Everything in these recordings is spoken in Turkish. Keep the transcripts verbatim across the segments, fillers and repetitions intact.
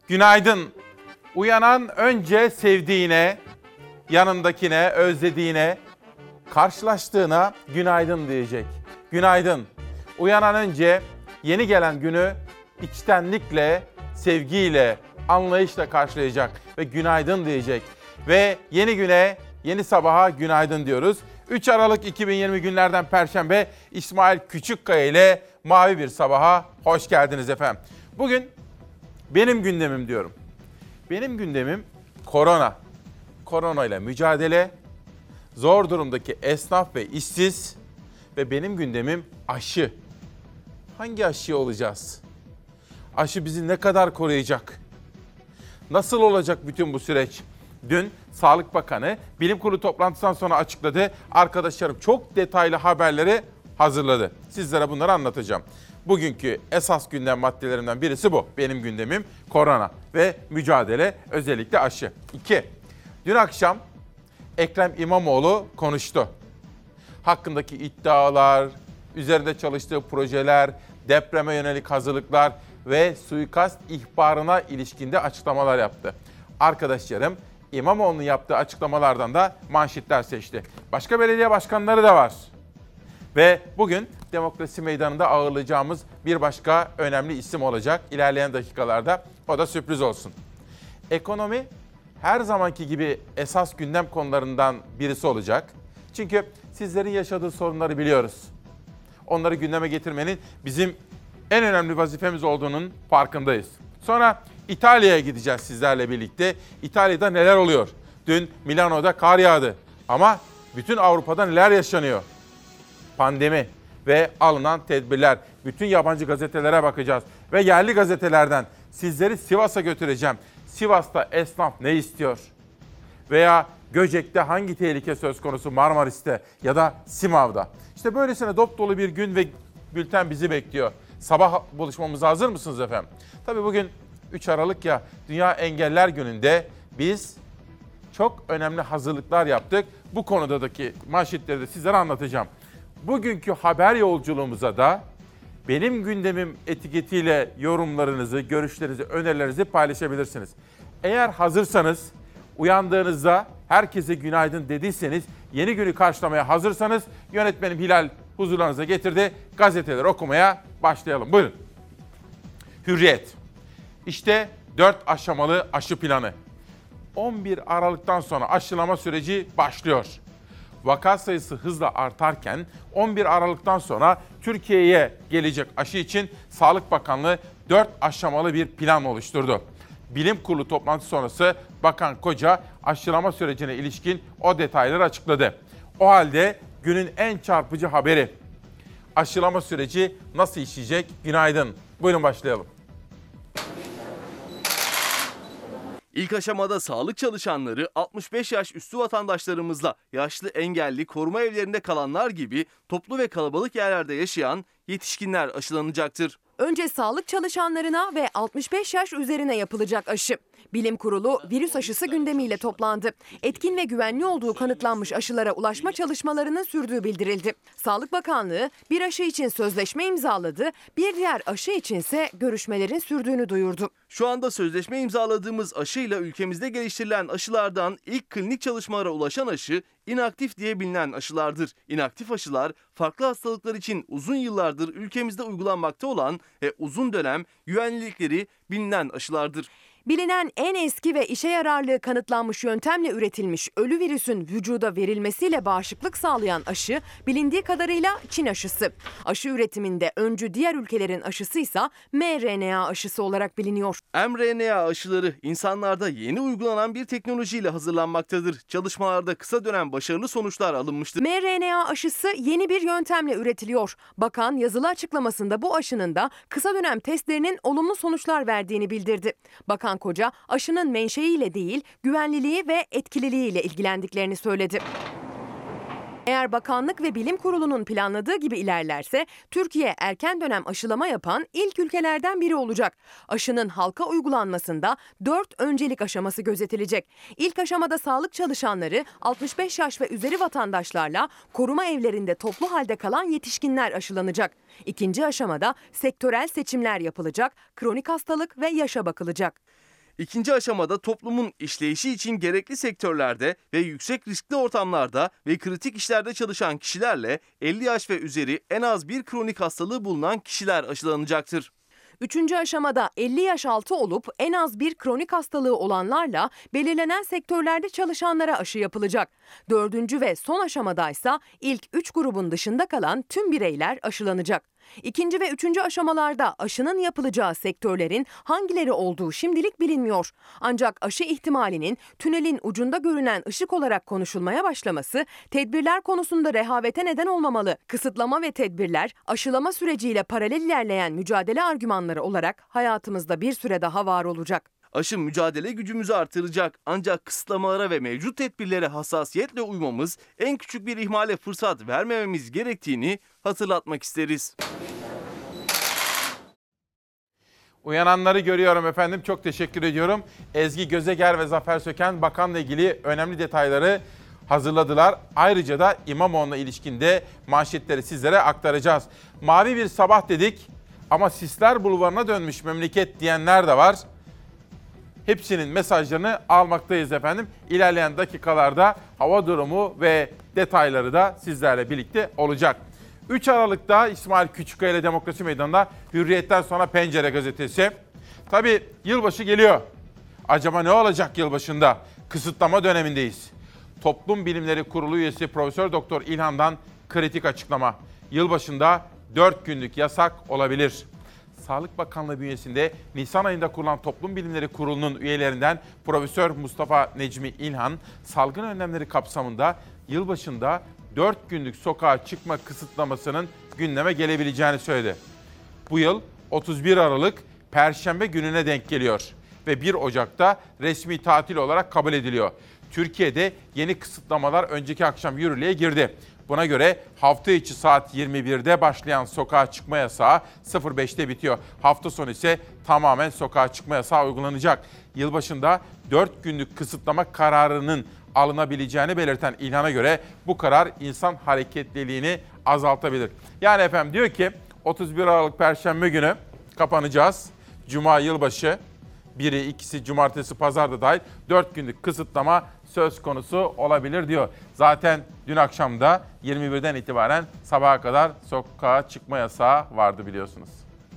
Günaydın. Uyanan önce sevdiğine, yanındakine, özlediğine, karşılaştığına günaydın diyecek. Günaydın. Uyanan önce yeni gelen günü içtenlikle, sevgiyle, anlayışla karşılayacak ve günaydın diyecek. Ve yeni güne, yeni sabaha günaydın diyoruz. üç Aralık iki bin yirmi günlerden Perşembe, İsmail Küçükkaya ile Mavi Bir Sabaha hoş geldiniz efendim. Bugün benim gündemim diyorum. Benim gündemim korona. Korona ile mücadele, zor durumdaki esnaf ve işsiz ve benim gündemim aşı. Hangi aşı olacağız? Aşı bizi ne kadar koruyacak? Nasıl olacak bütün bu süreç? Dün Sağlık Bakanı bilim kurulu toplantısından sonra açıkladı. Arkadaşlarım çok detaylı haberleri hazırladı. Sizlere bunları anlatacağım. Bugünkü esas gündem maddelerimden birisi bu. Benim gündemim korona ve mücadele, özellikle aşı. İki, dün akşam Ekrem İmamoğlu konuştu. Hakkındaki iddialar, üzerinde çalıştığı projeler, depreme yönelik hazırlıklar ve suikast ihbarına ilişkinde açıklamalar yaptı. Arkadaşlarım İmamoğlu'nun yaptığı açıklamalardan da manşetler seçti. Başka belediye başkanları da var. Ve bugün Demokrasi Meydanı'nda ağırlayacağımız bir başka önemli isim olacak ilerleyen dakikalarda. O da sürpriz olsun. Ekonomi her zamanki gibi esas gündem konularından birisi olacak. Çünkü sizlerin yaşadığı sorunları biliyoruz. Onları gündeme getirmenin bizim en önemli vazifemiz olduğunun farkındayız. Sonra İtalya'ya gideceğiz sizlerle birlikte. İtalya'da neler oluyor? Dün Milano'da kar yağdı. Ama bütün Avrupa'da neler yaşanıyor? Pandemi ve alınan tedbirler. Bütün yabancı gazetelere bakacağız. Ve yerli gazetelerden sizleri Sivas'a götüreceğim. Sivas'ta esnaf ne istiyor? Veya Göcek'te hangi tehlike söz konusu, Marmaris'te ya da Simav'da? İşte böylesine dop dolu bir gün ve bülten bizi bekliyor. Sabah buluşmamıza hazır mısınız efendim? Tabii bugün üç Aralık ya, Dünya Engeller Günü'nde biz çok önemli hazırlıklar yaptık. Bu konudaki manşetleri de sizlere anlatacağım. Bugünkü haber yolculuğumuza da benim gündemim etiketiyle yorumlarınızı, görüşlerinizi, önerilerinizi paylaşabilirsiniz. Eğer hazırsanız, uyandığınızda herkese günaydın dediyseniz, yeni günü karşılamaya hazırsanız yönetmenim Hilal huzurlarınıza getirdi. Gazeteleri okumaya başlayalım. Buyurun. Hürriyet. İşte dört aşamalı aşı planı. on bir Aralık'tan sonra aşılama süreci başlıyor. Vaka sayısı hızla artarken on bir Aralık'tan sonra Türkiye'ye gelecek aşı için Sağlık Bakanlığı dört aşamalı bir plan oluşturdu. Bilim Kurulu toplantısı sonrası Bakan Koca aşılama sürecine ilişkin o detayları açıkladı. O halde günün en çarpıcı haberi. Aşılama süreci nasıl işleyecek? Günaydın. Buyurun başlayalım. İlk aşamada sağlık çalışanları altmış beş yaş üstü vatandaşlarımızla yaşlı, engelli, koruma evlerinde kalanlar gibi toplu ve kalabalık yerlerde yaşayan yetişkinler aşılanacaktır. Önce sağlık çalışanlarına ve altmış beş yaş üzerine yapılacak aşı. Bilim Kurulu virüs aşısı gündemiyle toplandı. Etkin ve güvenli olduğu kanıtlanmış aşılara ulaşma çalışmalarının sürdüğü bildirildi. Sağlık Bakanlığı bir aşı için sözleşme imzaladı, bir diğer aşı içinse görüşmelerin sürdüğünü duyurdu. Şu anda sözleşme imzaladığımız aşıyla ülkemizde geliştirilen aşılardan ilk klinik çalışmalara ulaşan aşı inaktif diye bilinen aşılardır. İnaktif aşılar farklı hastalıklar için uzun yıllardır ülkemizde uygulanmakta olan ve uzun dönem güvenlilikleri bilinen aşılardır. Bilinen en eski ve işe yararlığı kanıtlanmış yöntemle üretilmiş ölü virüsün vücuda verilmesiyle bağışıklık sağlayan aşı bilindiği kadarıyla Çin aşısı. Aşı üretiminde öncü diğer ülkelerin aşısıysa M R N A aşısı olarak biliniyor. M R N A aşıları insanlarda yeni uygulanan bir teknolojiyle hazırlanmaktadır. Çalışmalarda kısa dönem başarılı sonuçlar alınmıştır. M R N A aşısı yeni bir yöntemle üretiliyor. Bakan yazılı açıklamasında bu aşının da kısa dönem testlerinin olumlu sonuçlar verdiğini bildirdi. Bakan Koca aşının menşeiyle değil, güvenliliği ve etkililiğiyle ilgilendiklerini söyledi. Eğer bakanlık ve bilim kurulunun planladığı gibi ilerlerse Türkiye erken dönem aşılama yapan ilk ülkelerden biri olacak. Aşının halka uygulanmasında dört öncelik aşaması gözetilecek. İlk aşamada sağlık çalışanları, altmış beş yaş ve üzeri vatandaşlarla koruma evlerinde toplu halde kalan yetişkinler aşılanacak. İkinci aşamada sektörel seçimler yapılacak, kronik hastalık ve yaşa bakılacak. İkinci aşamada toplumun işleyişi için gerekli sektörlerde ve yüksek riskli ortamlarda ve kritik işlerde çalışan kişilerle elli yaş ve üzeri en az bir kronik hastalığı bulunan kişiler aşılanacaktır. Üçüncü aşamada elli yaş altı olup en az bir kronik hastalığı olanlarla belirlenen sektörlerde çalışanlara aşı yapılacak. Dördüncü ve son aşamadaysa ilk üç grubun dışında kalan tüm bireyler aşılanacak. İkinci ve üçüncü aşamalarda aşının yapılacağı sektörlerin hangileri olduğu şimdilik bilinmiyor. Ancak aşı ihtimalinin tünelin ucunda görünen ışık olarak konuşulmaya başlaması tedbirler konusunda rehavete neden olmamalı. Kısıtlama ve tedbirler aşılama süreciyle paralel ilerleyen mücadele argümanları olarak hayatımızda bir süre daha var olacak. Aşı mücadele gücümüzü artıracak ancak kısıtlamalara ve mevcut tedbirlere hassasiyetle uymamız, en küçük bir ihmale fırsat vermememiz gerektiğini hatırlatmak isteriz. Uyananları görüyorum efendim. Çok teşekkür ediyorum. Ezgi Gözeger ve Zafer Söken bakanla ilgili önemli detayları hazırladılar. Ayrıca da İmamoğlu'na ilişkin de manşetleri sizlere aktaracağız. Mavi bir sabah dedik ama sisler bulvarına dönmüş memleket diyenler de var. Hepsinin mesajlarını almaktayız efendim. İlerleyen dakikalarda hava durumu ve detayları da sizlerle birlikte olacak. üç Aralık'ta İsmail Küçükkaya ile Demokrasi Meydanı'nda Hürriyet'ten sonra Pencere gazetesi. Tabii yılbaşı geliyor. Acaba ne olacak yılbaşında? Kısıtlama dönemindeyiz. Toplum Bilimleri Kurulu üyesi Profesör Doktor İlhan'dan kritik açıklama. Yılbaşında dört günlük yasak olabilir. Sağlık Bakanlığı bünyesinde Nisan ayında kurulan Toplum Bilimleri Kurulu'nun üyelerinden Profesör Mustafa Necmi İlhan, salgın önlemleri kapsamında yılbaşında dört günlük sokağa çıkma kısıtlamasının gündeme gelebileceğini söyledi. Bu yıl otuz bir Aralık Perşembe gününe denk geliyor ve bir Ocak'ta resmi tatil olarak kabul ediliyor. Türkiye'de yeni kısıtlamalar önceki akşam yürürlüğe girdi. Buna göre hafta içi saat yirmi birde başlayan sokağa çıkma yasağı sıfır beşte bitiyor. Hafta sonu ise tamamen sokağa çıkma yasağı uygulanacak. Yılbaşında dört günlük kısıtlama kararının alınabileceğini belirten İlhan'a göre bu karar insan hareketliliğini azaltabilir. Yani efendim diyor ki otuz bir Aralık Perşembe günü kapanacağız. Cuma yılbaşı, biri, ikisi, cumartesi, pazar da dahil dört günlük kısıtlama söz konusu olabilir diyor. Zaten dün akşam da yirmi birden itibaren sabaha kadar sokağa çıkma yasağı vardı biliyorsunuz.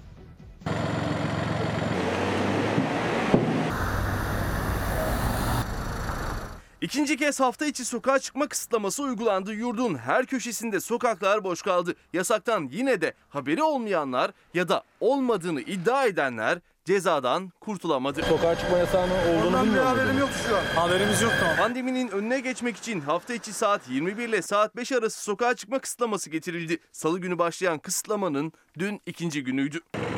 İkinci kez hafta içi sokağa çıkma kısıtlaması uygulandı. Yurdun her köşesinde sokaklar boş kaldı. Yasaktan yine de haberi olmayanlar ya da olmadığını iddia edenler cezadan kurtulamadı. Sokağa çıkma yasağının olduğunu bilmiyor haberim yok şu an. Haberimiz yok mu? Pandeminin önüne geçmek için hafta içi saat yirmi bir ile saat beş arası sokağa çıkma kısıtlaması getirildi. Salı günü başlayan kısıtlamanın dün ikinci günüydü.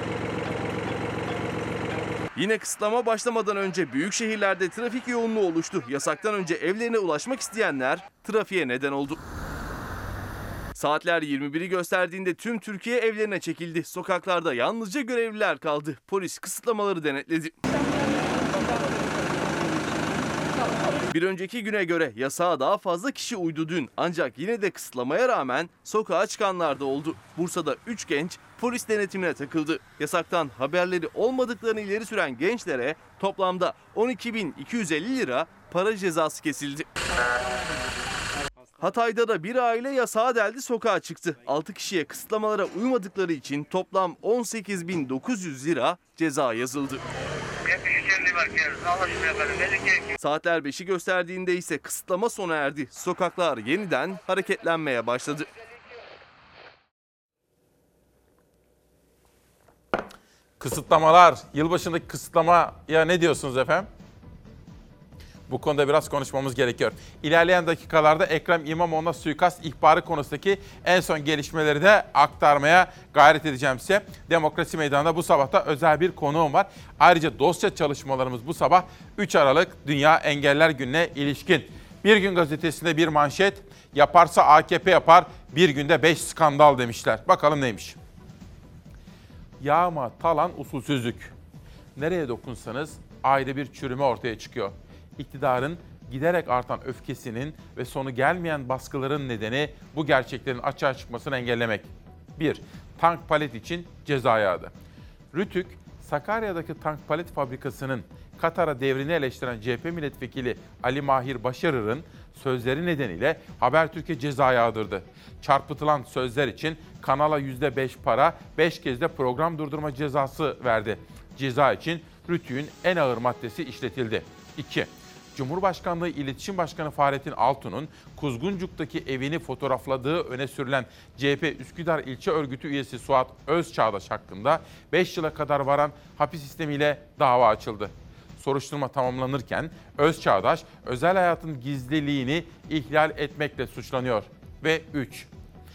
Yine kısıtlama başlamadan önce büyük şehirlerde trafik yoğunluğu oluştu. Yasaktan önce evlerine ulaşmak isteyenler trafiğe neden oldu. Saatler yirmi biri gösterdiğinde tüm Türkiye evlerine çekildi. Sokaklarda yalnızca görevliler kaldı. Polis kısıtlamaları denetledi. Bir önceki güne göre yasağa daha fazla kişi uydu dün. Ancak yine de kısıtlamaya rağmen sokağa çıkanlar da oldu. Bursa'da üç genç polis denetimine takıldı. Yasaktan haberleri olmadıklarını ileri süren gençlere toplamda on iki bin iki yüz elli lira para cezası kesildi. Hatay'da da bir aile yasağa deldi, sokağa çıktı. altı kişiye kısıtlamalara uymadıkları için toplam on sekiz bin dokuz yüz lira ceza yazıldı. Saatler beşi gösterdiğinde ise kısıtlama sona erdi. Sokaklar yeniden hareketlenmeye başladı. Kısıtlamalar, yılbaşındaki kısıtlamaya ne diyorsunuz efendim? Bu konuda biraz konuşmamız gerekiyor. İlerleyen dakikalarda Ekrem İmamoğlu'na suikast ihbarı konusundaki en son gelişmeleri de aktarmaya gayret edeceğim size. Demokrasi Meydanı'nda bu sabahta özel bir konuğum var. Ayrıca dosya çalışmalarımız bu sabah üç Aralık Dünya Engeller Günü'ne ilişkin. Bir Gün Gazetesi'nde bir manşet, yaparsa A K P yapar, bir günde beş skandal demişler. Bakalım neymiş? Yağma, talan, usulsüzlük. Nereye dokunsanız ayrı bir çürüme ortaya çıkıyor. İktidarın giderek artan öfkesinin ve sonu gelmeyen baskıların nedeni bu gerçeklerin açığa çıkmasını engellemek. bir. Tank palet için ceza yağdı. Rütük, Sakarya'daki tank palet fabrikasının Katar'a devrini eleştiren C H P milletvekili Ali Mahir Başarır'ın sözleri nedeniyle Habertürk'e ceza yağdırdı. Çarpıtılan sözler için kanala yüzde beş para, beş kez de program durdurma cezası verdi. Ceza için RTÜK'ün en ağır maddesi işletildi. iki. Cumhurbaşkanlığı İletişim Başkanı Fahrettin Altun'un Kuzguncuk'taki evini fotoğrafladığı öne sürülen C H P Üsküdar İlçe Örgütü üyesi Suat Özçağdaş hakkında beş yıla kadar varan hapis sistemiyle dava açıldı. Soruşturma tamamlanırken Özçağdaş özel hayatın gizliliğini ihlal etmekle suçlanıyor. Ve üç.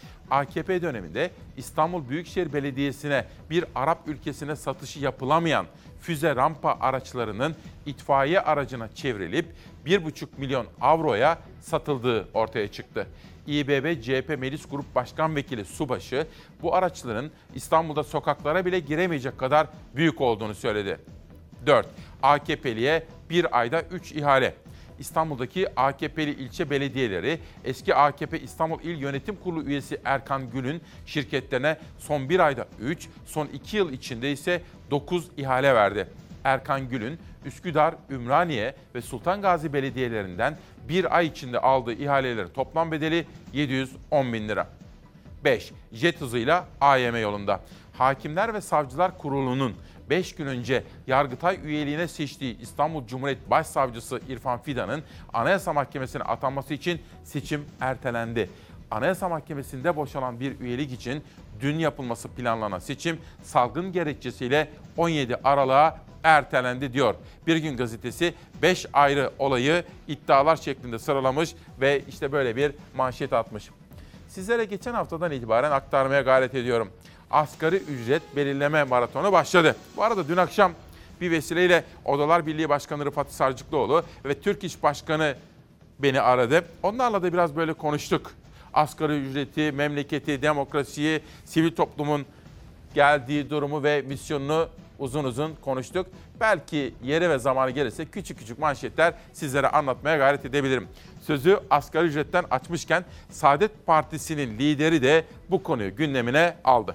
A K P döneminde İstanbul Büyükşehir Belediyesi'ne bir Arap ülkesine satışı yapılamayan füze rampa araçlarının itfaiye aracına çevrilip bir buçuk milyon avroya satıldığı ortaya çıktı. İBB C H P Meclis Grup Başkan Vekili Subaşı bu araçların İstanbul'da sokaklara bile giremeyecek kadar büyük olduğunu söyledi. dört. A K P'liye bir ayda üç ihale. İstanbul'daki A K P'li ilçe belediyeleri eski A K P İstanbul İl Yönetim Kurulu üyesi Erkan Gül'ün şirketlerine son bir ayda üç, son iki yıl içinde ise dokuz ihale verdi. Erkan Gül'ün Üsküdar, Ümraniye ve Sultan Gazi belediyelerinden bir ay içinde aldığı ihalelerin toplam bedeli yedi yüz on bin lira. beş. Jet hızıyla A Y M yolunda. Hakimler ve Savcılar Kurulu'nun beş gün önce Yargıtay üyeliğine seçtiği İstanbul Cumhuriyet Başsavcısı İrfan Fidan'ın Anayasa Mahkemesi'ne atanması için seçim ertelendi. Anayasa Mahkemesi'nde boşalan bir üyelik için dün yapılması planlanan seçim salgın gerekçesiyle on yedi Aralık'a ertelendi diyor. Bir Gün Gazetesi beş ayrı olayı iddialar şeklinde sıralamış ve işte böyle bir manşet atmış. Sizlere geçen haftadan itibaren aktarmaya gayret ediyorum. Asgari ücret belirleme maratonu başladı. Bu arada dün akşam bir vesileyle Odalar Birliği Başkanı Rıfat Sarcıklıoğlu ve Türk İş Başkanı beni aradı. Onlarla da biraz böyle konuştuk. Asgari ücreti, memleketi, demokrasiyi, sivil toplumun geldiği durumu ve misyonunu uzun uzun konuştuk. Belki yeri ve zamanı gelirse küçük küçük manşetler sizlere anlatmaya gayret edebilirim. Sözü asgari ücretten açmışken Saadet Partisi'nin lideri de bu konuyu gündemine aldı.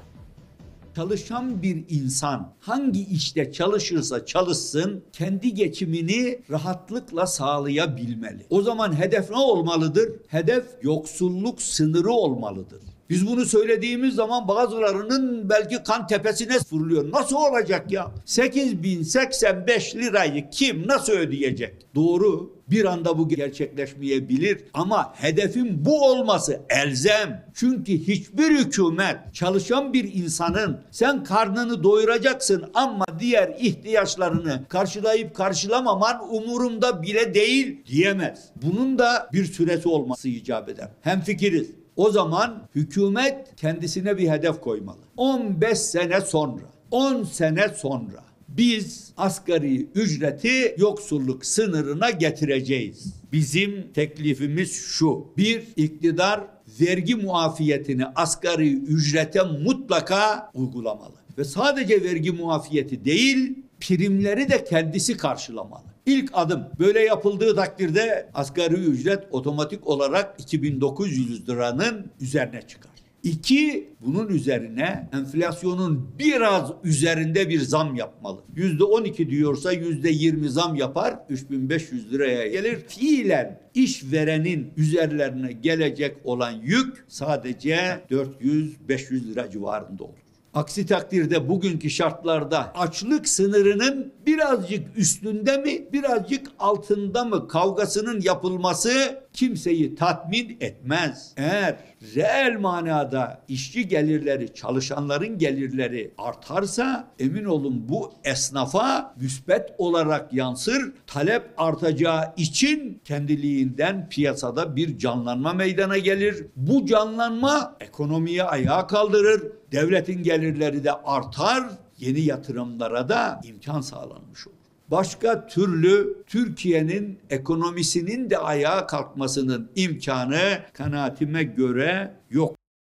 Çalışan bir insan hangi işte çalışırsa çalışsın kendi geçimini rahatlıkla sağlayabilmeli. O zaman hedef ne olmalıdır? Hedef yoksulluk sınırı olmalıdır. Biz bunu söylediğimiz zaman bazılarının belki kan tepesine fırlıyor. Nasıl olacak ya? sekiz bin seksen beş lirayı kim nasıl ödeyecek? Doğru. Bir anda bu gerçekleşmeyebilir ama hedefin bu olması elzem. Çünkü hiçbir hükümet çalışan bir insanın sen karnını doyuracaksın ama diğer ihtiyaçlarını karşılayıp karşılamaman umurumda bile değil diyemez. Bunun da bir süresi olması icap eder. Hemfikiriz. O zaman hükümet kendisine bir hedef koymalı. on beş sene sonra, on sene sonra biz asgari ücreti yoksulluk sınırına getireceğiz. Bizim teklifimiz şu. Bir, iktidar vergi muafiyetini asgari ücrete mutlaka uygulamalı. Ve sadece vergi muafiyeti değil, primleri de kendisi karşılamalı. İlk adım böyle yapıldığı takdirde asgari ücret otomatik olarak iki bin dokuz yüz liranın üzerine çıkar. İki, bunun üzerine enflasyonun biraz üzerinde bir zam yapmalı. yüzde on iki diyorsa yüzde yirmi zam yapar, üç bin beş yüz liraya gelir. Fiilen işverenin üzerlerine gelecek olan yük sadece dört yüz beş yüz lira civarında olur. Aksi takdirde bugünkü şartlarda açlık sınırının birazcık üstünde mi, birazcık altında mı kavgasının yapılması kimseyi tatmin etmez. Eğer reel manada işçi gelirleri, çalışanların gelirleri artarsa emin olun bu esnafa müspet olarak yansır. Talep artacağı için kendiliğinden piyasada bir canlanma meydana gelir. Bu canlanma ekonomiyi ayağa kaldırır. Devletin gelirleri de artar. Yeni yatırımlara da imkan sağlanmış olur. Başka türlü Türkiye'nin ekonomisinin de ayağa kalkmasının imkanı kanaatime göre yok.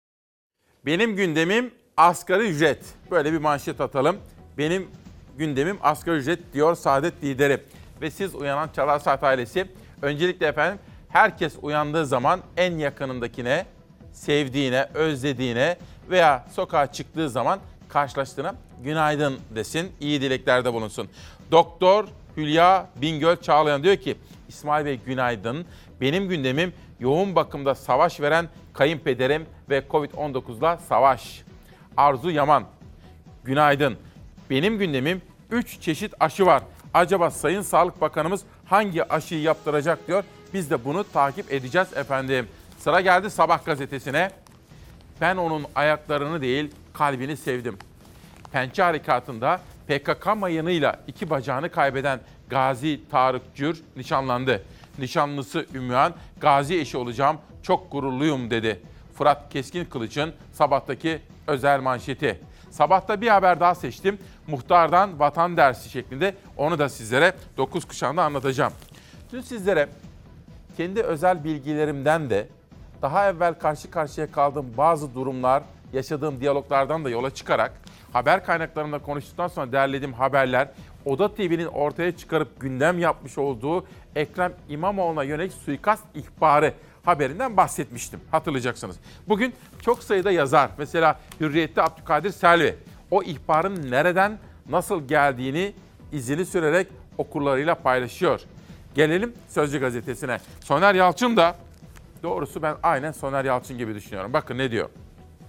Benim gündemim asgari ücret. Böyle bir manşet atalım. Benim gündemim asgari ücret diyor Saadet lideri. Ve siz uyanan Çalar Saat ailesi, öncelikle efendim herkes uyandığı zaman en yakınındakine, sevdiğine, özlediğine veya sokağa çıktığı zaman karşılaştığına günaydın desin, iyi dileklerde bulunsun. Doktor Hülya Bingöl Çağlayan diyor ki, İsmail Bey günaydın. Benim gündemim yoğun bakımda savaş veren kayınpederim ve kovid on dokuzla savaş. Arzu Yaman, günaydın. Benim gündemim üç çeşit aşı var. Acaba Sayın Sağlık Bakanımız hangi aşıyı yaptıracak diyor. Biz de bunu takip edeceğiz efendim. Sıra geldi Sabah gazetesine. Ben onun ayaklarını değil kalbini sevdim. Pençe harekatında P K K mayınıyla iki bacağını kaybeden Gazi Tarık Cür nişanlandı. Nişanlısı Ümmühan, Gazi eşi olacağım, çok gururluyum dedi. Fırat Keskin Kılıç'ın Sabah'taki özel manşeti. Sabahta bir haber daha seçtim. Muhtardan vatan dersi şeklinde, onu da sizlere dokuz kuşağında anlatacağım. Dün sizlere kendi özel bilgilerimden de daha evvel karşı karşıya kaldığım bazı durumlar, yaşadığım diyaloglardan da yola çıkarak haber kaynaklarında konuştuktan sonra derlediğim haberler, Oda T V'nin ortaya çıkarıp gündem yapmış olduğu Ekrem İmamoğlu'na yönelik suikast ihbarı haberinden bahsetmiştim. Hatırlayacaksınız. Bugün çok sayıda yazar, mesela Hürriyet'te Abdülkadir Selvi, o ihbarın nereden, nasıl geldiğini izini sürerek okurlarıyla paylaşıyor. Gelelim Sözcü gazetesine. Soner Yalçın da, doğrusu ben aynen Soner Yalçın gibi düşünüyorum. Bakın ne diyor.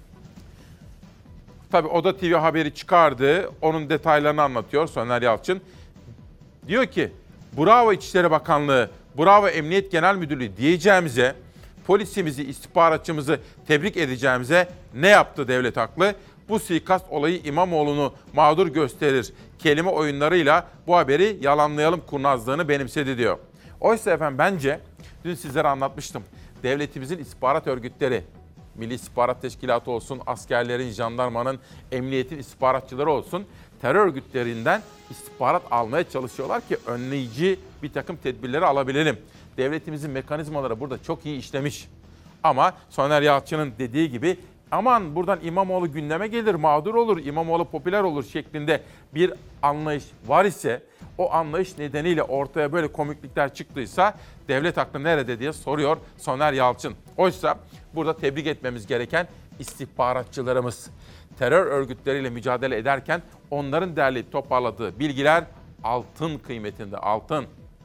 Tabii Oda T V haberi çıkardı. Onun detaylarını anlatıyor Soner Yalçın. Diyor ki, bravo İçişleri Bakanlığı, bravo Emniyet Genel Müdürlüğü diyeceğimize, polisimizi, istihbaratçımızı tebrik edeceğimize ne yaptı devlet haklı? Bu suikast olayı İmamoğlu'nu mağdur gösterir kelime oyunlarıyla bu haberi yalanlayalım kurnazlığını benimsedi diyor. Oysa efendim bence dün sizlere anlatmıştım. Devletimizin istihbarat örgütleri, Milli İstihbarat Teşkilatı olsun, askerlerin, jandarmanın, emniyetin istihbaratçıları olsun, terör örgütlerinden istihbarat almaya çalışıyorlar ki önleyici bir takım tedbirleri alabilelim. Devletimizin mekanizmaları burada çok iyi işlemiş. Ama Soner Yalçın'ın dediği gibi aman buradan İmamoğlu gündeme gelir, mağdur olur, İmamoğlu popüler olur şeklinde bir anlayış var ise, o anlayış nedeniyle ortaya böyle komiklikler çıktıysa devlet aklı nerede diye soruyor Soner Yalçın. Oysa burada tebrik etmemiz gereken istihbaratçılarımız. Terör örgütleriyle mücadele ederken onların derleyip toparladığı bilgiler altın kıymetinde, altın.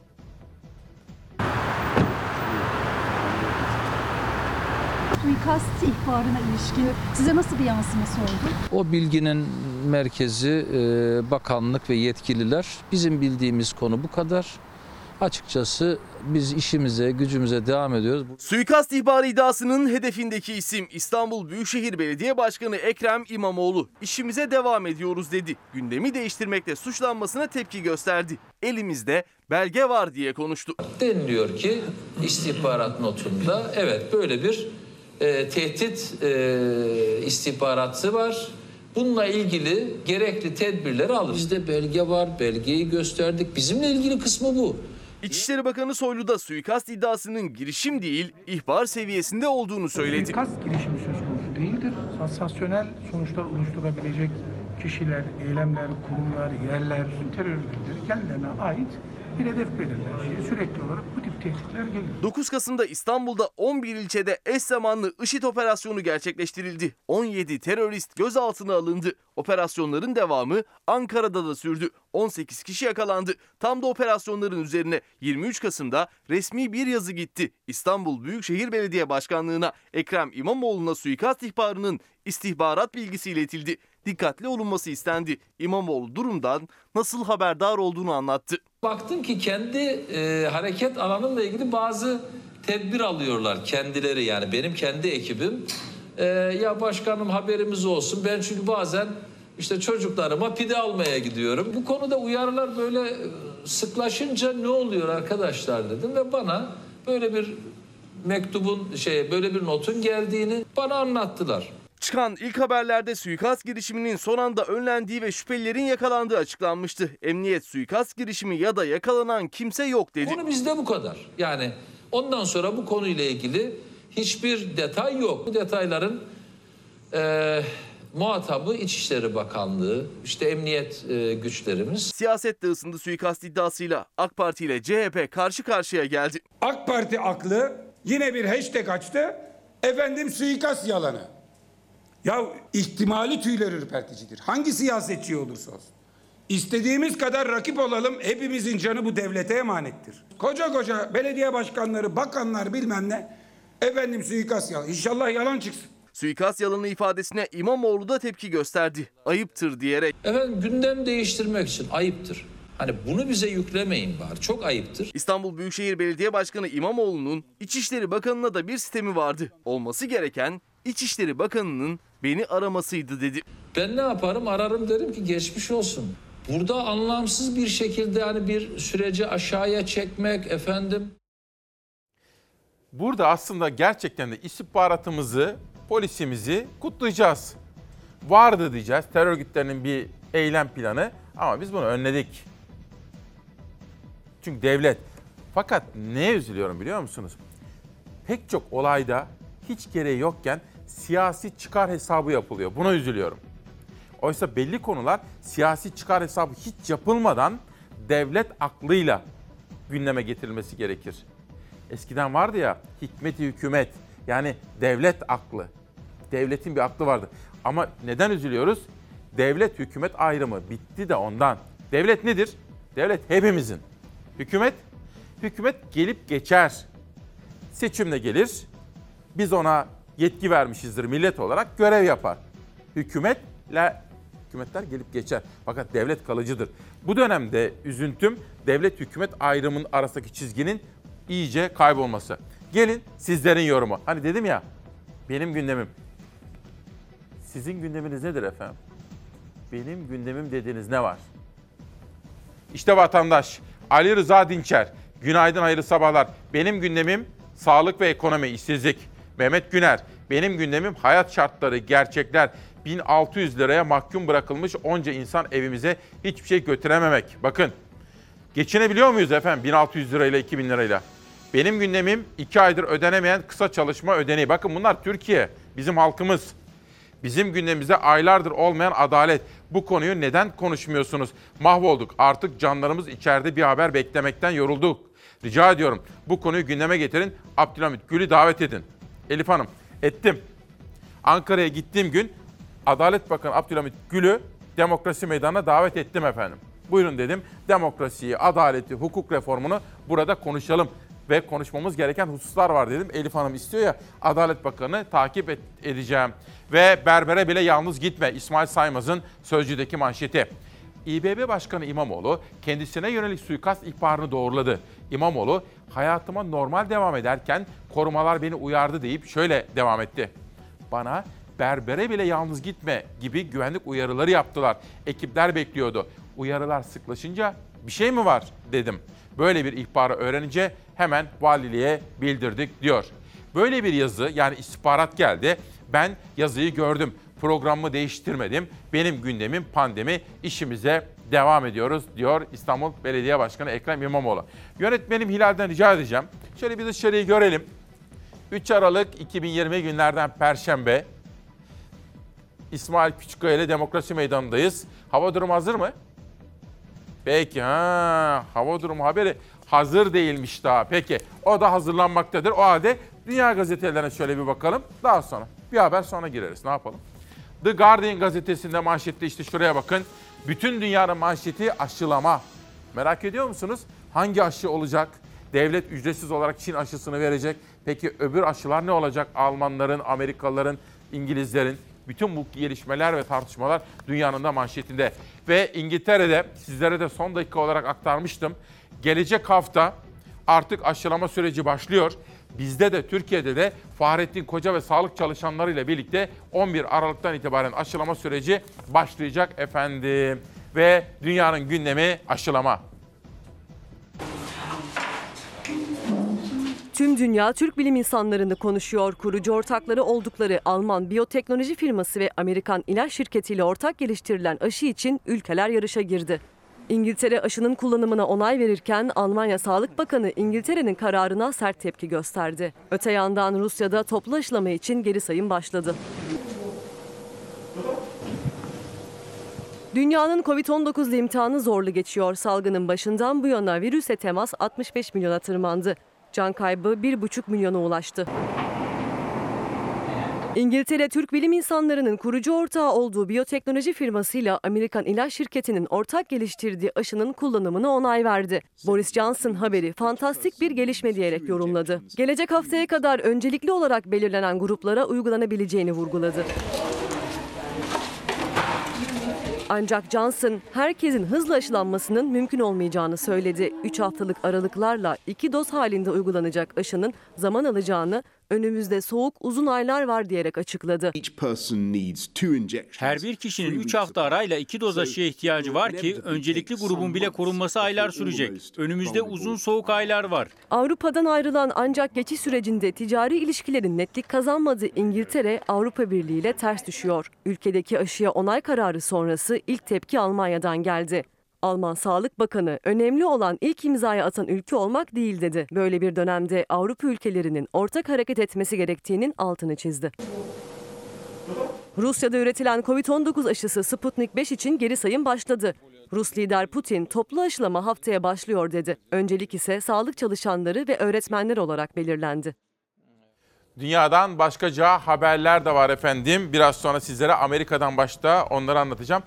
Suikast ihbarına ilişkin size nasıl bir yansıması oldu? O bilginin merkezi e, bakanlık ve yetkililer. Bizim bildiğimiz konu bu kadar. Açıkçası biz işimize, gücümüze devam ediyoruz. Suikast ihbarı iddiasının hedefindeki isim İstanbul Büyükşehir Belediye Başkanı Ekrem İmamoğlu. İşimize devam ediyoruz dedi. Gündemi değiştirmekle suçlanmasına tepki gösterdi. Elimizde belge var diye konuştu. Deniliyor ki istihbarat notunda evet böyle bir e, tehdit e, istihbaratı var. Bununla ilgili gerekli tedbirleri alır. Bizde belge var, belgeyi gösterdik. Bizimle ilgili kısmı bu. İçişleri Bakanı Soylu da suikast iddiasının girişim değil, ihbar seviyesinde olduğunu söyledi. Suikast girişimi söz konusu değildir. Sansasyonel sonuçlar oluşturabilecek kişiler, eylemler, kurumlar, yerler, terör örgütleri kendilerine ait bir hedef belirler. Sürekli olarak bu tip tehditler gelir. dokuz Kasım'da İstanbul'da on bir ilçede eş zamanlı IŞİD operasyonu gerçekleştirildi. on yedi terörist gözaltına alındı. Operasyonların devamı Ankara'da da sürdü. on sekiz kişi yakalandı. Tam da operasyonların üzerine yirmi üç Kasım'da resmi bir yazı gitti. İstanbul Büyükşehir Belediye Başkanlığı'na Ekrem İmamoğlu'na suikast ihbarının istihbarat bilgisi iletildi. Dikkatli olunması istendi. İmamoğlu durumdan nasıl haberdar olduğunu anlattı. Baktım ki kendi e, hareket alanımla ilgili bazı tedbir alıyorlar kendileri, yani benim kendi ekibim. E, ya başkanım haberimiz olsun, ben çünkü bazen işte çocuklarıma pide almaya gidiyorum. Bu konuda uyarılar böyle sıklaşınca ne oluyor arkadaşlar dedim ve bana böyle bir mektubun şey böyle bir notun geldiğini bana anlattılar. Çıkan ilk haberlerde suikast girişiminin son anda önlendiği ve şüphelilerin yakalandığı açıklanmıştı. Emniyet suikast girişimi ya da yakalanan kimse yok dedi. Konu bizde bu kadar. Yani ondan sonra bu konuyla ilgili hiçbir detay yok. Bu detayların e, muhatabı İçişleri Bakanlığı, işte emniyet e, güçlerimiz. Siyaset de ısındı suikast iddiasıyla. AK Parti ile C H P karşı karşıya geldi. AK Parti aklı yine bir hashtag açtı. Efendim suikast yalanı. Ya ihtimali tüyleri ürperticidir. Hangi siyasetçi olursa olsun. İstediğimiz kadar rakip olalım, hepimizin canı bu devlete emanettir. Koca koca belediye başkanları, bakanlar bilmem ne, efendim suikast yalan. İnşallah yalan çıksın. Suikast yalanı ifadesine İmamoğlu da tepki gösterdi. Ayıptır diyerek. Efendim gündem değiştirmek için ayıptır. Hani bunu bize yüklemeyin bari. Çok ayıptır. İstanbul Büyükşehir Belediye Başkanı İmamoğlu'nun İçişleri Bakanı'na da bir sistemi vardı. Olması gereken İçişleri Bakanı'nın beni aramasıydı dedi. Ben ne yaparım? Ararım, derim ki geçmiş olsun. Burada anlamsız bir şekilde hani bir süreci aşağıya çekmek efendim. Burada aslında gerçekten de istihbaratımızı, polisimizi kutlayacağız. Vardı diyeceğiz terör örgütlerinin bir eylem planı ama biz bunu önledik. Çünkü devlet. Fakat neye üzülüyorum biliyor musunuz? Pek çok olayda hiç gereği yokken siyasi çıkar hesabı yapılıyor. Buna üzülüyorum. Oysa belli konular siyasi çıkar hesabı hiç yapılmadan devlet aklıyla gündeme getirilmesi gerekir. Eskiden vardı ya hikmet-i hükümet, yani devlet aklı. Devletin bir aklı vardı. Ama neden üzülüyoruz? Devlet hükümet ayrımı bitti de ondan. Devlet nedir? Devlet hepimizin. Hükümet, hükümet gelip geçer. Seçimle gelir. Biz ona yetki vermişizdir millet olarak, görev yapar. Hükümetle hükümetler gelip geçer. Fakat devlet kalıcıdır. Bu dönemde üzüntüm devlet hükümet ayrımının arasındaki çizginin iyice kaybolması. Gelin sizlerin yorumu. Hani dedim ya, benim gündemim. Sizin gündeminiz nedir efendim? Benim gündemim dediğiniz ne var? İşte vatandaş. Ali Rıza Dinçer. Günaydın, hayırlı sabahlar. Benim gündemim sağlık ve ekonomi, işsizlik. Mehmet Güner. Benim gündemim hayat şartları, gerçekler. bin altı yüz liraya mahkum bırakılmış onca insan evimize hiçbir şey götürememek. Bakın, geçinebiliyor muyuz efendim bin altı yüz lirayla, iki bin lirayla? Benim gündemim iki aydır ödenemeyen kısa çalışma ödeneği. Bakın bunlar Türkiye, bizim halkımız. Bizim gündemimizde aylardır olmayan adalet. Bu konuyu neden konuşmuyorsunuz? Mahvolduk. Artık canlarımız içeride bir haber beklemekten yorulduk. Rica ediyorum bu konuyu gündeme getirin. Abdülhamit Gül'ü davet edin. Elif Hanım, ettim. Ankara'ya gittiğim gün Adalet Bakanı Abdülhamit Gül'ü Demokrasi Meydanı'na davet ettim efendim. Buyurun dedim. Demokrasiyi, adaleti, hukuk reformunu burada konuşalım. Ve konuşmamız gereken hususlar var dedim. Elif Hanım istiyor ya, Adalet Bakanı takip et, edeceğim. Ve berbere bile yalnız gitme. İsmail Saymaz'ın Sözcü'deki manşeti. İBB Başkanı İmamoğlu kendisine yönelik suikast ihbarını doğruladı. İmamoğlu, hayatıma normal devam ederken korumalar beni uyardı deyip şöyle devam etti. Bana berbere bile yalnız gitme gibi güvenlik uyarıları yaptılar. Ekipler bekliyordu. Uyarılar sıklaşınca bir şey mi var dedim. Böyle bir ihbarı öğrenince hemen valiliğe bildirdik diyor. Böyle bir yazı, yani istihbarat geldi. Ben yazıyı gördüm. Programımı değiştirmedim. Benim gündemim pandemi. İşimize devam ediyoruz diyor İstanbul Belediye Başkanı Ekrem İmamoğlu. Yönetmenim Hilal'den rica edeceğim. Şöyle bir dışarıyı görelim. üç Aralık iki bin yirmi günlerden Perşembe. İsmail Küçükkaya ile Demokrasi Meydanı'ndayız. Hava durumu hazır mı? Peki, ha, hava durumu haberi hazır değilmiş daha. Peki, o da hazırlanmaktadır. O halde dünya gazetelerine şöyle bir bakalım. Daha sonra, bir haber sonra gireriz. Ne yapalım? The Guardian gazetesinde manşette işte şuraya bakın. Bütün dünyanın manşeti aşılama. Merak ediyor musunuz? Hangi aşı olacak? Devlet ücretsiz olarak Çin aşısını verecek. Peki öbür aşılar ne olacak? Almanların, Amerikalıların, İngilizlerin. Bütün bu gelişmeler ve tartışmalar dünyanın da manşetinde. Ve İngiltere'de sizlere de son dakika olarak aktarmıştım. Gelecek hafta artık aşılama süreci başlıyor. Bizde de Türkiye'de de Fahrettin Koca ve sağlık çalışanlarıyla birlikte on bir Aralık'tan itibaren aşılama süreci başlayacak efendim. Ve dünyanın gündemi aşılama. Tüm dünya Türk bilim insanlarını konuşuyor. Kurucu ortakları oldukları Alman biyoteknoloji firması ve Amerikan ilaç şirketiyle ortak geliştirilen aşı için ülkeler yarışa girdi. İngiltere aşının kullanımına onay verirken Almanya Sağlık Bakanı İngiltere'nin kararına sert tepki gösterdi. Öte yandan Rusya'da toplu aşılama için geri sayım başladı. Dünyanın kovid on dokuz imtihanı zorlu geçiyor. Salgının başından bu yana virüse temas altmış beş milyona tırmandı. Can kaybı bir buçuk milyona ulaştı. İngiltere Türk bilim insanlarının kurucu ortağı olduğu biyoteknoloji firmasıyla Amerikan ilaç şirketinin ortak geliştirdiği aşının kullanımına onay verdi. Boris Johnson haberi fantastik bir gelişme diyerek yorumladı. Gelecek haftaya kadar öncelikli olarak belirlenen gruplara uygulanabileceğini vurguladı. Ancak Johnson herkesin hızla aşılanmasının mümkün olmayacağını söyledi. üç haftalık aralıklarla iki doz halinde uygulanacak aşının zaman alacağını, önümüzde soğuk uzun aylar var diyerek açıkladı. Her bir kişinin üç hafta arayla iki doz aşıya ihtiyacı var ki öncelikli grubun bile korunması aylar sürecek. Önümüzde uzun soğuk aylar var. Avrupa'dan ayrılan ancak geçiş sürecinde ticari ilişkilerin netlik kazanmadığı İngiltere, Avrupa Birliği ile ters düşüyor. Ülkedeki aşıya onay kararı sonrası ilk tepki Almanya'dan geldi. Alman Sağlık Bakanı önemli olan ilk imzayı atan ülke olmak değil dedi. Böyle bir dönemde Avrupa ülkelerinin ortak hareket etmesi gerektiğinin altını çizdi. Rusya'da üretilen Covid on dokuz aşısı Sputnik beş için geri sayım başladı. Rus lider Putin toplu aşılama haftaya başlıyor dedi. Öncelik ise sağlık çalışanları ve öğretmenler olarak belirlendi. Dünyadan başkaca haberler de var efendim. Biraz sonra sizlere Amerika'dan başta onları anlatacağım.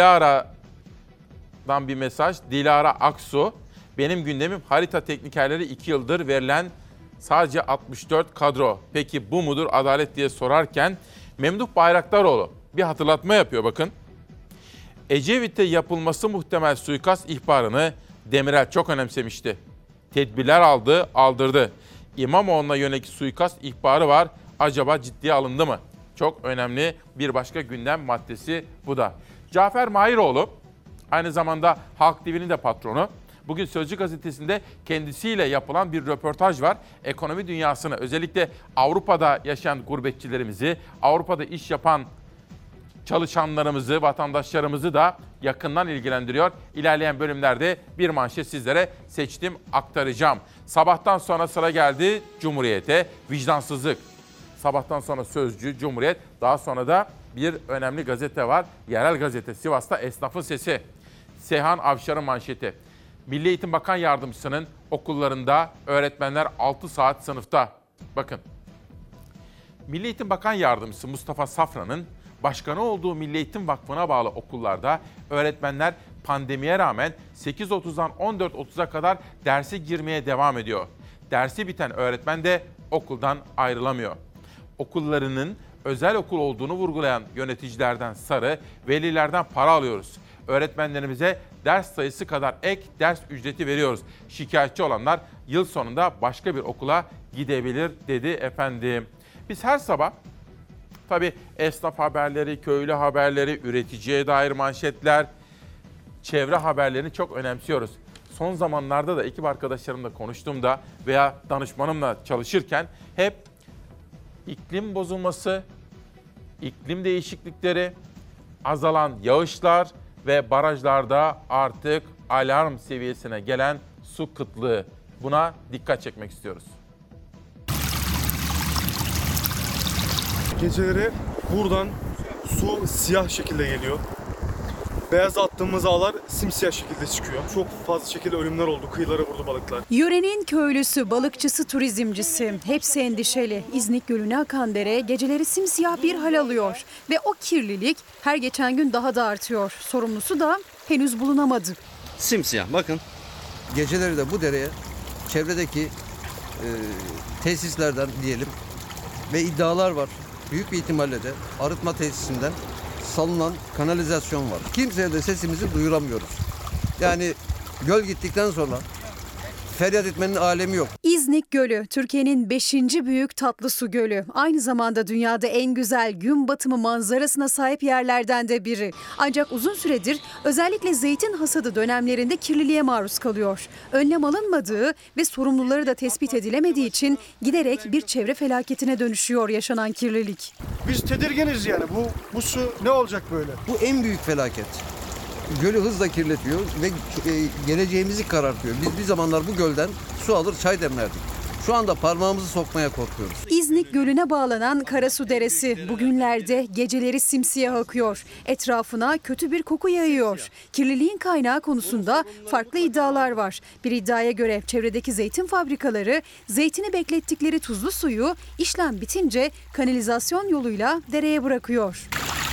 Dilara'dan bir mesaj. Dilara Aksu. Benim gündemim harita teknikerleri iki yıldır verilen sadece altmış dört kadro. Peki bu mudur adalet diye sorarken Memduh Bayraktaroğlu bir hatırlatma yapıyor bakın. Ecevit'te yapılması muhtemel suikast ihbarını Demirel çok önemsemişti. Tedbirler aldı, aldırdı. İmamoğlu'na yönelik suikast ihbarı var. Acaba ciddiye alındı mı? Çok önemli bir başka gündem maddesi bu da. Cafer Mahiroğlu aynı zamanda Halk T V'nin de patronu. Bugün Sözcü Gazetesi'nde kendisiyle yapılan bir röportaj var. Ekonomi dünyasını, özellikle Avrupa'da yaşayan gurbetçilerimizi, Avrupa'da iş yapan çalışanlarımızı, vatandaşlarımızı da yakından ilgilendiriyor. İlerleyen bölümlerde bir manşet sizlere seçtim, aktaracağım. Sabahtan sonra sıra geldi Cumhuriyet'e, vicdansızlık. Sabahtan sonra Sözcü, Cumhuriyet, daha sonra da bir önemli gazete var. Yerel gazete, Sivas'ta Esnafın Sesi. Seyhan Avşar'ın manşeti. Milli Eğitim Bakan Yardımcısının okullarında öğretmenler altı saat sınıfta. Bakın, Milli Eğitim Bakan Yardımcısı Mustafa Safran'ın başkanı olduğu Milli Eğitim Vakfı'na bağlı okullarda öğretmenler pandemiye rağmen sekiz otuzdan on dört otuza kadar derse girmeye devam ediyor. Dersi biten öğretmen de okuldan ayrılamıyor. Okullarının özel okul olduğunu vurgulayan yöneticilerden sarı, velilerden para alıyoruz. Öğretmenlerimize ders sayısı kadar ek ders ücreti veriyoruz. Şikayetçi olanlar yıl sonunda başka bir okula gidebilir dedi efendim. Biz her sabah tabii esnaf haberleri, köylü haberleri, üreticiye dair manşetler, çevre haberlerini çok önemsiyoruz. Son zamanlarda da ekip arkadaşlarımla konuştuğumda veya danışmanımla çalışırken hep iklim bozulması, iklim değişiklikleri, azalan yağışlar ve barajlarda artık alarm seviyesine gelen su kıtlığı. Buna dikkat çekmek istiyoruz. Geceleri buradan su siyah şekilde geliyor. Beyaz attığımız ağlar simsiyah şekilde çıkıyor. Çok fazla şekilde ölümler oldu. Kıyılara vurdu balıklar. Yörenin köylüsü, balıkçısı, turizmcisi hepsi endişeli. İznik Gölü'ne akan dere geceleri simsiyah bir hal alıyor. Ve o kirlilik her geçen gün daha da artıyor. Sorumlusu da henüz bulunamadı. Simsiyah bakın. Geceleri de bu dereye çevredeki e, tesislerden diyelim ve iddialar var. Büyük bir ihtimalle de arıtma tesisinden salınan kanalizasyon var. Kimseye de sesimizi duyuramıyoruz. Yani göl gittikten sonra feryat etmenin alemi yok. İznik Gölü, Türkiye'nin beşinci büyük tatlı su gölü. Aynı zamanda dünyada en güzel gün batımı manzarasına sahip yerlerden de biri. Ancak uzun süredir özellikle zeytin hasadı dönemlerinde kirliliğe maruz kalıyor. Önlem alınmadığı ve sorumluları da tespit edilemediği için giderek bir çevre felaketine dönüşüyor yaşanan kirlilik. Biz tedirginiz yani. Bu, bu su ne olacak böyle? Bu en büyük felaket. Gölü hızla kirletiyor ve geleceğimizi karartıyor. Biz bir zamanlar bu gölden su alır çay demlerdik. Şu anda parmağımızı sokmaya korkuyoruz. İznik Gölü'ne bağlanan Karasu Deresi bugünlerde geceleri simsiyah akıyor. Etrafına kötü bir koku yayıyor. Kirliliğin kaynağı konusunda farklı iddialar var. Bir iddiaya göre çevredeki zeytin fabrikaları zeytini beklettikleri tuzlu suyu işlem bitince kanalizasyon yoluyla dereye bırakıyor.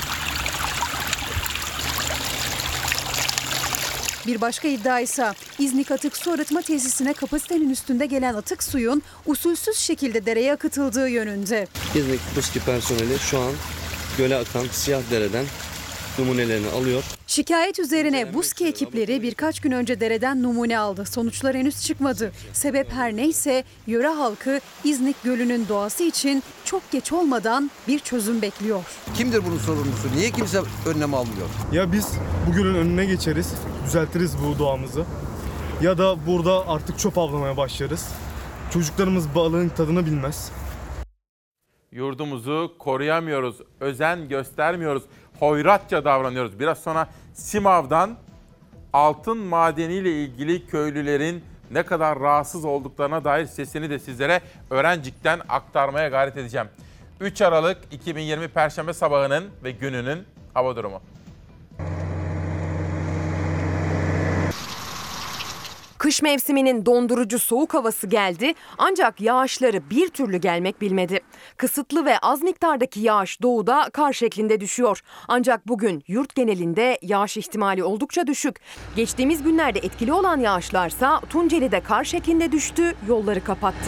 Bir başka iddia ise İznik Atık Su Arıtma Tesisine kapasitenin üstünde gelen atık suyun usulsüz şekilde dereye akıtıldığı yönünde. İznik Buski personeli şu an göle akan siyah dereden numunelerini alıyor. Şikayet üzerine Buski ekipleri birkaç gün önce dereden numune aldı. Sonuçlar henüz çıkmadı. Sebep her neyse yöre halkı İznik Gölü'nün doğası için çok geç olmadan bir çözüm bekliyor. Kimdir bunun sorumlusu? Niye kimse önlem almıyor? Ya biz bu gölün önüne geçeriz, düzeltiriz bu doğamızı. Ya da burada artık çöp avlamaya başlarız. Çocuklarımız balığın tadını bilmez. Yurdumuzu koruyamıyoruz, özen göstermiyoruz, hoyratça davranıyoruz. Biraz sonra Simav'dan altın madeniyle ilgili köylülerin ne kadar rahatsız olduklarına dair sesini de sizlere Öğrencik'ten aktarmaya gayret edeceğim. üç Aralık iki bin yirmi Perşembe sabahının ve gününün hava durumu. Kış mevsiminin dondurucu soğuk havası geldi ancak yağışları bir türlü gelmek bilmedi. Kısıtlı ve az miktardaki yağış doğuda kar şeklinde düşüyor. Ancak bugün yurt genelinde yağış ihtimali oldukça düşük. Geçtiğimiz günlerde etkili olan yağışlarsa Tunceli'de kar şeklinde düştü, yolları kapattı.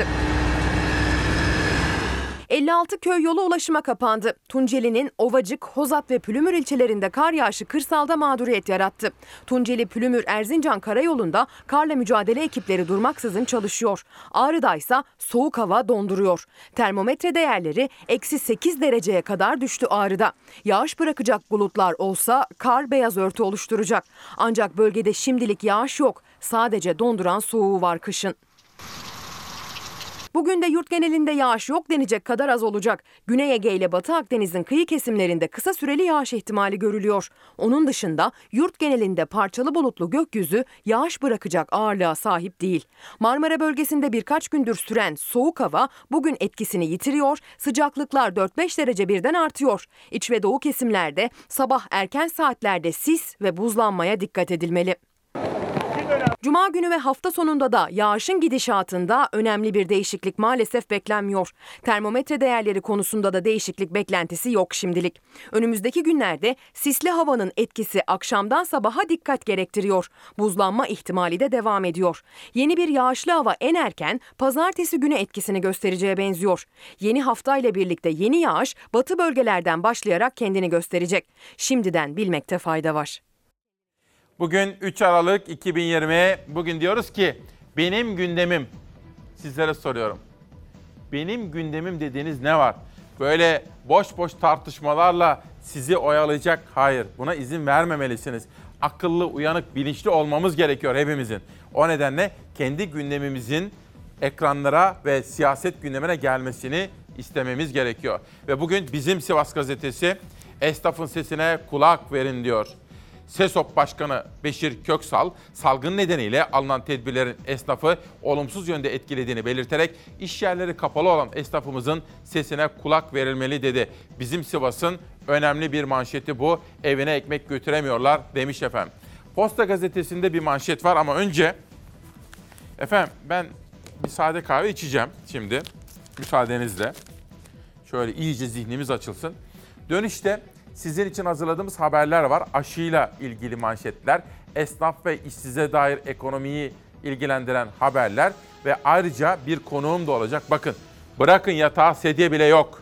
elli altı köy yolu ulaşıma kapandı. Tunceli'nin Ovacık, Hozat ve Pülümür ilçelerinde kar yağışı kırsalda mağduriyet yarattı. Tunceli Pülümür Erzincan karayolunda karla mücadele ekipleri durmaksızın çalışıyor. Ağrı'da ise soğuk hava donduruyor. Termometre değerleri eksi sekiz dereceye kadar düştü Ağrı'da. Yağış bırakacak bulutlar olsa kar beyaz örtü oluşturacak. Ancak bölgede şimdilik yağış yok. Sadece donduran soğuğu var kışın. Bugün de yurt genelinde yağış yok denecek kadar az olacak. Güney Ege ile Batı Akdeniz'in kıyı kesimlerinde kısa süreli yağış ihtimali görülüyor. Onun dışında yurt genelinde parçalı bulutlu gökyüzü yağış bırakacak ağırlığa sahip değil. Marmara bölgesinde birkaç gündür süren soğuk hava bugün etkisini yitiriyor. Sıcaklıklar dört beş derece birden artıyor. İç ve doğu kesimlerde sabah erken saatlerde sis ve buzlanmaya dikkat edilmeli. Cuma günü ve hafta sonunda da yağışın gidişatında önemli bir değişiklik maalesef beklenmiyor. Termometre değerleri konusunda da değişiklik beklentisi yok şimdilik. Önümüzdeki günlerde sisli havanın etkisi akşamdan sabaha dikkat gerektiriyor. Buzlanma ihtimali de devam ediyor. Yeni bir yağışlı hava en erken pazartesi günü etkisini göstereceğe benziyor. Yeni haftayla birlikte yeni yağış batı bölgelerden başlayarak kendini gösterecek. Şimdiden bilmekte fayda var. Bugün üç Aralık iki bin yirmi. Bugün diyoruz ki benim gündemim. Sizlere soruyorum. Benim gündemim dediğiniz ne var? Böyle boş boş tartışmalarla sizi oyalayacak. Hayır, buna izin vermemelisiniz. Akıllı, uyanık, bilinçli olmamız gerekiyor hepimizin. O nedenle kendi gündemimizin ekranlara ve siyaset gündemine gelmesini istememiz gerekiyor. Ve bugün bizim Sivas Gazetesi esnafın sesine kulak verin diyor. SESOP Başkanı Beşir Köksal, salgın nedeniyle alınan tedbirlerin esnafı olumsuz yönde etkilediğini belirterek iş yerleri kapalı olan esnafımızın sesine kulak verilmeli dedi. Bizim Sivas'ın önemli bir manşeti bu. Evine ekmek götüremiyorlar demiş efendim. Posta Gazetesi'nde bir manşet var ama önce efendim ben bir sade kahve içeceğim şimdi. Müsaadenizle. Şöyle iyice zihnimiz açılsın. Dönüşte sizin için hazırladığımız haberler var. Aşıyla ilgili manşetler, esnaf ve işsize dair ekonomiyi ilgilendiren haberler ve ayrıca bir konuğum da olacak. Bakın, bırakın yatağa, sedye bile yok.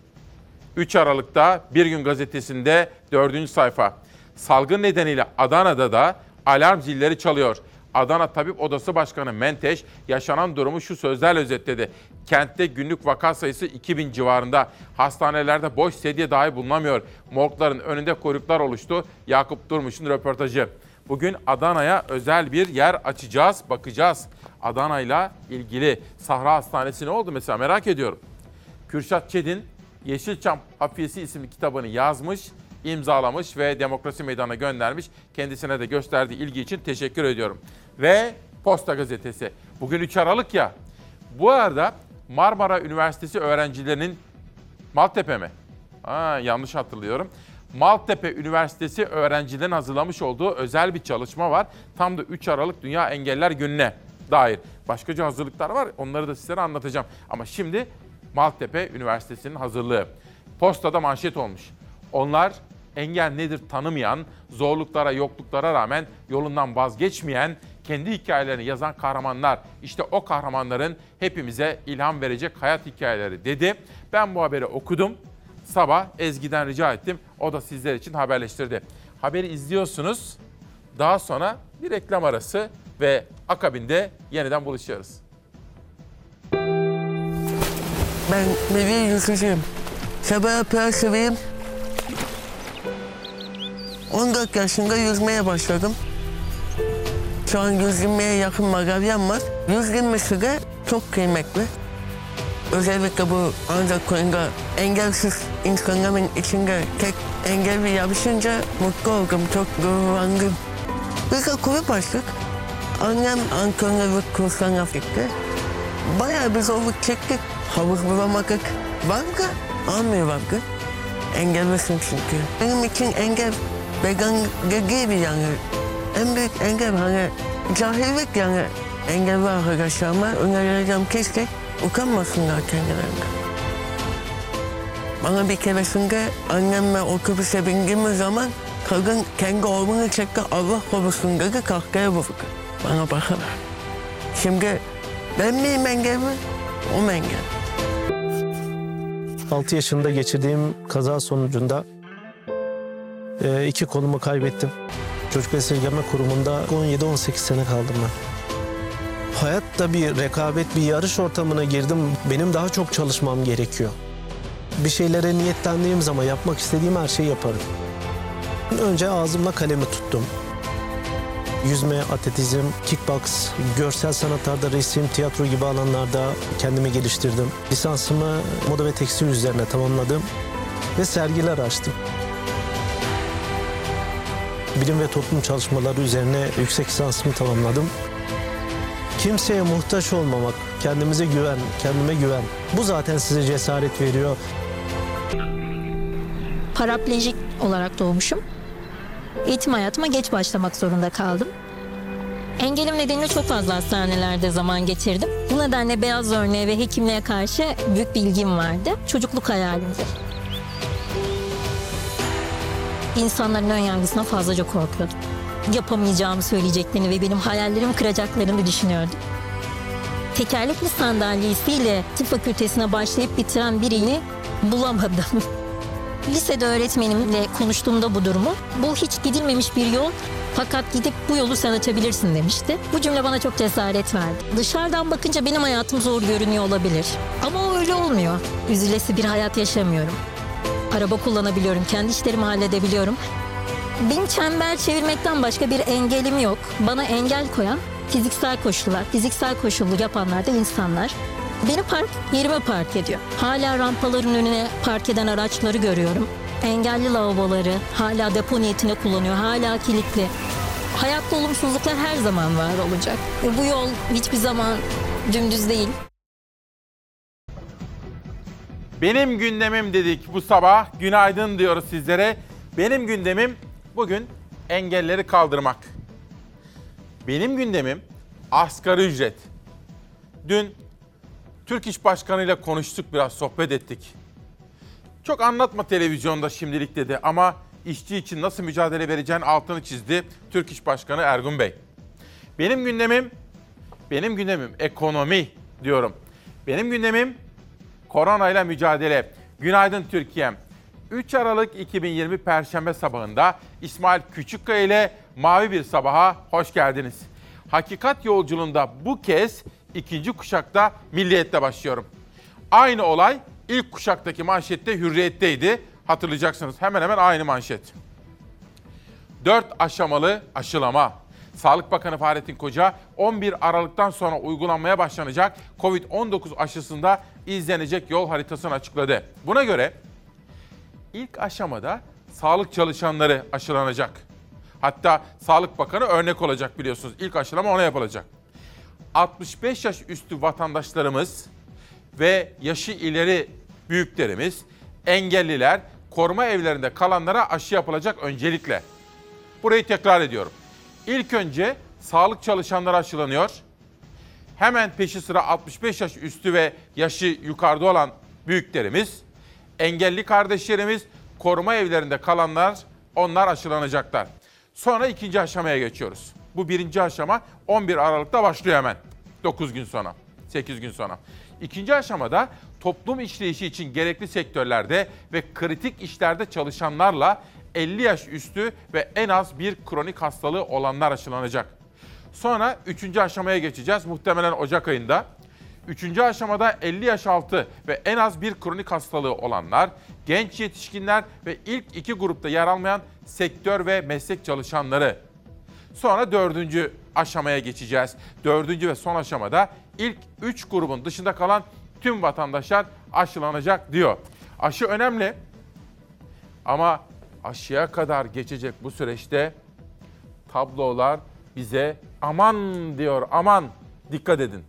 üç Aralık'ta Bir Gün Gazetesi'nde dördüncü sayfa. Salgın nedeniyle Adana'da da alarm zilleri çalıyor. Adana Tabip Odası Başkanı Menteş yaşanan durumu şu sözlerle özetledi. Kentte günlük vaka sayısı iki bin civarında. Hastanelerde boş sedye dahi bulunamıyor. Morgların önünde kuyruklar oluştu. Yakup Durmuş'un röportajı. Bugün Adana'ya özel bir yer açacağız, bakacağız. Adana'yla ilgili Sahra Hastanesi ne oldu mesela merak ediyorum. Kürşat Çetin Yeşilçam Hafiyesi isimli kitabını yazmış, imzalamış ve Demokrasi Meydanı'na göndermiş. Kendisine de gösterdiği ilgi için teşekkür ediyorum. Ve Posta Gazetesi. Bugün üç Aralık ya. Bu arada Marmara Üniversitesi öğrencilerinin Maltepe mi? Aa, yanlış hatırlıyorum. Maltepe Üniversitesi öğrencilerin hazırlamış olduğu özel bir çalışma var. Tam da üç Aralık Dünya Engelliler Günü'ne dair. Başkaca hazırlıklar var. Onları da sizlere anlatacağım. Ama şimdi Maltepe Üniversitesi'nin hazırlığı. Postada manşet olmuş. Onlar engel nedir tanımayan, zorluklara, yokluklara rağmen yolundan vazgeçmeyen, kendi hikayelerini yazan kahramanlar. İşte o kahramanların hepimize ilham verecek hayat hikayeleri dedi. Ben bu haberi okudum. Sabah Ezgi'den rica ettim. O da sizler için haberleştirdi. Haberi izliyorsunuz. Daha sonra bir reklam arası ve akabinde yeniden buluşuyoruz. Ben bir yüzücüyüm. Sabah piyasayım. on dört yaşında yüzmeye başladım. Şu an yüz yirmiye yakın madalyam var. yüz yirmisi de çok kıymetli. Özellikle bu ancak konuda engelsiz insanların içinde tek engelli yarışınca mutlu oldum, çok gururlandım. Biz de kulüp açtık. Annem antrenörlük kurslarına gitti. Bayağı bir zorluk çektik. Havuz bulamadık. Banka almıyorlardı. Engellisin çünkü. Benim için engel vegan gibi yani. En büyük engel hani cahillik yani. Engelli arkadaşlarıma önereceğim keşke utanmasınlar kendilerinden. Bana bir keresinde annemle otobüse bindiğimiz zaman kadın kendi oğlunu çekti, Allah korusun dedi, kahkaya vurdu. Bana bakarak. Şimdi ben miyim engelli, o mu engel? altı yaşında geçirdiğim kaza sonucunda e, iki kolumu kaybettim. Çocuk Esirgeme Kurumu'nda on yedi on sekiz sene kaldım ben. Hayatta bir rekabet, bir yarış ortamına girdim. Benim daha çok çalışmam gerekiyor. Bir şeylere niyetlendiğim zaman yapmak istediğim her şeyi yaparım. Önce ağzımla kalemi tuttum. Yüzme, atletizm, kickbox, görsel sanatlarda resim, tiyatro gibi alanlarda kendimi geliştirdim. Lisansımı moda ve tekstil üzerine tamamladım ve sergiler açtım. Bilim ve toplum çalışmaları üzerine yüksek lisansımı tamamladım. Kimseye muhtaç olmamak, kendimize güven, kendime güven. Bu zaten size cesaret veriyor. Paraplejik olarak doğmuşum. Eğitim hayatıma geç başlamak zorunda kaldım. Engelim nedeniyle çok fazla hastanelerde zaman geçirdim. Bu nedenle beyaz örneğe ve hekimliğe karşı büyük bir ilgim vardı. Çocukluk hayalimdi. İnsanların ön yargısına fazlaca korkuyordum. Yapamayacağımı söyleyeceklerini ve benim hayallerimi kıracaklarını düşünüyordum. Tekerlekli sandalyesiyle tıp fakültesine başlayıp bitiren birini bulamadım. Lisede öğretmenimle konuştuğumda bu durumu, bu hiç gidilmemiş bir yol fakat gidip bu yolu sen açabilirsin demişti. Bu cümle bana çok cesaret verdi. Dışarıdan bakınca benim hayatım zor görünüyor olabilir. Ama o öyle olmuyor. Üzülesi bir hayat yaşamıyorum. Araba kullanabiliyorum, kendi işlerimi halledebiliyorum. Benim çember çevirmekten başka bir engelim yok. Bana engel koyan fiziksel koşullar, fiziksel koşullu yapanlar da insanlar. Beni park yerime park ediyor. Hala rampaların önüne park eden araçları görüyorum. Engelli lavaboları hala depo niyetine kullanıyor, hala kilitli. Hayatta olumsuzluklar her zaman var olacak. Ve bu yol hiçbir zaman dümdüz değil. Benim gündemim dedik bu sabah. Günaydın diyoruz sizlere. Benim gündemim bugün engelleri kaldırmak. Benim gündemim asgari ücret. Dün Türk İş Başkanı ile konuştuk, biraz sohbet ettik. Çok anlatma televizyonda şimdilik dedi ama işçi için nasıl mücadele vereceğinin altını çizdi Türk İş Başkanı Ergun Bey. Benim gündemim, benim gündemim ekonomi diyorum. Benim gündemim koronayla mücadele. Günaydın Türkiye'm. üç Aralık iki bin yirmi Perşembe sabahında İsmail Küçükkaya ile Mavi Bir Sabah'a hoş geldiniz. Hakikat yolculuğunda bu kez ikinci kuşakta Milliyet'te başlıyorum. Aynı olay ilk kuşaktaki manşette Hürriyet'teydi. Hatırlayacaksınız, hemen hemen aynı manşet. Dört aşamalı aşılama. Sağlık Bakanı Fahrettin Koca on bir Aralık'tan sonra uygulanmaya başlanacak kovid on dokuz aşısında izlenecek yol haritasını açıkladı. Buna göre ilk aşamada sağlık çalışanları aşılanacak. Hatta Sağlık Bakanı örnek olacak biliyorsunuz. İlk aşılama ona yapılacak. altmış beş yaş üstü vatandaşlarımız ve yaşı ileri büyüklerimiz, engelliler, koruma evlerinde kalanlara aşı yapılacak öncelikle. Burayı tekrar ediyorum. İlk önce sağlık çalışanları aşılanıyor. Hemen peşi sıra altmış beş yaş üstü ve yaşı yukarıda olan büyüklerimiz, engelli kardeşlerimiz, koruma evlerinde kalanlar, onlar aşılanacaklar. Sonra ikinci aşamaya geçiyoruz. Bu birinci aşama on bir Aralık'ta başlıyor hemen. dokuz gün sonra, sekiz gün sonra. İkinci aşamada toplum işleyişi için gerekli sektörlerde ve kritik işlerde çalışanlarla elli yaş üstü ve en az bir kronik hastalığı olanlar aşılanacak. Sonra üçüncü aşamaya geçeceğiz muhtemelen Ocak ayında. Üçüncü aşamada elli yaş altı ve en az bir kronik hastalığı olanlar, genç yetişkinler ve ilk iki grupta yer almayan sektör ve meslek çalışanları. Sonra dördüncü aşamaya geçeceğiz. Dördüncü ve son aşamada ilk üç grubun dışında kalan tüm vatandaşlar aşılanacak diyor. Aşı önemli ama aşıya kadar geçecek bu süreçte tablolar bize aman diyor, aman dikkat edin.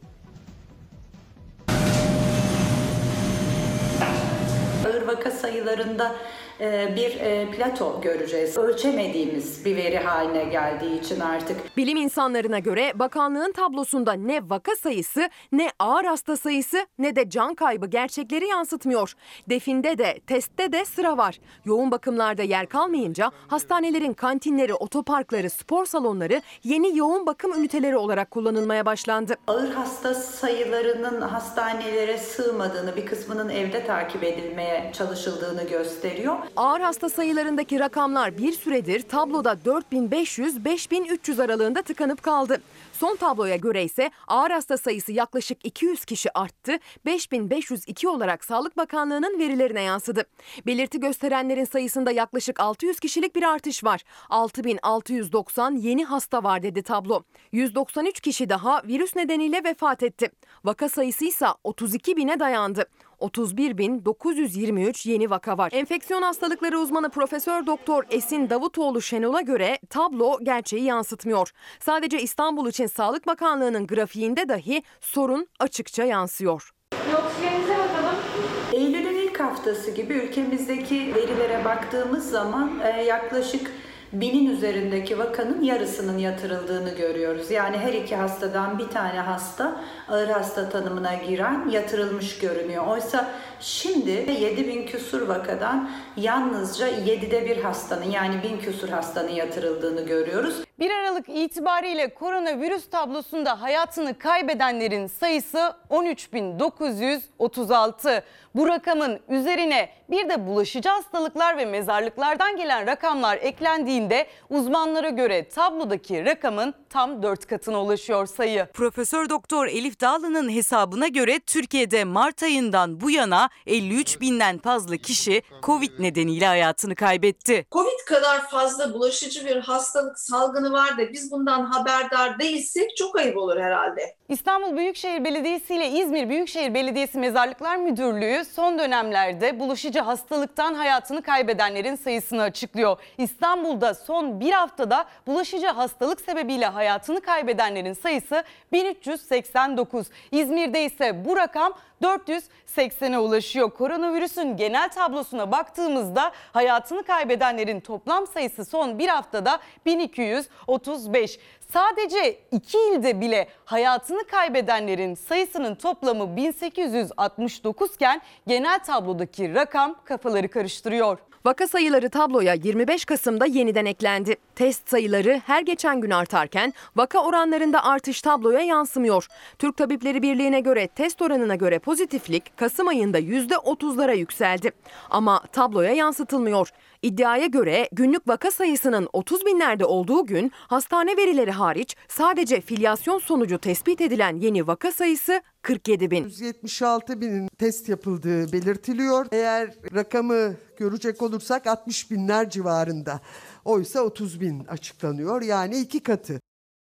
Ağır vaka sayılarında bir plato göreceğiz. Ölçemediğimiz bir veri haline geldiği için artık. Bilim insanlarına göre bakanlığın tablosunda ne vaka sayısı, ne ağır hasta sayısı, ne de can kaybı gerçekleri yansıtmıyor. Definde de, testte de sıra var. Yoğun bakımlarda yer kalmayınca hastanelerin kantinleri, otoparkları, spor salonları yeni yoğun bakım üniteleri olarak kullanılmaya başlandı. Ağır hasta sayılarının hastanelere sığmadığını, bir kısmının evde takip edilmeye çalışıldığını gösteriyor. Ağır hasta sayılarındaki rakamlar bir süredir tabloda dört bin beş yüz beş bin üç yüz aralığında tıkanıp kaldı. Son tabloya göre ise ağır hasta sayısı yaklaşık iki yüz kişi arttı. beş bin beş yüz iki olarak Sağlık Bakanlığı'nın verilerine yansıdı. Belirti gösterenlerin sayısında yaklaşık altı yüz kişilik bir artış var. altı bin altı yüz doksan yeni hasta var dedi tablo. yüz doksan üç kişi daha virüs nedeniyle vefat etti. Vaka sayısı ise otuz iki bine dayandı. otuz bir bin dokuz yüz yirmi üç yeni vaka var. Enfeksiyon hastalıkları uzmanı Profesör Doktor Esin Davutoğlu Şenol'a göre tablo gerçeği yansıtmıyor. Sadece İstanbul için Sağlık Bakanlığı'nın grafiğinde dahi sorun açıkça yansıyor. Oksijeninize bakalım. Eylül'ün ilk haftası gibi ülkemizdeki verilere baktığımız zaman yaklaşık binin üzerindeki vakanın yarısının yatırıldığını görüyoruz. Yani her iki hastadan bir tane hasta ağır hasta tanımına giren yatırılmış görünüyor. Oysa şimdi yedi bin küsur vakadan yalnızca yedide bir hastanın, yani bin küsur hastanın yatırıldığını görüyoruz. bir Aralık itibariyle koronavirüs tablosunda hayatını kaybedenlerin sayısı on üç bin dokuz yüz otuz altı. Bu rakamın üzerine bir de bulaşıcı hastalıklar ve mezarlıklardan gelen rakamlar eklendiğinde uzmanlara göre tablodaki rakamın tam dört katına ulaşıyor sayı. Profesör Doktor Elif Dağlı'nın hesabına göre Türkiye'de Mart ayından bu yana elli üç binden fazla kişi Covid nedeniyle hayatını kaybetti. Covid kadar fazla bulaşıcı bir hastalık salgını var da biz bundan haberdar değilsek çok ayıp olur herhalde. İstanbul Büyükşehir Belediyesi ile İzmir Büyükşehir Belediyesi Mezarlıklar Müdürlüğü son dönemlerde bulaşıcı hastalıktan hayatını kaybedenlerin sayısını açıklıyor. İstanbul'da son bir haftada bulaşıcı hastalık sebebiyle hayatını kaybedenlerin sayısı bin üç yüz seksen dokuz. İzmir'de ise bu rakam dört yüz seksene ulaşıyor. Koronavirüsün genel tablosuna baktığımızda hayatını kaybedenlerin toplam sayısı son bir haftada bin iki yüz otuz beş. Sadece iki ilde bile hayatını kaybedenlerin sayısının toplamı bin sekiz yüz altmış dokuz iken genel tablodaki rakam kafaları karıştırıyor. Vaka sayıları tabloya yirmi beş Kasım'da yeniden eklendi. Test sayıları her geçen gün artarken vaka oranlarında artış tabloya yansımıyor. Türk Tabipleri Birliği'ne göre test oranına göre pozitiflik Kasım ayında yüzde otuzlara yükseldi. Ama tabloya yansıtılmıyor. İddiaya göre günlük vaka sayısının otuz binlerde olduğu gün hastane verileri hariç sadece filyasyon sonucu tespit edilen yeni vaka sayısı kırk yedi bin. yüz yetmiş altı binin test yapıldığı belirtiliyor. Eğer rakamı görecek olursak altmış binler civarında. Oysa otuz bin açıklanıyor, yani iki katı.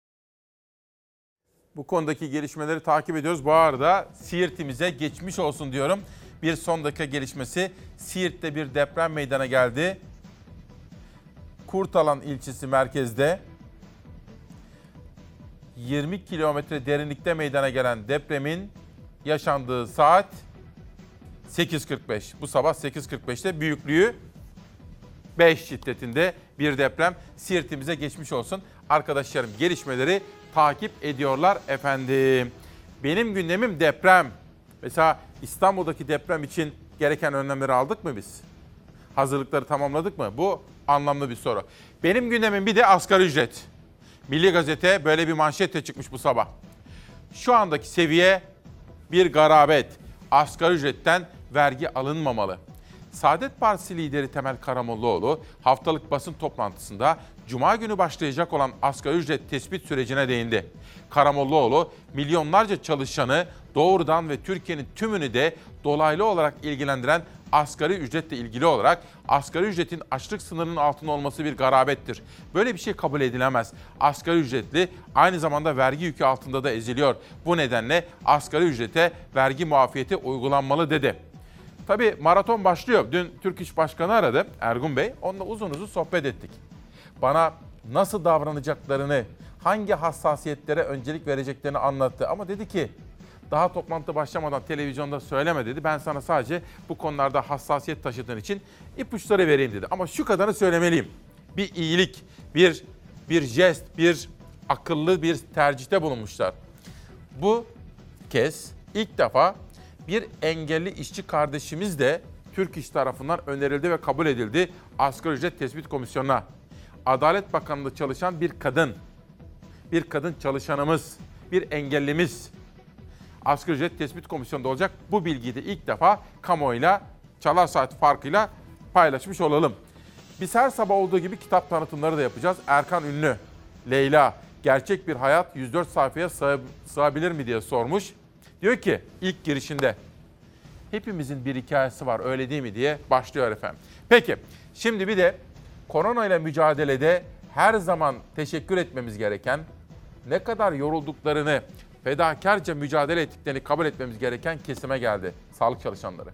Bu konudaki gelişmeleri takip ediyoruz. Bu arada Siirt'imize geçmiş olsun diyorum. Bir son dakika gelişmesi. Siirt'te bir deprem meydana geldi. Kurtalan ilçesi merkezde. yirmi kilometre derinlikte meydana gelen depremin yaşandığı saat sekiz kırk beş. Bu sabah sekiz kırk beşte büyüklüğü beş şiddetinde bir deprem. Siirt'imize geçmiş olsun. Arkadaşlarım gelişmeleri takip ediyorlar efendim. Benim gündemim deprem. Mesela İstanbul'daki deprem için gereken önlemleri aldık mı biz? Hazırlıkları tamamladık mı? Bu anlamlı bir soru. Benim gündemim bir de asgari ücret. Milli Gazete böyle bir manşetle çıkmış bu sabah. Şu andaki seviye bir garabet. Asgari ücretten vergi alınmamalı. Saadet Partisi lideri Temel Karamollaoğlu haftalık basın toplantısında Cuma günü başlayacak olan asgari ücret tespit sürecine değindi. Karamollaoğlu milyonlarca çalışanı doğrudan ve Türkiye'nin tümünü de dolaylı olarak ilgilendiren asgari ücretle ilgili olarak asgari ücretin açlık sınırının altında olması bir garabettir. Böyle bir şey kabul edilemez. Asgari ücretli aynı zamanda vergi yükü altında da eziliyor. Bu nedenle asgari ücrete vergi muafiyeti uygulanmalı dedi. Tabii maraton başlıyor. Dün Türk İş Başkanı aradı Ergun Bey. Onunla uzun uzun sohbet ettik. Bana nasıl davranacaklarını, hangi hassasiyetlere öncelik vereceklerini anlattı. Ama dedi ki daha toplantı başlamadan televizyonda söyleme dedi. Ben sana sadece bu konularda hassasiyet taşıdığın için ipuçları vereyim dedi. Ama şu kadarını söylemeliyim. Bir iyilik, bir bir jest, bir akıllı bir tercihte bulunmuşlar. Bu kez ilk defa bir engelli işçi kardeşimiz de Türk İş tarafından önerildi ve kabul edildi Asgari Ücret Tespit Komisyonu'na. Adalet Bakanlığı çalışan bir kadın, bir kadın çalışanımız, bir engellimiz Asgari Ücret Tespit Komisyonu'nda olacak. Bu bilgiyi de ilk defa kamuoyuyla Çalar Saat farkıyla paylaşmış olalım. Biz her sabah olduğu gibi kitap tanıtımları da yapacağız. Erkan Ünlü, Leyla, gerçek bir hayat yüz dört sayfaya sığ, sığabilir mi diye sormuş. Diyor ki ilk girişinde hepimizin bir hikayesi var öyle değil mi diye başlıyor efendim. Peki şimdi bir de korona ile mücadelede her zaman teşekkür etmemiz gereken, ne kadar yorulduklarını, fedakarca mücadele ettiklerini kabul etmemiz gereken kesime geldi. Sağlık çalışanları.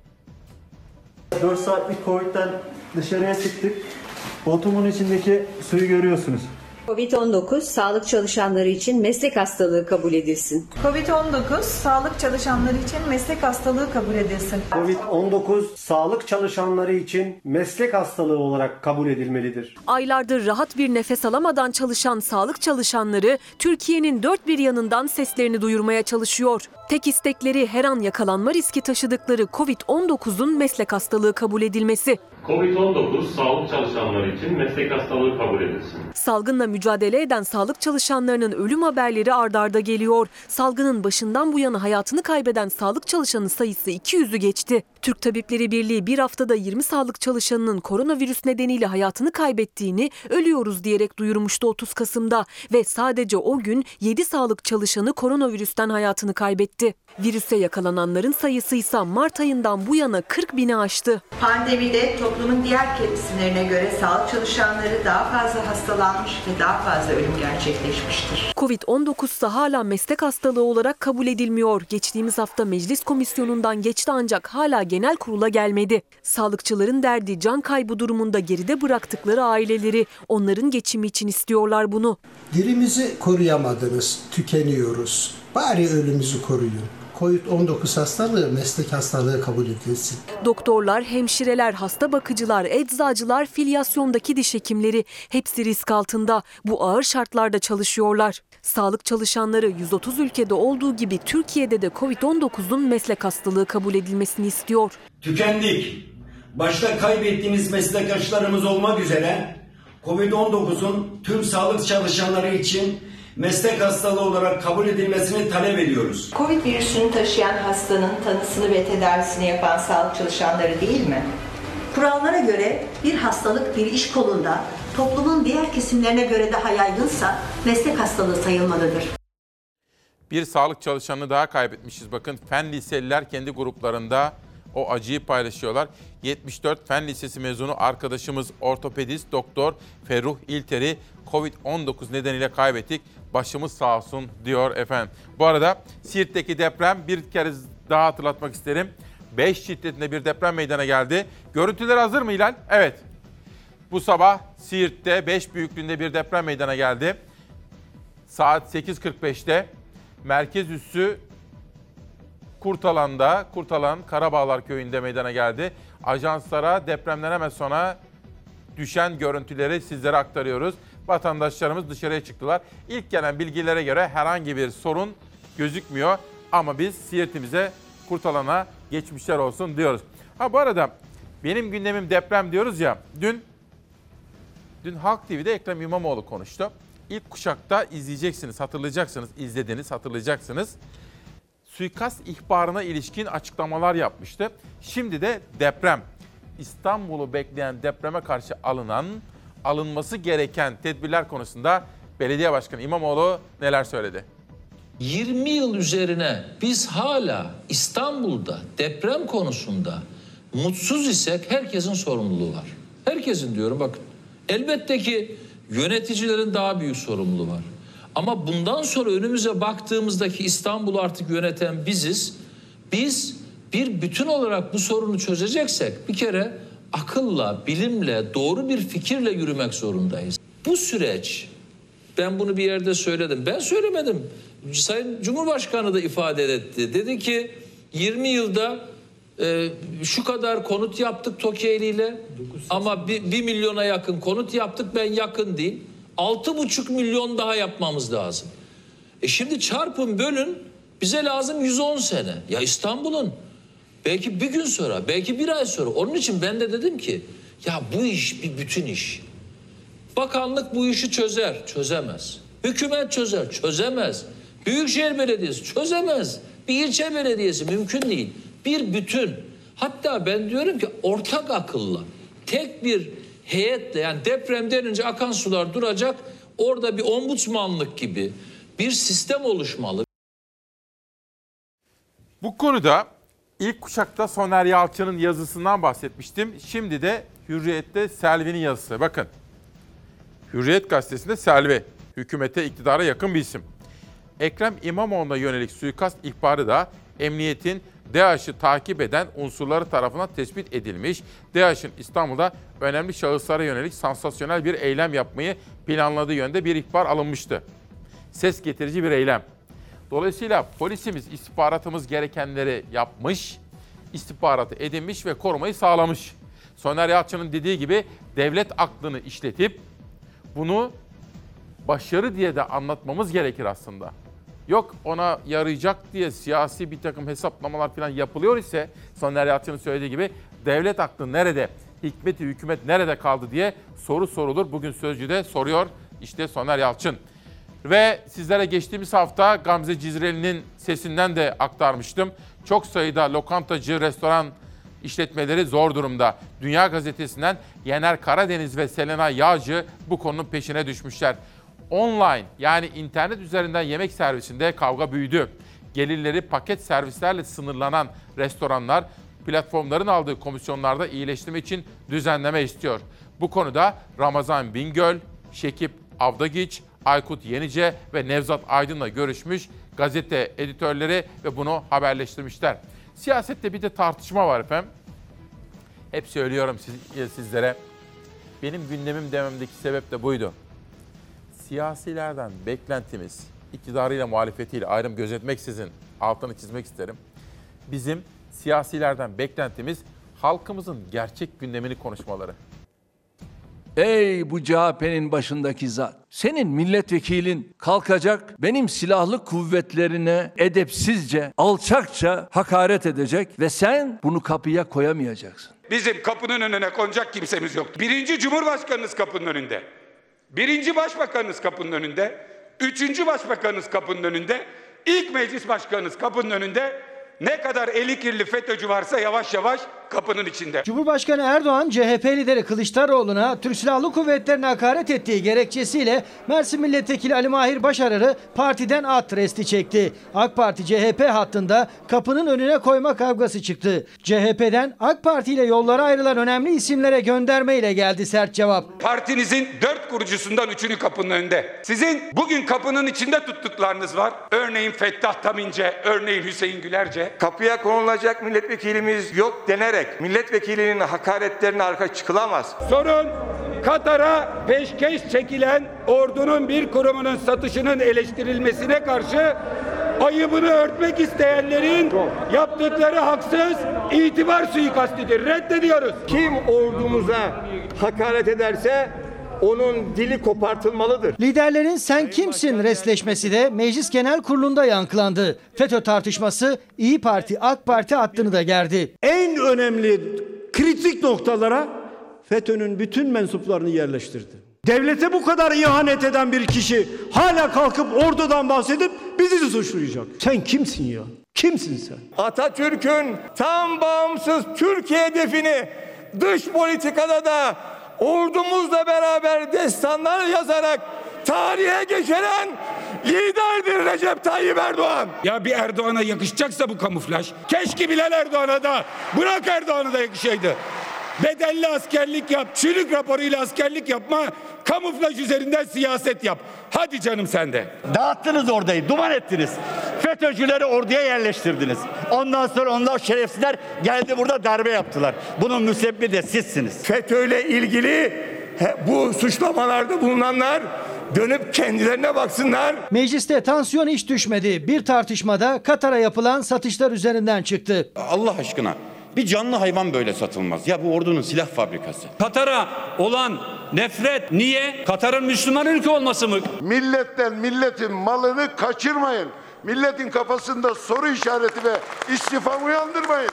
dört saatlik Covid'den dışarıya çıktık. Botumun içindeki suyu görüyorsunuz. kovid on dokuz sağlık çalışanları için meslek hastalığı kabul edilsin. kovid on dokuz sağlık çalışanları için meslek hastalığı kabul edilsin. kovid on dokuz sağlık çalışanları için meslek hastalığı olarak kabul edilmelidir. Aylardır rahat bir nefes alamadan çalışan sağlık çalışanları Türkiye'nin dört bir yanından seslerini duyurmaya çalışıyor. Tek istekleri her an yakalanma riski taşıdıkları kovid on dokuzun meslek hastalığı kabul edilmesi. kovid on dokuz sağlık çalışanları için meslek hastalığı kabul edilsin. Salgınla mücadele eden sağlık çalışanlarının ölüm haberleri ard arda geliyor. Salgının başından bu yana hayatını kaybeden sağlık çalışanı sayısı iki yüzü geçti. Türk Tabipleri Birliği bir haftada yirmi sağlık çalışanının koronavirüs nedeniyle hayatını kaybettiğini, ölüyoruz diyerek duyurmuştu otuz Kasım'da ve sadece o gün yedi sağlık çalışanı koronavirüsten hayatını kaybetti. Virüse yakalananların sayısı ise Mart ayından bu yana kırk bini aştı. Pandemide toplumun diğer kesimlerine göre sağlık çalışanları daha fazla hastalanmış ve daha fazla ölüm gerçekleşmiştir. kovid on dokuz ise hala meslek hastalığı olarak kabul edilmiyor. Geçtiğimiz hafta meclis komisyonundan geçti ancak hala genel kurula gelmedi. Sağlıkçıların derdi can kaybı durumunda geride bıraktıkları aileleri, onların geçimi için istiyorlar bunu. Dirimizi koruyamadınız, tükeniyoruz. Bari ölümümüzü koruyun. kovid on dokuz hastalığı meslek hastalığı kabul edilsin. Doktorlar, hemşireler, hasta bakıcılar, eczacılar, filyasyondaki diş hekimleri hepsi risk altında. Bu ağır şartlarda çalışıyorlar. Sağlık çalışanları yüz otuz ülkede olduğu gibi Türkiye'de de kovid on dokuzun meslek hastalığı kabul edilmesini istiyor. Tükendik. Başta kaybettiğimiz meslektaşlarımız olmak üzere kovid on dokuzun tüm sağlık çalışanları için meslek hastalığı olarak kabul edilmesini talep ediyoruz. Covid virüsünü taşıyan hastanın tanısını ve tedavisini yapan sağlık çalışanları değil mi? Kurallara göre bir hastalık bir iş kolunda toplumun diğer kesimlerine göre daha yaygınsa meslek hastalığı sayılmalıdır. Bir sağlık çalışanını daha kaybetmişiz. Bakın fen liseliler kendi gruplarında o acıyı paylaşıyorlar. yetmiş dört Fen Lisesi mezunu arkadaşımız ortopedist doktor Ferruh İlter'i kovid on dokuz nedeniyle kaybettik. Başımız sağ olsun diyor efendim. Bu arada Siirt'teki deprem bir kere daha hatırlatmak isterim. beş şiddetinde bir deprem meydana geldi. Görüntüler hazır mı Hilal? Evet. Bu sabah Siirt'te beş büyüklüğünde bir deprem meydana geldi. saat sekiz kırk beşte merkez üssü Kurtalan'da, Kurtalan Karabağlar Köyü'nde meydana geldi. Ajanslara depremden hemen sonra düşen görüntüleri sizlere aktarıyoruz. Vatandaşlarımız dışarıya çıktılar. İlk gelen bilgilere göre herhangi bir sorun gözükmüyor. Ama biz Siirt'imize, Kurtalan'a geçmişler olsun diyoruz. Ha bu arada benim gündemim deprem diyoruz ya. Dün dün Halk T V'de Ekrem İmamoğlu konuştu. İlk kuşakta izleyeceksiniz, hatırlayacaksınız, izlediniz, hatırlayacaksınız. Suikast ihbarına ilişkin açıklamalar yapmıştı. Şimdi de deprem. İstanbul'u bekleyen depreme karşı alınan, alınması gereken tedbirler konusunda Belediye Başkanı İmamoğlu neler söyledi? yirmi yıl üzerine biz hala İstanbul'da deprem konusunda mutsuz isek herkesin sorumluluğu var. Herkesin diyorum bakın. Elbette ki yöneticilerin daha büyük sorumluluğu var. Ama bundan sonra önümüze baktığımızdaki İstanbul'u artık yöneten biziz. Biz bir bütün olarak bu sorunu çözeceksek bir kere akılla, bilimle, doğru bir fikirle yürümek zorundayız. Bu süreç, ben bunu bir yerde söyledim. Ben söylemedim. Sayın Cumhurbaşkanı da ifade etti. Dedi ki yirmi yılda e, şu kadar konut yaptık TOKİ ile ama bir, bir milyona yakın konut yaptık. Ben yakın değil. Altı buçuk milyon daha yapmamız lazım. E şimdi çarpın bölün, bize lazım yüz on sene. Ya İstanbul'un belki bir gün sonra, belki bir ay sonra. Onun için ben de dedim ki ya bu iş bir bütün iş. Bakanlık bu işi çözer, çözemez. Hükümet çözer, çözemez. Büyükşehir Belediyesi çözemez. Bir ilçe belediyesi mümkün değil. Bir bütün. Hatta ben diyorum ki ortak akılla, tek bir heyetle, yani deprem denince akan sular duracak. Orada bir ombudsmanlık gibi bir sistem oluşmalı. Bu konuda ilk kuşakta Soner Yalçın'ın yazısından bahsetmiştim. Şimdi de Hürriyet'te Selvi'nin yazısı. Bakın. Hürriyet gazetesinde Selvi, hükümete, iktidara yakın bir isim. Ekrem İmamoğlu'na yönelik suikast ihbarı da emniyetin DAEŞ'ı takip eden unsurları tarafından tespit edilmiş. DAEŞ'in İstanbul'da önemli şahıslara yönelik sansasyonel bir eylem yapmayı planladığı yönde bir ihbar alınmıştı. Ses getirici bir eylem. Dolayısıyla polisimiz, istihbaratımız gerekenleri yapmış, istihbaratı edinmiş ve korumayı sağlamış. Soner Yalçın'ın dediği gibi devlet aklını işletip bunu başarı diye de anlatmamız gerekir aslında. Yok ona yarayacak diye siyasi bir takım hesaplamalar falan yapılıyor ise Soner Yalçın'ın söylediği gibi devlet aklı nerede, hikmeti hükümet nerede kaldı diye soru sorulur. Bugün Sözcü'de soruyor işte Soner Yalçın. Ve sizlere geçtiğimiz hafta Gamze Cizreli'nin sesinden de aktarmıştım. Çok sayıda lokantacı, restoran işletmeleri zor durumda. Dünya Gazetesi'nden Yener Karadeniz ve Selena Yağcı bu konunun peşine düşmüşler. Online yani internet üzerinden yemek servisinde kavga büyüdü. Gelirleri paket servislerle sınırlanan restoranlar platformların aldığı komisyonlarda iyileştirme için düzenleme istiyor. Bu konuda Ramazan Bingöl, Şekip Avdagiç, Aykut Yenice ve Nevzat Aydın'la görüşmüş gazete editörleri ve bunu haberleştirmişler. Siyasette bir de tartışma var efendim. Hep söylüyorum siz, sizlere. Benim gündemim dememdeki sebep de buydu. Siyasilerden beklentimiz, iktidarıyla muhalefetiyle ayrım gözetmeksizin altını çizmek isterim. Bizim siyasilerden beklentimiz halkımızın gerçek gündemini konuşmaları. Ey bu C H P'nin başındaki zat! Senin milletvekilin kalkacak, benim silahlı kuvvetlerine edepsizce, alçakça hakaret edecek ve sen bunu kapıya koyamayacaksın. Bizim kapının önüne konacak kimsemiz yok. Birinci Cumhurbaşkanınız kapının önünde. Birinci Başbakanınız kapının önünde. Üçüncü Başbakanınız kapının önünde. İlk Meclis Başkanınız kapının önünde. Ne kadar eli kirli FETÖ'cü varsa yavaş yavaş kapının içinde. Cumhurbaşkanı Erdoğan, C H P lideri Kılıçdaroğlu'na Türk Silahlı Kuvvetleri'ne hakaret ettiği gerekçesiyle Mersin Milletvekili Ali Mahir Başarar'ı partiden at resti çekti. AK Parti C H P hattında kapının önüne koyma kavgası çıktı. C H P'den AK Parti ile yollara ayrılan önemli isimlere göndermeyle geldi sert cevap. Partinizin dört kurucusundan üçünü kapının önünde. Sizin bugün kapının içinde tuttuklarınız var. Örneğin Fettah Tamince, örneğin Hüseyin Gülerce. Kapıya konulacak milletvekilimiz yok denerek milletvekilinin hakaretlerine arka çıkılamaz. Sorun Katar'a peşkeş çekilen ordunun bir kurumunun satışının eleştirilmesine karşı ayıbını örtmek isteyenlerin yaptıkları haksız itibar suikastidir. Reddediyoruz. Kim ordumuza hakaret ederse onun dili kopartılmalıdır. Liderlerin sen kimsin resleşmesi de Meclis Genel Kurulu'nda yankılandı. FETÖ tartışması İyi Parti, AK Parti hattını da gerdi. En önemli kritik noktalara FETÖ'nün bütün mensuplarını yerleştirdi. Devlete bu kadar ihanet eden bir kişi hala kalkıp ordudan bahsedip bizi de suçlayacak. Sen kimsin ya? Kimsin sen? Atatürk'ün tam bağımsız Türkiye hedefini dış politikada da ordumuzla beraber destanlar yazarak tarihe geçiren liderdir Recep Tayyip Erdoğan. Ya bir Erdoğan'a yakışacaksa bu kamuflaj, keşke Bilal Erdoğan'a da, bırak Erdoğan'a da yakışaydı. Bedelli askerlik yap, çürük raporuyla askerlik yapma, kamuflaj üzerinden siyaset yap. Hadi canım sen de. Dağıttınız ordayı, duman ettiniz. FETÖ'cüleri orduya yerleştirdiniz. Ondan sonra onlar şerefsizler geldi burada darbe yaptılar. Bunun müsebbibi de sizsiniz. FETÖ'yle ilgili bu suçlamalarda bulunanlar dönüp kendilerine baksınlar. Mecliste tansiyon hiç düşmedi. Bir tartışmada Katar'a yapılan satışlar üzerinden çıktı. Allah aşkına bir canlı hayvan böyle satılmaz. Ya bu ordunun silah fabrikası. Katar'a olan nefret niye? Katar'ın Müslüman ülke olması mı? Milletten milletin malını kaçırmayın. Milletin kafasında soru işareti ve istifam uyandırmayın.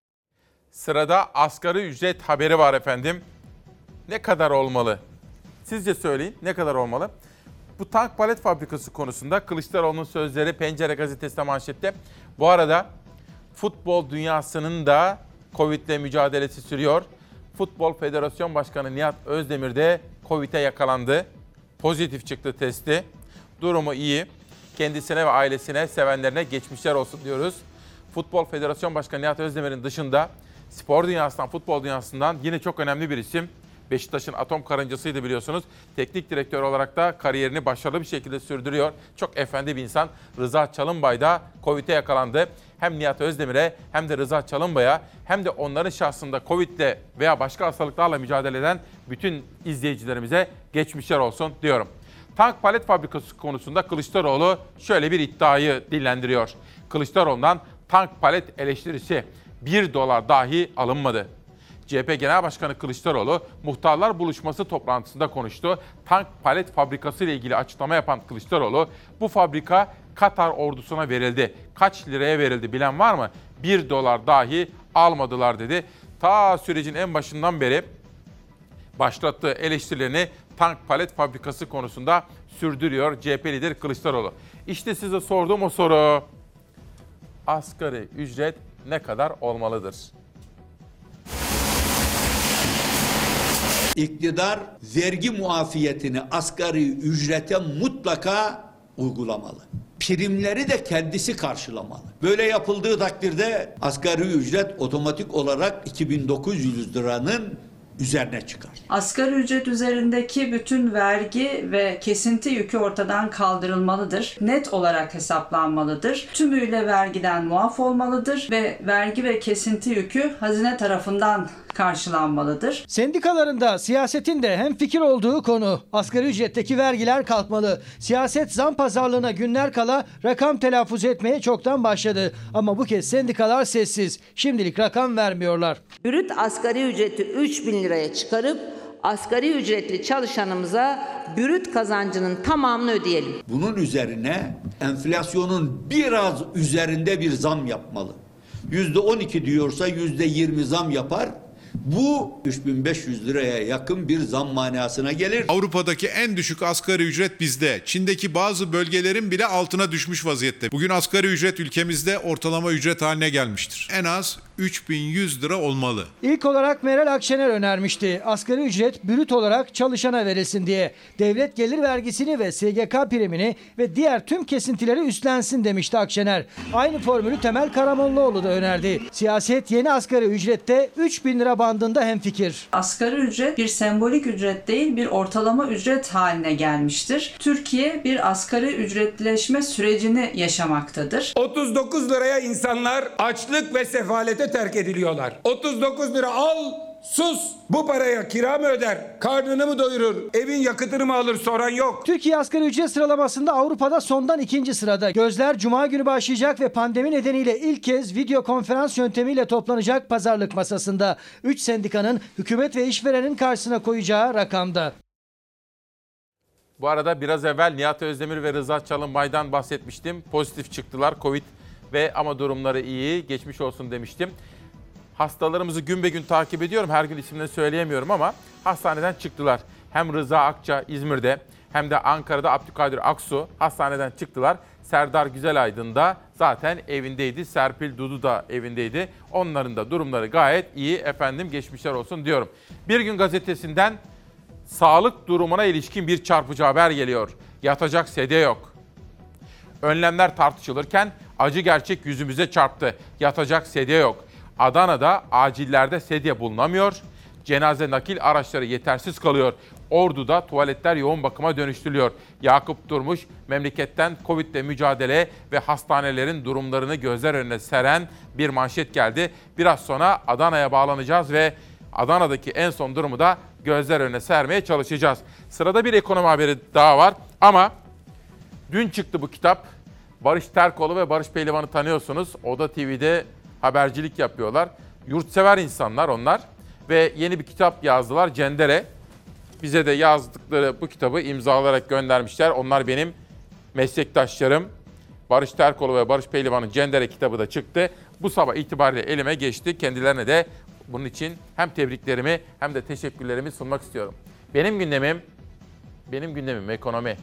Sırada asgari ücret haberi var efendim. Ne kadar olmalı? Sizce söyleyin, ne kadar olmalı? Bu tank palet fabrikası konusunda Kılıçdaroğlu'nun sözleri Pencere gazetesinde manşette. Bu arada futbol dünyasının da Covid'le mücadelesi sürüyor. Futbol Federasyon Başkanı Nihat Özdemir de Covid'e yakalandı. Pozitif çıktı testi. Durumu iyi. Kendisine ve ailesine, sevenlerine geçmişler olsun diyoruz. Futbol Federasyon Başkanı Nihat Özdemir'in dışında spor dünyasından, futbol dünyasından yine çok önemli bir isim. Beşiktaş'ın atom karıncasıydı biliyorsunuz. Teknik direktör olarak da kariyerini başarılı bir şekilde sürdürüyor. Çok efendi bir insan. Rıza Çalınbay da Covid'e yakalandı. Hem Nihat Özdemir'e hem de Rıza Çalınbay'a hem de onların şahsında Covid'le veya başka hastalıklarla mücadele eden bütün izleyicilerimize geçmişler olsun diyorum. Tank palet fabrikası konusunda Kılıçdaroğlu şöyle bir iddiayı dillendiriyor. Kılıçdaroğlu'ndan tank palet eleştirisi bir dolar dahi alınmadı. C H P Genel Başkanı Kılıçdaroğlu muhtarlar buluşması toplantısında konuştu. Tank palet fabrikası ile ilgili açıklama yapan Kılıçdaroğlu bu fabrika Katar ordusuna verildi. Kaç liraya verildi bilen var mı? Bir dolar dahi almadılar dedi. Ta sürecin en başından beri başlattığı eleştirilerini tank palet fabrikası konusunda sürdürüyor C H P lideri Kılıçdaroğlu. İşte size sorduğum o soru. Asgari ücret ne kadar olmalıdır? İktidar vergi muafiyetini asgari ücrete mutlaka uygulamalı. Primleri de kendisi karşılamalı. Böyle yapıldığı takdirde asgari ücret otomatik olarak iki bin dokuz yüz liranın üzerine çıkar. Asgari ücret üzerindeki bütün vergi ve kesinti yükü ortadan kaldırılmalıdır. Net olarak hesaplanmalıdır. Tümüyle vergiden muaf olmalıdır ve vergi ve kesinti yükü hazine tarafından karşılanmalıdır. Sendikaların da siyasetin de hemfikir olduğu konu. Asgari ücretteki vergiler kalkmalı. Siyaset zam pazarlığına günler kala rakam telaffuz etmeye çoktan başladı. Ama bu kez sendikalar sessiz. Şimdilik rakam vermiyorlar. Brüt asgari ücreti üç bin liraya çıkarıp asgari ücretli çalışanımıza brüt kazancının tamamını ödeyelim. Bunun üzerine enflasyonun biraz üzerinde bir zam yapmalı. yüzde on iki diyorsa yüzde yirmi zam yapar. Bu üç bin beş yüz liraya yakın bir zam manasına gelir. Avrupa'daki en düşük asgari ücret bizde. Çin'deki bazı bölgelerin bile altına düşmüş vaziyette. Bugün asgari ücret ülkemizde ortalama ücret haline gelmiştir. En az üç bin yüz lira olmalı. İlk olarak Meral Akşener önermişti. Asgari ücret brüt olarak çalışana verilsin diye. Devlet gelir vergisini ve S G K primini ve diğer tüm kesintileri üstlensin demişti Akşener. Aynı formülü Temel Karamollaoğlu da önerdi. Siyaset yeni asgari ücrette üç bin lira bandında hemfikir. Asgari ücret bir sembolik ücret değil, bir ortalama ücret haline gelmiştir. Türkiye bir asgari ücretleşme sürecini yaşamaktadır. otuz dokuz liraya insanlar açlık ve sefalete terk ediliyorlar. otuz dokuz lira al, Sus! Bu paraya kira mı öder? Karnını mı doyurur? Evin yakıtını mı alır? Soran yok. Türkiye asgari ücret sıralamasında Avrupa'da sondan ikinci sırada. Gözler Cuma günü başlayacak ve pandemi nedeniyle ilk kez video konferans yöntemiyle toplanacak pazarlık masasında. Üç sendikanın hükümet ve işverenin karşısına koyacağı rakamda. Bu arada biraz evvel Nihat Özdemir ve Rıza Çalınbay'dan bahsetmiştim. Pozitif çıktılar Covid ve ama durumları iyi, geçmiş olsun demiştim. Hastalarımızı gün be gün takip ediyorum. Her gün isimlerini söyleyemiyorum ama hastaneden çıktılar. Hem Rıza Akça İzmir'de hem de Ankara'da Abdülkadir Aksu hastaneden çıktılar. Serdar Güzelaydın da zaten evindeydi. Serpil Dudu da evindeydi. Onların da durumları gayet iyi. Efendim geçmişler olsun diyorum. Bir Gün Gazetesi'nden sağlık durumuna ilişkin bir çarpıcı haber geliyor. Yatacak sedye yok. Önlemler tartışılırken acı gerçek yüzümüze çarptı. Yatacak sedye yok. Adana'da acillerde sedye bulunamıyor. Cenaze nakil araçları yetersiz kalıyor. Ordu'da tuvaletler yoğun bakıma dönüştürülüyor. Yakup Durmuş memleketten Covid'le mücadele ve hastanelerin durumlarını gözler önüne seren bir manşet geldi. Biraz sonra Adana'ya bağlanacağız ve Adana'daki en son durumu da gözler önüne sermeye çalışacağız. Sırada bir ekonomi haberi daha var ama dün çıktı bu kitap. Barış Terkoğlu ve Barış Pehlivan'ı tanıyorsunuz. Oda T V'de habercilik yapıyorlar. Yurtsever insanlar onlar ve yeni bir kitap yazdılar Cendere. Bize de yazdıkları bu kitabı imzalayarak göndermişler. Onlar benim meslektaşlarım. Barış Terkoğlu ve Barış Pehlivan'ın Cendere kitabı da çıktı. Bu sabah itibariyle elime geçti. Kendilerine de bunun için hem tebriklerimi hem de teşekkürlerimi sunmak istiyorum. Benim gündemim, benim gündemim ekonomi.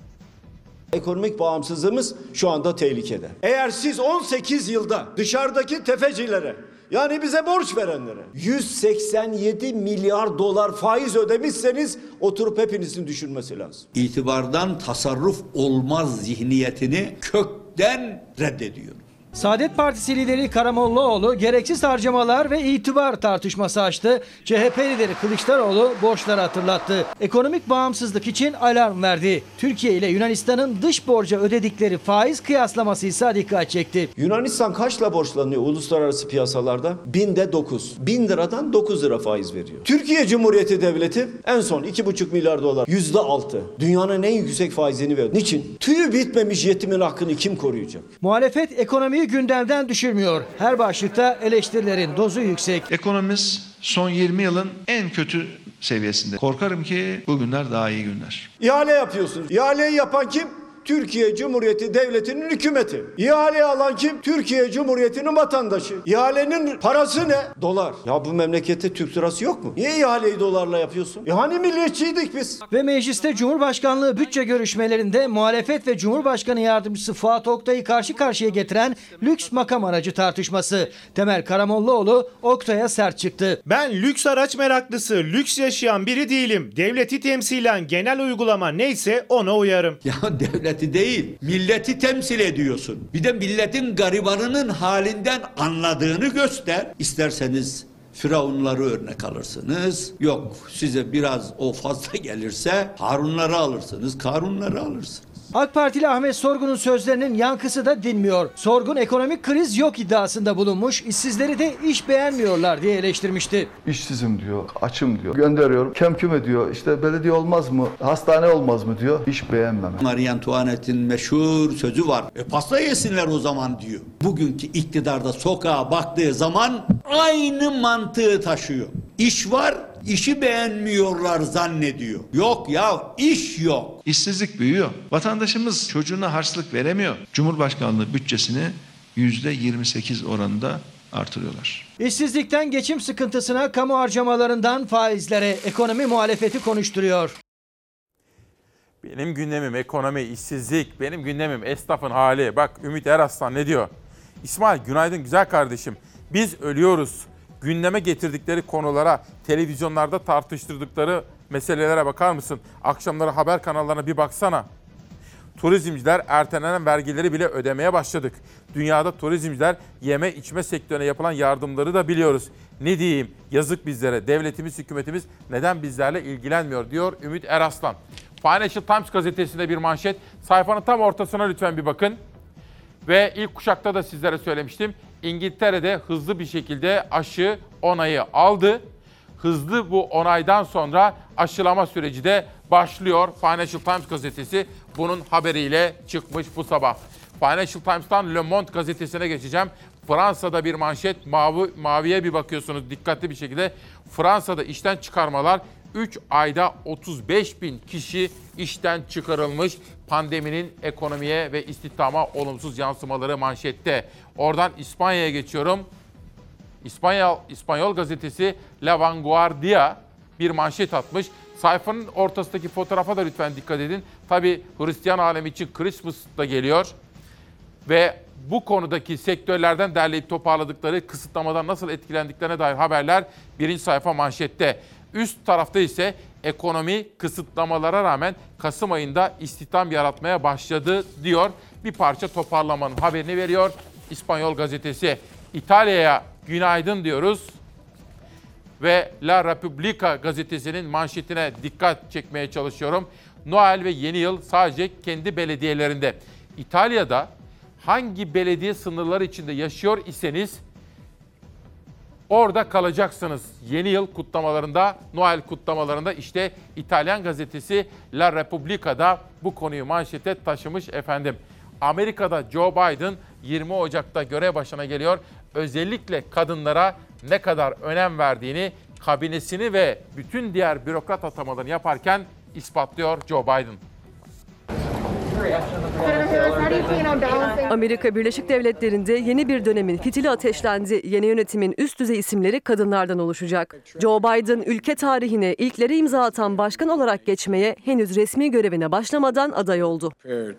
Ekonomik bağımsızlığımız şu anda tehlikede. Eğer siz on sekiz yılda dışarıdaki tefecilere, yani bize borç verenlere yüz seksen yedi milyar dolar faiz ödemişseniz oturup hepinizin düşünmesi lazım. İtibardan tasarruf olmaz zihniyetini kökten reddediyor. Saadet Partisi lideri Karamollaoğlu gereksiz harcamalar ve itibar tartışması açtı. C H P lideri Kılıçdaroğlu borçları hatırlattı. Ekonomik bağımsızlık için alarm verdi. Türkiye ile Yunanistan'ın dış borca ödedikleri faiz kıyaslaması ise dikkat çekti. Yunanistan kaçla borçlanıyor uluslararası piyasalarda? Binde dokuz. Bin liradan dokuz lira faiz veriyor. Türkiye Cumhuriyeti Devleti en son iki buçuk milyar dolar. Yüzde altı. Dünyanın en yüksek faizini verdi. Niçin? Tüyü bitmemiş yetimin hakkını kim koruyacak? Muhalefet ekonomiyi gündemden düşürmüyor. Her başlıkta eleştirilerin dozu yüksek. Ekonomimiz son yirmi yılın en kötü seviyesinde. Korkarım ki bugünler daha iyi günler. İhale yapıyorsunuz. İhaleyi yapan kim? Türkiye Cumhuriyeti Devleti'nin hükümeti. İhaleyi alan kim? Türkiye Cumhuriyeti'nin vatandaşı. İhalenin parası ne? Dolar. Ya bu memlekette Türk lirası yok mu? Niye ihaleyi dolarla yapıyorsun? E hani milliyetçiydik biz? Ve mecliste Cumhurbaşkanlığı bütçe görüşmelerinde muhalefet ve Cumhurbaşkanı Yardımcısı Fuat Oktay'ı karşı karşıya getiren lüks makam aracı tartışması. Temel Karamollaoğlu Oktay'a sert çıktı. Ben lüks araç meraklısı, lüks yaşayan biri değilim. Devleti temsilen genel uygulama neyse ona uyarım. Ya devlet değil, milleti temsil ediyorsun. Bir de milletin garibanının halinden anladığını göster. İsterseniz Firavunları örnek alırsınız. Yok, size biraz o fazla gelirse Harunları alırsınız, Karunları alırsınız. AK Partili Ahmet Sorgun'un sözlerinin yankısı da dinmiyor. Sorgun ekonomik kriz yok iddiasında bulunmuş, işsizleri de iş beğenmiyorlar diye eleştirmişti. İşsizim diyor, açım diyor. Gönderiyorum, kemküme diyor, işte belediye olmaz mı, hastane olmaz mı diyor. İş beğenmem. Marie Antoinette'in meşhur sözü var. E pasta yesinler o zaman diyor. Bugünkü iktidarda sokağa baktığı zaman aynı mantığı taşıyor. İş var, işi beğenmiyorlar zannediyor. Yok ya, iş yok. İşsizlik büyüyor. Vatandaşımız çocuğuna harçlık veremiyor. Cumhurbaşkanlığı bütçesini yüzde yirmi sekiz oranında artırıyorlar. İşsizlikten geçim sıkıntısına, kamu harcamalarından faizlere ekonomi muhalefeti konuşturuyor. Benim gündemim ekonomi, işsizlik, benim gündemim esnafın hali. Bak Ümit Eraslan ne diyor? İsmail günaydın güzel kardeşim. Biz ölüyoruz. Gündeme getirdikleri konulara, televizyonlarda tartıştırdıkları meselelere bakar mısın? Akşamları haber kanallarına bir baksana. Turizmciler ertelenen vergileri bile ödemeye başladık. Dünyada turizmciler yeme içme sektörüne yapılan yardımları da biliyoruz. Ne diyeyim, yazık bizlere. Devletimiz, hükümetimiz neden bizlerle ilgilenmiyor diyor Ümit Eraslan. Financial Times gazetesinde bir manşet. Sayfanın tam ortasına lütfen bir bakın. Ve ilk kuşakta da sizlere söylemiştim. İngiltere'de hızlı bir şekilde aşı onayı aldı. hızlı bu onaydan sonra aşılama süreci de başlıyor. Financial Times gazetesi bunun haberiyle çıkmış bu sabah. Financial Times'tan Le Monde gazetesine geçeceğim. Fransa'da bir manşet, mavi, maviye bir bakıyorsunuz dikkatli bir şekilde. Fransa'da işten çıkarmalar üç ayda otuz beş bin kişi işten çıkarılmış. Pandeminin ekonomiye ve istihdama olumsuz yansımaları manşette. Oradan İspanya'ya geçiyorum. İspanyol, İspanyol gazetesi La Vanguardia bir manşet atmış. Sayfanın ortasındaki fotoğrafa da lütfen dikkat edin. Tabii Hristiyan alemi için Christmas da geliyor. Ve bu konudaki sektörlerden derleyip toparladıkları kısıtlamadan nasıl etkilendiklerine dair haberler birinci sayfa manşette. Üst tarafta ise ekonomi kısıtlamalara rağmen Kasım ayında istihdam yaratmaya başladı diyor. Bir parça toparlamanın haberini veriyor İspanyol gazetesi. İtalya'ya günaydın diyoruz. Ve La Repubblica gazetesinin manşetine dikkat çekmeye çalışıyorum. Noel ve Yeni Yıl sadece kendi belediyelerinde. İtalya'da hangi belediye sınırları içinde yaşıyor iseniz orada kalacaksınız. Yeni Yıl kutlamalarında, Noel kutlamalarında işte İtalyan gazetesi La Repubblica'da bu konuyu manşete taşımış efendim. Amerika'da Joe Biden yirmi Ocak'ta görev başına geliyor. Özellikle kadınlara ne kadar önem verdiğini kabinesini ve bütün diğer bürokrat atamalarını yaparken ispatlıyor Joe Biden. Amerika Birleşik Devletleri'nde yeni bir dönemin fitili ateşlendi. Yeni yönetimin üst düzey isimleri kadınlardan oluşacak. Joe Biden ülke tarihine ilkleri imza atan başkan olarak geçmeye henüz resmi görevine başlamadan aday oldu.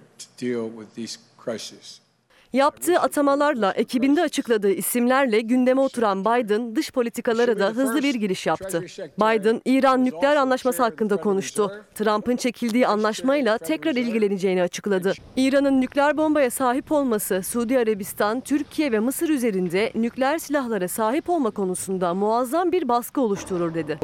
Yaptığı atamalarla, ekibinde açıkladığı isimlerle gündeme oturan Biden, dış politikalara da hızlı bir giriş yaptı. Biden, İran nükleer anlaşması hakkında konuştu. Trump'ın çekildiği anlaşmayla tekrar ilgileneceğini açıkladı. İran'ın nükleer bombaya sahip olması, Suudi Arabistan, Türkiye ve Mısır üzerinde nükleer silahlara sahip olma konusunda muazzam bir baskı oluşturur dedi.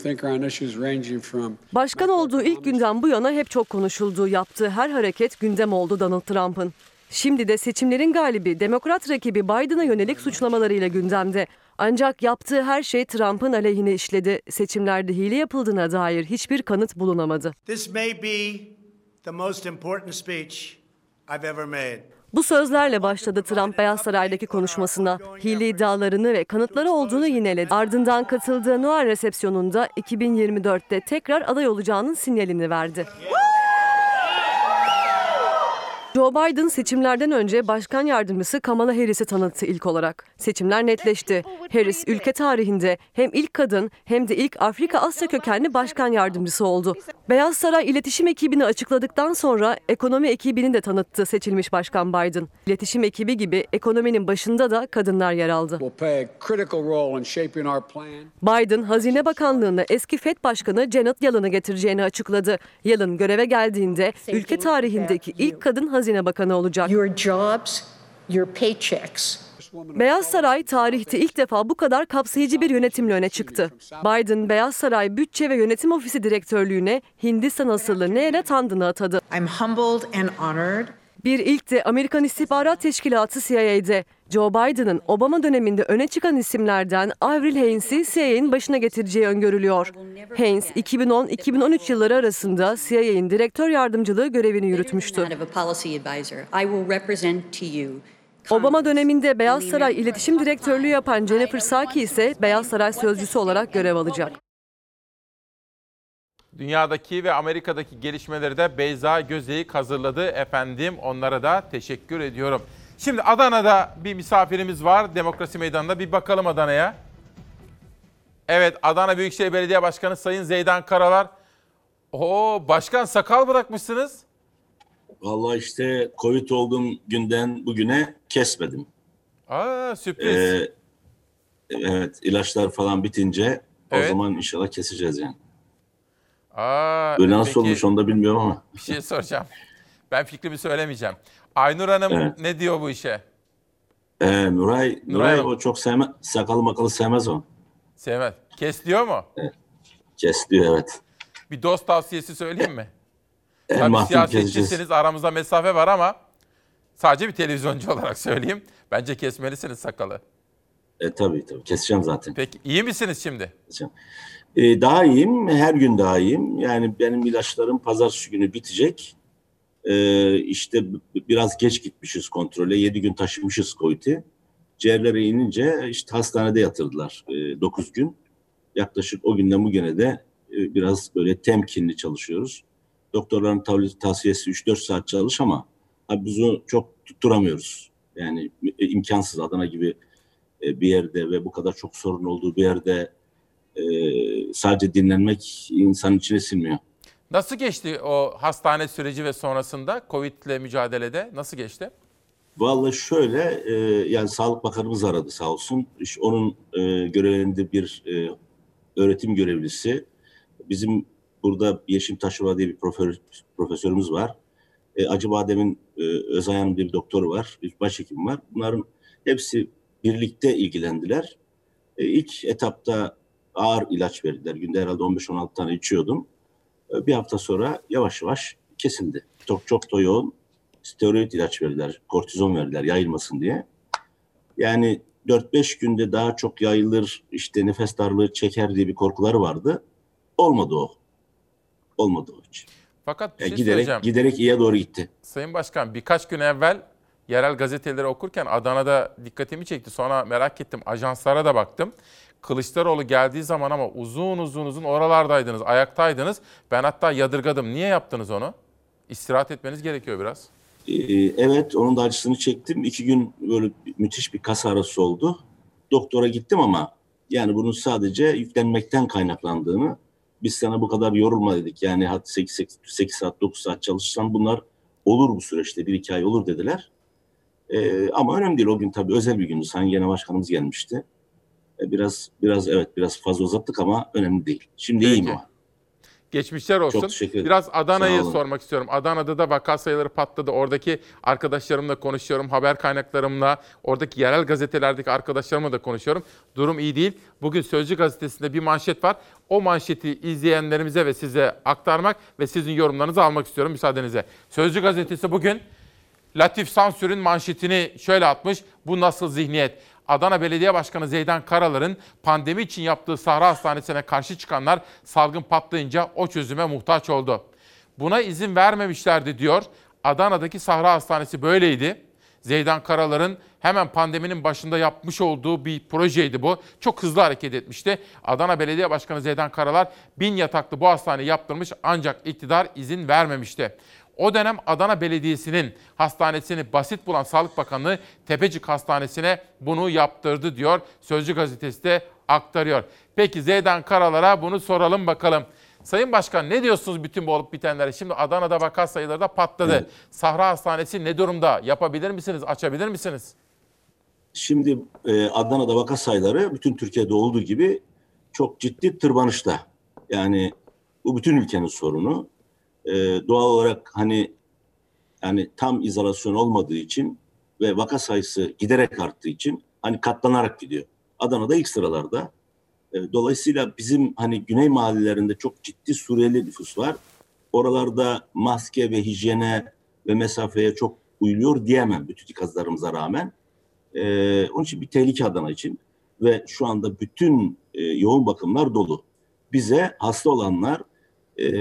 Başkan olduğu ilk günden bu yana hep çok konuşuldu. Yaptığı her hareket gündem oldu Donald Trump'ın. Şimdi de seçimlerin galibi Demokrat rakibi Biden'a yönelik suçlamalarıyla gündemde. Ancak yaptığı her şey Trump'ın aleyhine işledi. Seçimlerde hile yapıldığına dair hiçbir kanıt bulunamadı. This may be the most important speech I've ever made. Bu sözlerle başladı Trump Beyaz Saray'daki konuşmasına. Hile iddialarını ve kanıtları olduğunu yineledi. Ardından katıldığı Noel resepsiyonunda iki bin yirmi dörtte tekrar aday olacağının sinyalini verdi. Joe Biden seçimlerden önce başkan yardımcısı Kamala Harris'i tanıttı ilk olarak. Seçimler netleşti. Harris ülke tarihinde hem ilk kadın hem de ilk Afrika-Asya kökenli başkan yardımcısı oldu. Beyaz Saray iletişim ekibini açıkladıktan sonra ekonomi ekibini de tanıttı seçilmiş başkan Biden. İletişim ekibi gibi ekonominin başında da kadınlar yer aldı. Biden, Hazine Bakanlığı'na eski Fed Başkanı Janet Yellen'ı getireceğini açıkladı. Yellen göreve geldiğinde ülke tarihindeki ilk kadın Hazine Bakanı olacak. Your jobs, your paychecks. Beyaz Saray tarihte ilk defa bu kadar kapsayıcı bir yönetimle öne çıktı. Biden, Beyaz Saray Bütçe ve Yönetim Ofisi Direktörlüğü'ne Hindistan asıllı Neera Tandon'u atadı. I'm humbled and honored. Bir ilk de Amerikan İstihbarat Teşkilatı C I A'de. Joe Biden'ın Obama döneminde öne çıkan isimlerden Avril Haines C I A'nin başına getireceği öngörülüyor. Haines, iki bin on iki bin on üç yılları arasında C I A'nin direktör yardımcılığı görevini yürütmüştü. Obama döneminde Beyaz Saray İletişim Direktörlüğü yapan Jennifer Psaki ise Beyaz Saray Sözcüsü olarak görev alacak. Dünyadaki ve Amerika'daki gelişmeleri de Beyza Gözeyik hazırladı efendim. Onlara da teşekkür ediyorum. Şimdi Adana'da bir misafirimiz var. Demokrasi Meydanı'nda bir bakalım Adana'ya. Evet, Adana Büyükşehir Belediye Başkanı Sayın Zeydan Karalar. Oo, başkan sakal bırakmışsınız. Vallahi işte Covid olduğum günden bugüne kesmedim. Aa, sürpriz. Ee, evet, ilaçlar falan bitince evet. O zaman inşallah keseceğiz yani. Aa, Böyle nasıl peki, olmuş onu da bilmiyorum ama. Bir şey soracağım. Ben fikrimi söylemeyeceğim. Aynur Hanım evet. Ne diyor bu işe? Ee, Nuray, Nuray, Nuray o çok sevmez, sakalı makalı sevmez o. Sevmez. Kes diyor mu? Evet. Kes diyor evet. Bir dost tavsiyesi söyleyeyim mi? En Tabii siyasetçisiniz, aramızda mesafe var ama sadece bir televizyoncu olarak söyleyeyim. Bence kesmelisiniz sakalı. E, tabii tabii keseceğim zaten. Peki iyi misiniz şimdi? E, daha iyiyim. Her gün daha iyiyim. Yani benim ilaçlarım pazartesi günü bitecek. E, işte biraz geç gitmişiz kontrole. Yedi gün taşımışız Covid'i. Ciğerlere inince işte hastanede yatırdılar e, dokuz gün. Yaklaşık o günden bugüne de e, biraz böyle temkinli çalışıyoruz. Doktorların tav- tavsiyesi üç dört saat çalış ama abi biz onu çok tutturamıyoruz. Yani e, imkansız Adana gibi e, bir yerde ve bu kadar çok sorun olduğu bir yerde e, sadece dinlenmek insanın içine sinmiyor. Nasıl geçti o hastane süreci ve sonrasında Covid'le mücadelede nasıl geçti? Vallahi şöyle e, yani Sağlık Bakanımız aradı sağ olsun. İşte onun e, görevinde bir e, öğretim görevlisi. Bizim burada Yeşim Taşova diye bir profesör, profesörümüz var. E, Acıbadem'in e, Özayan bir doktoru var. Bir başhekim var. Bunların hepsi birlikte ilgilendiler. E, ilk etapta ağır ilaç verdiler. Günde herhalde on beş on altı tane içiyordum. E, bir hafta sonra yavaş yavaş kesildi. Çok çok da yoğun steroid ilaç verdiler. Kortizon verdiler yayılmasın diye. Yani dört beş günde daha çok yayılır, işte nefes darlığı çeker diye bir korkuları vardı. Olmadı o. Olmadı o hiç. Fakat bir Yani şey giderek, söyleyeceğim. giderek iyiye doğru gitti. Sayın Başkan birkaç gün evvel yerel gazeteleri okurken Adana'da dikkatimi çekti. Sonra merak ettim. Ajanslara da baktım. Kılıçdaroğlu geldiği zaman ama uzun uzun uzun oralardaydınız, ayaktaydınız. Ben hatta yadırgadım. Niye yaptınız onu? İstirahat etmeniz gerekiyor biraz. Ee, evet, onun da acısını çektim. İki gün böyle müthiş bir kas ağrısı oldu. Doktora gittim ama yani bunun sadece yüklenmekten kaynaklandığını, biz sana bu kadar yorulma dedik. Yani sekiz saat, dokuz saat çalışsan bunlar olur bu süreçte. Bir iki ay olur dediler. Ee, ama önemli değil. O gün tabii özel bir gündü. Sayın Genel Başkanımız gelmişti. Ee, biraz biraz evet biraz fazla uzattık ama önemli değil. Şimdi Peki. iyiyim ama. Geçmişler olsun. Çok teşekkür ederim. Biraz Adana'yı Sağ olun. sormak istiyorum. Adana'da da vaka sayıları patladı. Oradaki arkadaşlarımla konuşuyorum. Haber kaynaklarımla, oradaki yerel gazetelerdeki arkadaşlarımla da konuşuyorum. Durum iyi değil. Bugün Sözcü gazetesinde bir manşet var. O manşeti izleyenlerimize ve size aktarmak ve sizin yorumlarınızı almak istiyorum müsaadenizle. Sözcü gazetesi bugün Latif Sansür'ün manşetini şöyle atmış. Bu nasıl zihniyet? Adana Belediye Başkanı Zeydan Karalar'ın pandemi için yaptığı Sahra Hastanesi'ne karşı çıkanlar salgın patlayınca o çözüme muhtaç oldu. Buna izin vermemişlerdi diyor. Adana'daki Sahra Hastanesi böyleydi. Zeydan Karalar'ın hemen pandeminin başında yapmış olduğu bir projeydi bu. Çok hızlı hareket etmişti. Adana Belediye Başkanı Zeydan Karalar bin yataklı bu hastaneyi yaptırmış ancak iktidar izin vermemişti. O dönem Adana Belediyesi'nin hastanesini basit bulan Sağlık Bakanlığı Tepecik Hastanesi'ne bunu yaptırdı diyor. Sözcü gazetesi de aktarıyor. Peki Zeydan Karalar'a bunu soralım bakalım. Sayın Başkan ne diyorsunuz bütün bu olup bitenlere? Şimdi Adana'da vaka sayıları da patladı. Evet. Sahra Hastanesi ne durumda? Yapabilir misiniz? Açabilir misiniz? Şimdi e, Adana'da vaka sayıları bütün Türkiye'de olduğu gibi çok ciddi tırmanışta. Yani bu bütün ülkenin sorunu. Ee, doğal olarak hani yani tam izolasyon olmadığı için ve vaka sayısı giderek arttığı için hani katlanarak gidiyor. Adana'da ilk sıralarda. Ee, dolayısıyla bizim hani güney mahallelerinde çok ciddi Suriyeli nüfus var. Oralarda maske ve hijyene ve mesafeye çok uyuluyor diyemem bütün ikazlarımıza rağmen. Ee, onun için bir tehlike Adana için ve şu anda bütün e, yoğun bakımlar dolu. Bize hasta olanlar e,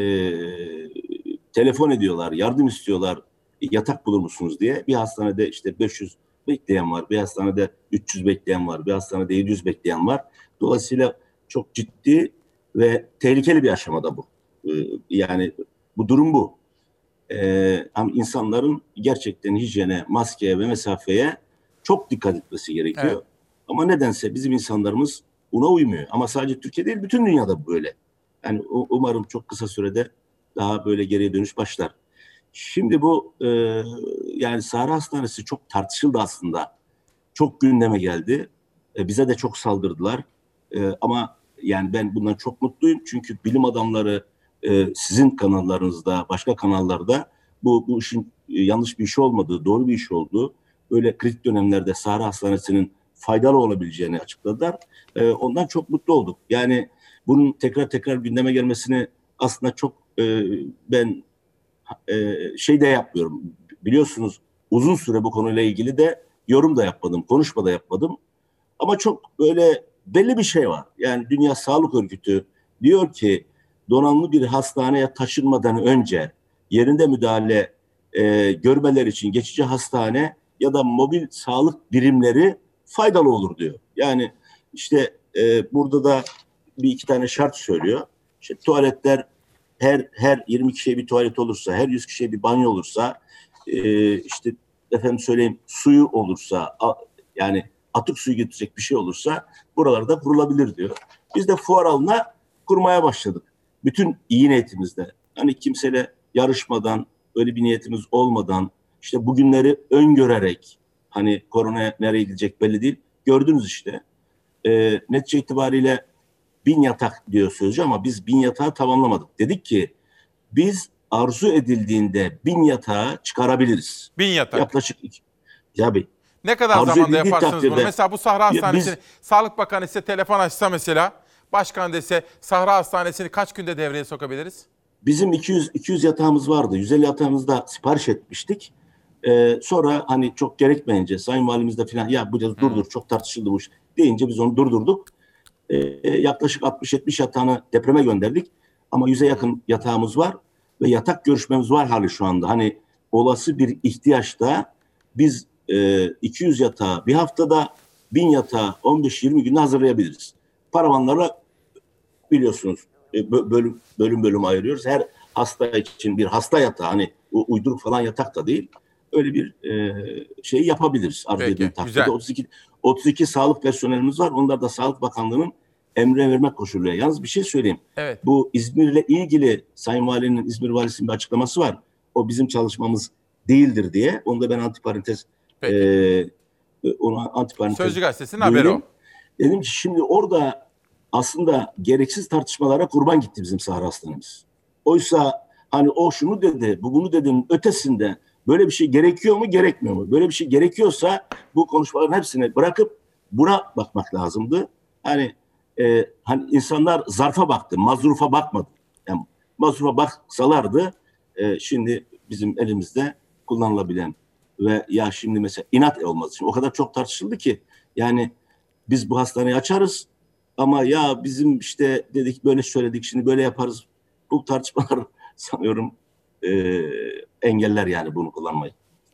telefon ediyorlar, yardım istiyorlar, yatak bulur musunuz diye. Bir hastanede işte beş yüz bekleyen var, bir hastanede üç yüz bekleyen var, bir hastanede yedi yüz bekleyen var. Dolayısıyla çok ciddi ve tehlikeli bir aşamada bu. Ee, yani bu durum bu. Ee, ama insanların gerçekten hijyene, maskeye ve mesafeye çok dikkat etmesi gerekiyor. Evet. Ama nedense bizim insanlarımız buna uymuyor. Ama sadece Türkiye değil, bütün dünyada böyle. Yani umarım çok kısa sürede daha böyle geriye dönüş başlar. Şimdi bu e, yani Sahra Hastanesi çok tartışıldı aslında. Çok gündeme geldi. E, bize de çok saldırdılar. E, ama yani ben bundan çok mutluyum. Çünkü bilim adamları e, sizin kanallarınızda, başka kanallarda bu, bu işin e, yanlış bir iş olmadığı, doğru bir iş olduğu, böyle kritik dönemlerde Sahra Hastanesi'nin faydalı olabileceğini açıkladılar. E, ondan çok mutlu olduk. Yani bunun tekrar tekrar gündeme gelmesini aslında çok e, ben e, şey de yapmıyorum. Biliyorsunuz uzun süre bu konuyla ilgili de yorum da yapmadım, konuşma da yapmadım. Ama çok böyle belli bir şey var. Yani Dünya Sağlık Örgütü diyor ki donanımlı bir hastaneye taşınmadan önce yerinde müdahale e, görmeler için geçici hastane ya da mobil sağlık birimleri faydalı olur diyor. Yani işte e, burada da bir iki tane şart söylüyor. İşte tuvaletler her her yirmi kişiye bir tuvalet olursa, her yüz kişiye bir banyo olursa, e, işte efendim söyleyeyim suyu olursa, a, yani atık suyu getirecek bir şey olursa buralarda kurulabilir diyor. Biz de fuar alanına kurmaya başladık. Bütün iyi niyetimizde. Hani kimseyle yarışmadan, öyle bir niyetimiz olmadan, işte bugünleri öngörerek, hani korona nereye gidecek belli değil. Gördünüz işte. E, netice itibariyle bin yatak diyor sözcü ama biz bin yatağı tamamlamadık. Dedik ki biz arzu edildiğinde bin yatağı çıkarabiliriz. Bin yatak. Yaklaşık iki. Tabii. Ne kadar Arzu zamanda edildiği yaparsınız takdirde- bunu? Mesela bu Sahra Ya biz- Hastanesi'ni Sağlık Bakanı size telefon açsa mesela, başkan dese Sahra Hastanesi'ni kaç günde devreye sokabiliriz? Bizim iki yüz iki yüz yatağımız vardı. yüz elli yatağımızı da sipariş etmiştik. Ee, sonra hani çok gerekmeyince Sayın Valimiz de falan ya bu durdur dur çok tartışıldı bu iş deyince biz onu durdurduk. Ee, yaklaşık altmış yetmiş yatağını depreme gönderdik. Ama yüze yakın yatağımız var ve yatak görüşmemiz var hali şu anda. Hani olası bir ihtiyaçta biz e, iki yüz yatağı bir haftada, bin yatağı on beş yirmi günde hazırlayabiliriz. Paravanlarla biliyorsunuz e, bö- bölüm bölüm bölüm ayırıyoruz. Her hasta için bir hasta yatağı, hani u- uyduruk falan yatak da değil. Öyle bir e, şeyi yapabiliriz. Arzu Peki, edilen takdirde. güzel. otuz iki otuz iki sağlık personelimiz var. Onlar da Sağlık Bakanlığı'nın emre vermek koşuluyla. Yalnız bir şey söyleyeyim. Evet. Bu İzmir'le ilgili Sayın Valinin, İzmir Valisi'nin bir açıklaması var. O bizim çalışmamız değildir diye. Onu da ben antiparantez e, ona antiparantez Sözcü Gazetesi'nin haberi o. Dedim ki şimdi orada aslında gereksiz tartışmalara kurban gitti bizim Sahra Hastanemiz. Oysa hani o şunu dedi, bu bunu dedim ötesinde böyle bir şey gerekiyor mu, gerekmiyor mu? Böyle bir şey gerekiyorsa bu konuşmaların hepsini bırakıp buna bakmak lazımdı. Hani e, hani insanlar zarfa baktı, mazrufa bakmadı. Yani mazrufa baksalardı e, şimdi bizim elimizde kullanılabilen ve ya şimdi mesela inat olmaz. Şimdi o kadar çok tartışıldı ki yani biz bu hastaneyi açarız ama ya bizim işte dedik böyle söyledik şimdi böyle yaparız. Bu tartışmalar sanıyorum e, engeller yani bunu kullanmayı.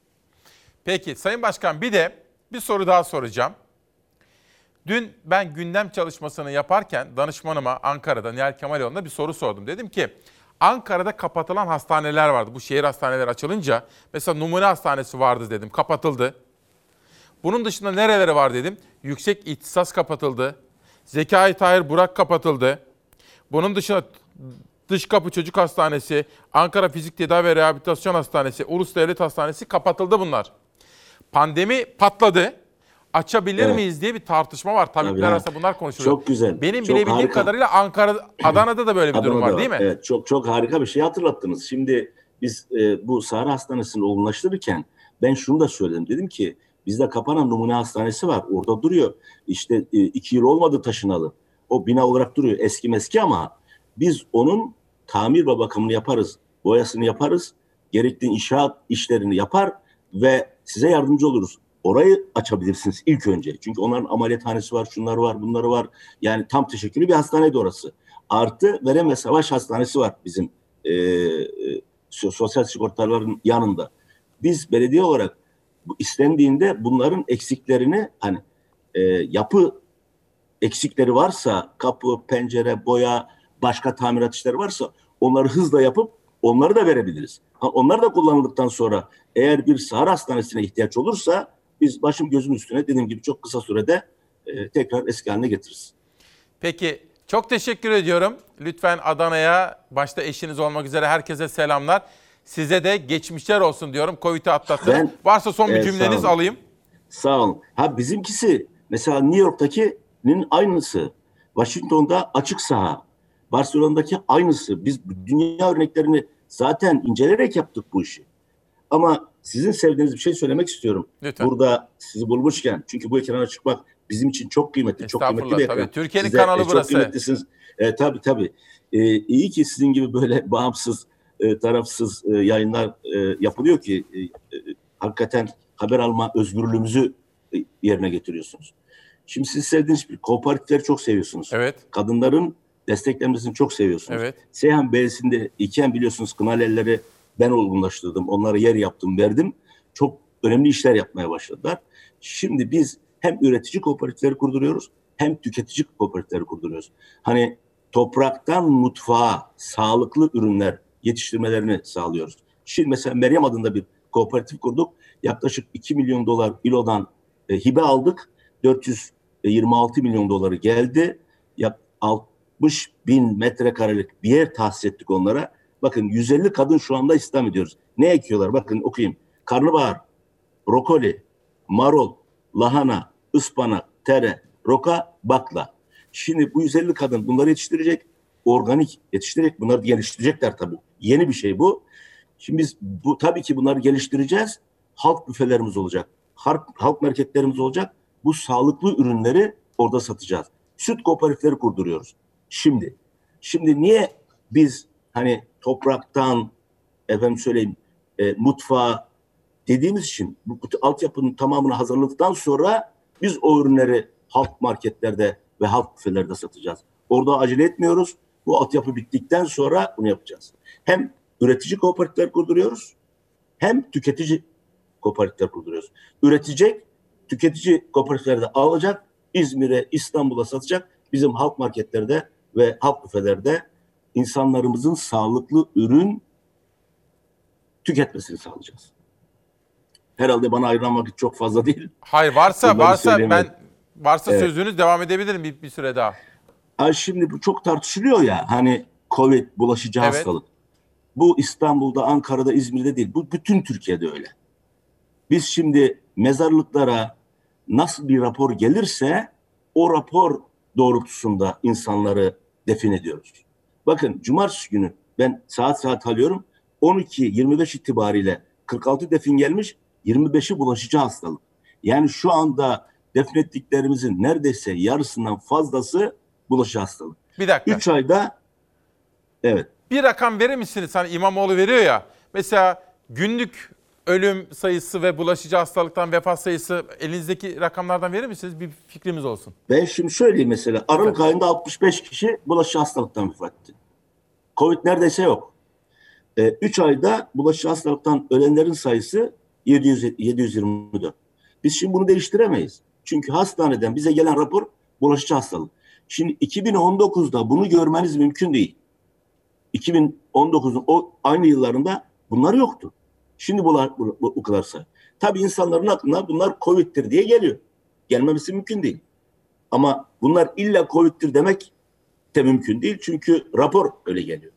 Peki Sayın Başkan, bir de bir soru daha soracağım. Dün ben gündem çalışmasını yaparken danışmanıma Ankara'da Nihal Kemaloğlu'na bir soru sordum. Dedim ki Ankara'da kapatılan hastaneler vardı. Bu şehir hastaneleri açılınca mesela Numune Hastanesi vardı dedim, kapatıldı. Bunun dışında nereleri var dedim. Yüksek İhtisas kapatıldı. Zekai Tahir Burak kapatıldı. Bunun dışında Dış Kapı Çocuk Hastanesi, Ankara Fizik Tedavi ve Rehabilitasyon Hastanesi, Ulus Devlet Hastanesi kapatıldı bunlar. Pandemi patladı. Açabilir Evet. miyiz diye bir tartışma var. Tabipler Tabii, arasında bunlar konuşuluyor. Çok güzel. Benim çok bilebildiğim harika. kadarıyla Ankara, Adana'da da böyle bir durum Adana'da var değil mi? Evet, çok çok harika bir şey hatırlattınız. Şimdi biz e, bu Sahra Hastanesi'ni olgunlaştırırken ben şunu da söyledim. Dedim ki bizde kapanan numune hastanesi var. Orada duruyor. İşte e, iki yıl olmadı taşınalı. O bina olarak duruyor. Eski meski ama biz onun tamir ve bakımını yaparız. Boyasını yaparız. Gerekli inşaat işlerini yapar ve size yardımcı oluruz. Orayı açabilirsiniz ilk önce. Çünkü onların ameliyathanesi var, şunları var, bunları var. Yani tam teşekküllü bir hastaneydi orası. Artı Verem ve Savaş Hastanesi var bizim e, e, sosyal sigortaların yanında. Biz belediye olarak bu istendiğinde bunların eksiklerini hani e, yapı eksikleri varsa kapı, pencere, boya, başka tamirat işleri varsa onları hızla yapıp onları da verebiliriz. Ha, onlar da kullanıldıktan sonra eğer bir Sahra Hastanesi'ne ihtiyaç olursa biz başım gözüm üstüne dediğim gibi çok kısa sürede e, tekrar eski haline getiririz. Peki çok teşekkür ediyorum. Lütfen Adana'ya başta eşiniz olmak üzere herkese selamlar. Size de geçmişler olsun diyorum. Covid'i atlattınız. Ben- Varsa son bir Evet, cümleniz sağ olun. alayım. Sağ olun. Ha bizimkisi mesela New York'takinin aynısı. Washington'da açık saha. Barcelona'daki aynısı. Biz dünya örneklerini zaten inceleyerek yaptık bu işi. Ama sizin sevdiğiniz bir şey söylemek istiyorum. Lütfen. Burada sizi bulmuşken. Çünkü bu ekrana çıkmak bizim için çok kıymetli. Çok kıymetli bir ekran. Tabii. Türkiye'nin Size, kanalı e, çok burası. kıymetlisiniz. E, tabii tabii. E, iyi ki sizin gibi böyle bağımsız, e, tarafsız e, yayınlar e, yapılıyor ki e, e, hakikaten haber alma özgürlüğümüzü e, yerine getiriyorsunuz. Şimdi siz sevdiğiniz bir kooperatifleri çok seviyorsunuz. Evet. Kadınların desteklenmesini çok seviyorsunuz. Evet. Seyhan Belediyesi'nde iken biliyorsunuz Kınalelileri ben olgunlaştırdım. Onlara yer yaptım, verdim. Çok önemli işler yapmaya başladılar. Şimdi biz hem üretici kooperatifleri kurduruyoruz hem tüketici kooperatifleri kurduruyoruz. Hani topraktan mutfağa sağlıklı ürünler yetiştirmelerini sağlıyoruz. Şimdi mesela Meryem adında bir kooperatif kurduk. Yaklaşık iki milyon dolar İLO'dan e, hibe aldık. dört yüz yirmi altı milyon doları geldi. Yak altmış bin metrekarelik bir yer tahsis ettik onlara. Bakın yüz elli kadın şu anda istihdam ediyoruz. Ne ekiyorlar? Bakın okuyayım. Karnabahar, brokoli, marul, lahana, ıspanak, tere, roka, bakla. Şimdi bu yüz elli kadın bunları yetiştirecek. Organik yetiştirecek. Bunları geliştirecekler tabii. Yeni bir şey bu. Şimdi biz bu tabii ki bunları geliştireceğiz. Halk büfelerimiz olacak. Halk, halk marketlerimiz olacak. Bu sağlıklı ürünleri orada satacağız. Süt kooperatifleri kurduruyoruz. Şimdi, şimdi niye biz hani topraktan efendim söyleyeyim e, mutfağa dediğimiz için bu altyapının tamamını hazırladıktan sonra biz o ürünleri halk marketlerde ve halk büfelerde satacağız. Orada acele etmiyoruz. Bu altyapı bittikten sonra bunu yapacağız. Hem üretici kooperatifler kurduruyoruz hem tüketici kooperatifler kurduruyoruz. Üretecek, tüketici kooperatifleri de alacak, İzmir'e, İstanbul'a satacak. Bizim halk marketlerde ve halk büfelerde insanlarımızın sağlıklı ürün tüketmesini sağlayacağız. Herhalde bana ayrılan vakit çok fazla değil. Hayır varsa Bunları varsa ben varsa Evet. sözünüz devam edebilirim bir, bir süre daha. Ay şimdi bu çok tartışılıyor ya hani Covid bulaşıcı Evet. hastalık. Bu İstanbul'da, Ankara'da, İzmir'de değil. Bu bütün Türkiye'de öyle. Biz şimdi mezarlıklara nasıl bir rapor gelirse o rapor doğrultusunda insanları defin ediyoruz. Bakın cumartesi günü ben saat saat alıyorum. on iki yirmi beş itibariyle kırk altı defin gelmiş, yirmi beşi bulaşıcı hastalık. Yani şu anda defnettiklerimizin neredeyse yarısından fazlası bulaşıcı hastalık. Bir dakika. üç ayda evet. Bir rakam verir misiniz? Hani İmamoğlu veriyor ya. Mesela günlük ölüm sayısı ve bulaşıcı hastalıktan vefat sayısı elinizdeki rakamlardan verir misiniz? Bir fikrimiz olsun. Ben şimdi söyleyeyim mesela. Aralık ayında altmış beş kişi bulaşıcı hastalıktan vefat etti. Covid neredeyse yok. üç ayda bulaşıcı hastalıktan ölenlerin sayısı yedi yüz, yedi yüz yirmi dört. Biz şimdi bunu değiştiremeyiz. Çünkü hastaneden bize gelen rapor bulaşıcı hastalık. Şimdi iki bin on dokuzda bunu görmeniz mümkün değil. iki bin on dokuzun o aynı yıllarında bunlar yoktu. Şimdi bunlar bu, bu, bu kadar sayı. Tabii insanların aklına bunlar Covid'tir diye geliyor. Gelmemesi mümkün değil. Ama bunlar illa Covid'tir demek de mümkün değil. Çünkü rapor öyle geliyor.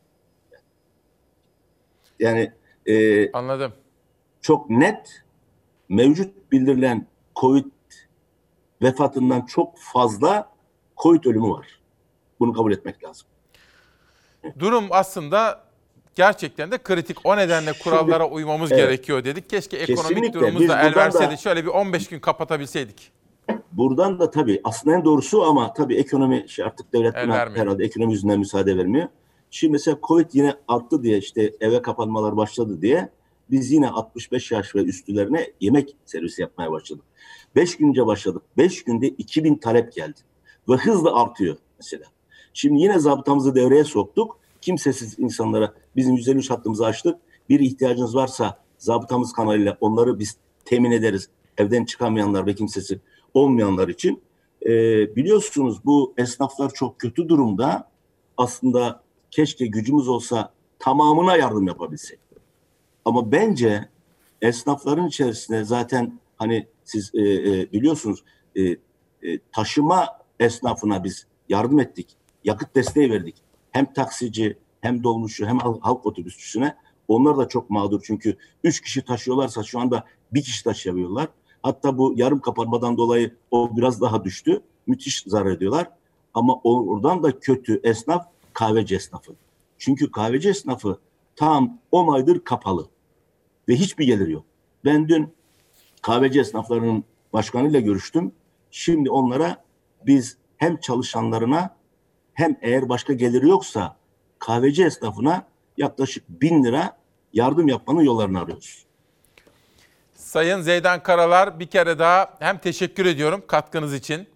Yani e, anladım. Çok net mevcut bildirilen Covid vefatından çok fazla Covid ölümü var. Bunu kabul etmek lazım. Durum aslında gerçekten de kritik. O nedenle kurallara Şimdi, uymamız evet, gerekiyor dedik. Keşke ekonomik Kesinlikle. durumumuz da el verseydi. Da, şöyle bir on beş gün kapatabilseydik. Buradan da tabii aslında en doğrusu ama tabii ekonomi şey artık devlet buna herhalde ekonomi yüzünden müsaade vermiyor. Şimdi mesela Covid yine arttı diye işte eve kapanmalar başladı diye biz yine altmış beş yaş ve üstülerine yemek servisi yapmaya başladık. beş günce başladık. beş günde iki bin talep geldi. Ve hızla artıyor mesela. Şimdi yine zabıtamızı devreye soktuk. Kimsesiz insanlara bizim yüz elli üç hattımızı açtık. Bir ihtiyacınız varsa zabıtamız kanalıyla onları biz temin ederiz. Evden çıkamayanlar ve kimsesiz olmayanlar için. Ee, biliyorsunuz bu esnaflar çok kötü durumda. Aslında keşke gücümüz olsa tamamına yardım yapabilsek. Ama bence esnafların içerisinde zaten hani siz e, e, biliyorsunuz e, e, taşıma esnafına biz yardım ettik. Yakıt desteği verdik. Hem taksici hem dolmuşçu hem halk otobüsçüsüne. Onlar da çok mağdur çünkü üç kişi taşıyorlarsa şu anda bir kişi taşıyabiliyorlar. Hatta bu yarım kapanmadan dolayı o biraz daha düştü. Müthiş zarar ediyorlar. Ama oradan da kötü esnaf kahveci esnafı. Çünkü kahveci esnafı tam on aydır kapalı. Ve hiçbir gelir yok. Ben dün kahveci esnaflarının başkanıyla görüştüm. Şimdi onlara biz hem çalışanlarına hem eğer başka geliri yoksa kahveci esnafına yaklaşık bin lira yardım yapmanın yollarını arıyoruz. Sayın Zeydan Karalar bir kere daha hem teşekkür ediyorum katkınız için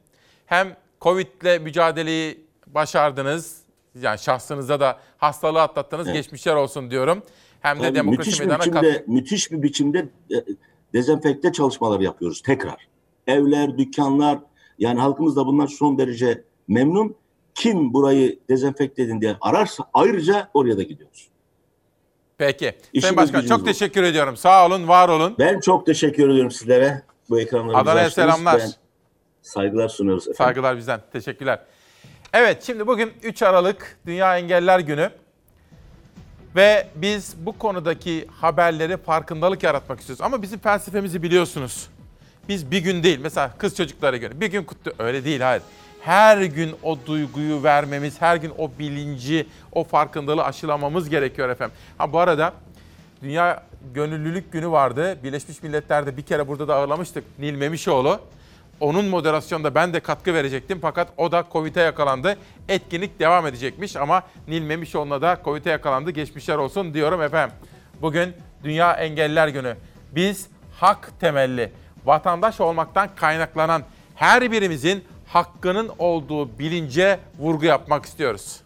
Hem Covid'le mücadeleyi başardınız. Yani şahsınıza da hastalığı atlattınız. Evet. Geçmişler olsun diyorum. Hem de Tabii demokrasi müthiş bir meydana biçimde, katkı. müthiş bir biçimde e, dezenfekte çalışmaları yapıyoruz tekrar. Evler, dükkanlar, yani halkımız da bunlar son derece memnun. Kim burayı dezenfekte edin diye ararsa ayrıca oraya da gidiyoruz. Peki. İşimiz Sayın Başkan gücümüz çok bu. teşekkür ediyorum. Sağ olun, var olun. Ben çok teşekkür ediyorum sizlere. Bu ekranları bize Adana'ya açtınız. selamlar. Ben saygılar sunuyoruz efendim. Saygılar bizden. Teşekkürler. Evet, şimdi bugün üç Aralık Dünya Engelliler Günü. Ve biz bu konudaki haberleri farkındalık yaratmak istiyoruz. Ama bizim felsefemizi biliyorsunuz. Biz bir gün değil, mesela kız çocuklara göre bir gün kutlu, öyle değil, hayır. Her gün o duyguyu vermemiz, her gün o bilinci, o farkındalığı aşılamamız gerekiyor efendim. Ha bu arada Dünya Gönüllülük Günü vardı. Birleşmiş Milletler'de bir kere burada da ağırlamıştık Nil Memişoğlu. Onun moderasyonda ben de katkı verecektim fakat o da Covid'e yakalandı. Etkinlik devam edecekmiş ama Nil Memişoğlu'na da Covid'e yakalandı. Geçmişler olsun diyorum efendim. Bugün Dünya Engelliler Günü. Biz hak temelli, vatandaş olmaktan kaynaklanan her birimizin hakkının olduğu bilince vurgu yapmak istiyoruz.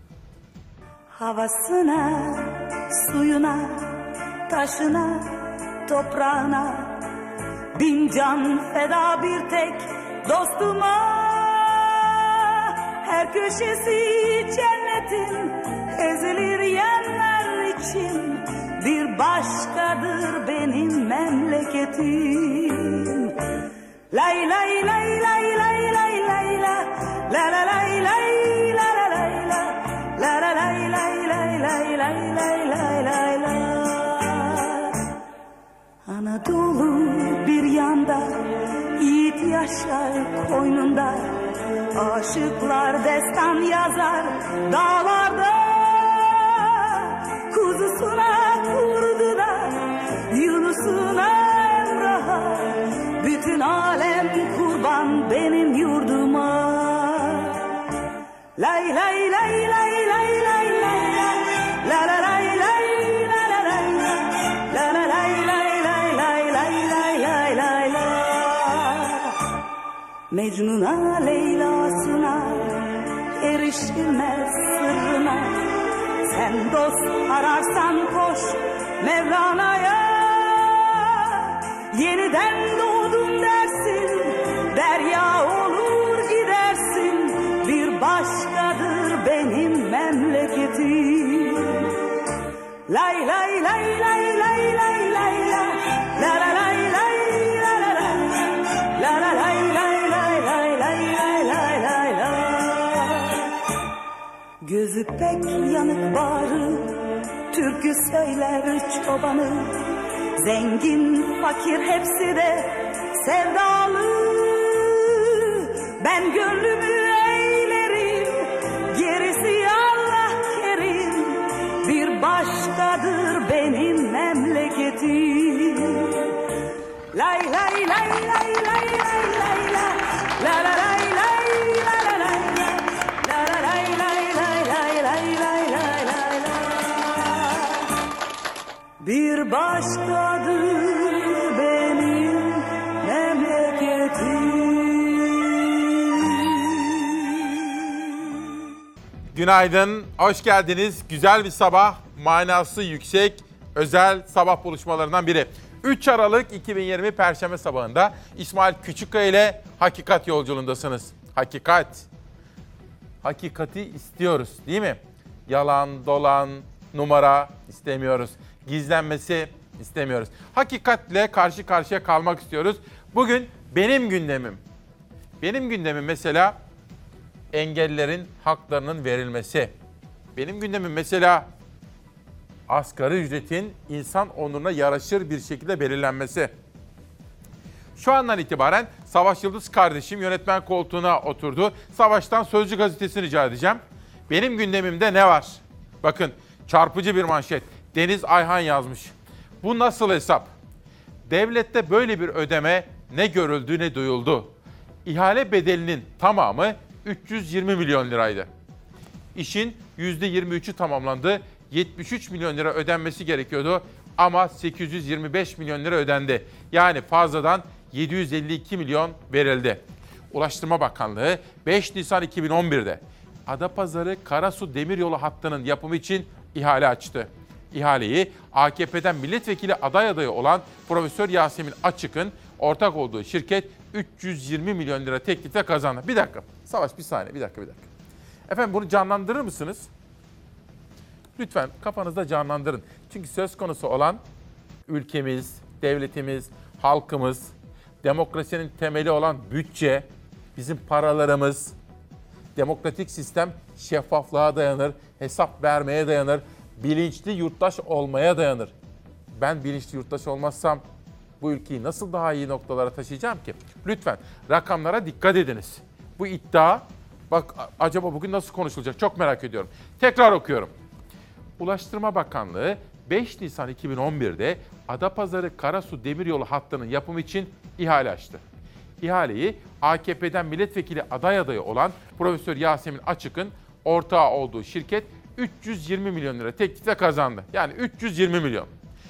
Havasına, suyuna, taşına, toprağına bin can feda bir tek dostuma. Her köşesi cennetin ezilir yerler için bir başkadır benim memleketim. Lay lay lay lay lay lay lay la la la lay lay la la lay la la la lay lay lay lay lay lay lay lay la. Anadolu bir yanda, yiğit yaşar koynunda, aşıklar destan yazar dağlarda. Kuzusuna kurduna, Yunus'una Emrah'a, bütün alem kurban benim yurduma. Lay lay lay lay lay lay lay la la lay lay la la lay la la lay lay lay lay lay lay lay lay la. Mecnun'a Leyla'sına erişilmez sırrına, sen dost ararsan koş Mevlana'ya. Yeniden doğdum dersin, derya olur gidersin, bir başkadır benim memleketim. Lay lay lay lay lay lay lay la la la lay lay la la lay la la lay lay lay lay lay lay lay lay la. Gözü pek yanık bağrı, türkü söyler çobanı, zengin fakir hepsi de sevdalı. Ben gönlümü eğlerim, gerisi Allah kerim, bir başkadır benim memleketim. Lay lay lay lay lay lay lay la la la lay lay la la lay la la lay lay lay lay lay lay lay lay la. Bir başkadır benim memleketim. Günaydın, hoş geldiniz. Güzel bir sabah, manası yüksek, özel sabah buluşmalarından biri. üç Aralık iki bin yirmi Perşembe sabahında İsmail Küçükkaya ile Hakikat yolculuğundasınız. Hakikat. Hakikati istiyoruz, değil mi? Yalan, dolan, numara istemiyoruz. Gizlenmesi istemiyoruz. Hakikatle karşı karşıya kalmak istiyoruz. Bugün benim gündemim. Benim gündemim mesela engellilerin haklarının verilmesi. Benim gündemim mesela asgari ücretin insan onuruna yaraşır bir şekilde belirlenmesi. Şu andan itibaren Savaş Yıldız kardeşim yönetmen koltuğuna oturdu. Savaş'tan Sözcü gazetesini rica edeceğim. Benim gündemimde ne var? Bakın çarpıcı bir manşet. Deniz Ayhan yazmış. Bu nasıl hesap? Devlette böyle bir ödeme ne görüldü ne duyuldu. İhale bedelinin tamamı üç yüz yirmi milyon liraydı. İşin yüzde yirmi üçü tamamlandı. yetmiş üç milyon lira ödenmesi gerekiyordu ama sekiz yüz yirmi beş milyon lira ödendi. Yani fazladan yedi yüz elli iki milyon verildi. Ulaştırma Bakanlığı beş Nisan iki bin on bir'de Adapazarı Karasu Demiryolu hattının yapımı için ihale açtı. İhaleyi A K P'den milletvekili aday adayı olan Profesör Yasemin Açık'ın ortak olduğu şirket üç yüz yirmi milyon lira teklifle kazandı. Bir dakika. Savaş bir saniye. Bir dakika bir dakika. Efendim bunu canlandırır mısınız? Lütfen kafanızda canlandırın. Çünkü söz konusu olan ülkemiz, devletimiz, halkımız, demokrasinin temeli olan bütçe, bizim paralarımız, demokratik sistem şeffaflığa dayanır, hesap vermeye dayanır, bilinçli yurttaş olmaya dayanır. Ben bilinçli yurttaş olmazsam bu ülkeyi nasıl daha iyi noktalara taşıyacağım ki? Lütfen rakamlara dikkat ediniz. Bu iddia, bak acaba bugün nasıl konuşulacak çok merak ediyorum. Tekrar okuyorum. Ulaştırma Bakanlığı beş Nisan iki bin on bir'de Adapazarı Karasu Demiryolu hattının yapımı için ihale açtı. İhaleyi A K P'den milletvekili aday adayı olan Profesör Yasemin Açık'ın ortağı olduğu şirket üç yüz yirmi milyon lira teklifle kazandı. Yani üç yüz yirmi milyon.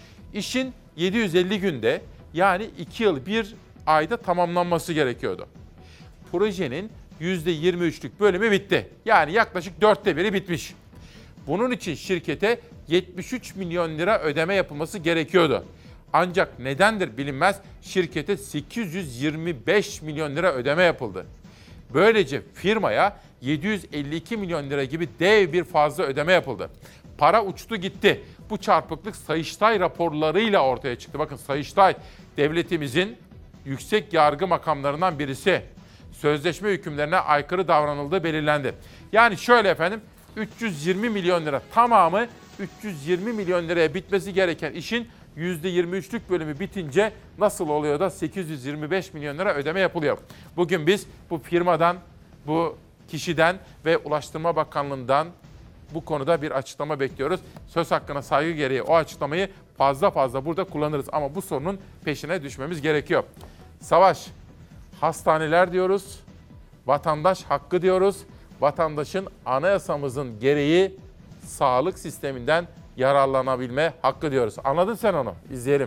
İşin yedi yüz elli günde yani iki yıl bir ayda tamamlanması gerekiyordu. Projenin yüzde yirmi üç'lük bölümü bitti. Yani yaklaşık dörtte biri bitmiş. Bunun için şirkete yetmiş üç milyon lira ödeme yapılması gerekiyordu. Ancak nedendir bilinmez şirkete sekiz yüz yirmi beş milyon lira ödeme yapıldı. Böylece firmaya yedi yüz elli iki milyon lira gibi dev bir fazla ödeme yapıldı. Para uçtu gitti. Bu çarpıklık Sayıştay raporlarıyla ortaya çıktı. Bakın Sayıştay devletimizin yüksek yargı makamlarından birisi. Sözleşme hükümlerine aykırı davranıldığı belirlendi. Yani şöyle efendim, üç yüz yirmi milyon lira tamamı üç yüz yirmi milyon liraya bitmesi gereken işin yüzde yirmi üç'lük bölümü bitince nasıl oluyor da sekiz yüz yirmi beş milyon lira ödeme yapılıyor. Bugün biz bu firmadan, bu kişiden ve Ulaştırma Bakanlığı'ndan bu konuda bir açıklama bekliyoruz. Söz hakkına saygı gereği o açıklamayı fazla fazla burada kullanırız ama bu sorunun peşine düşmemiz gerekiyor. Savaş, hastaneler diyoruz, vatandaş hakkı diyoruz. Vatandaşın anayasamızın gereği sağlık sisteminden yararlanabilme hakkı diyoruz. Anladın sen onu. İzleyelim.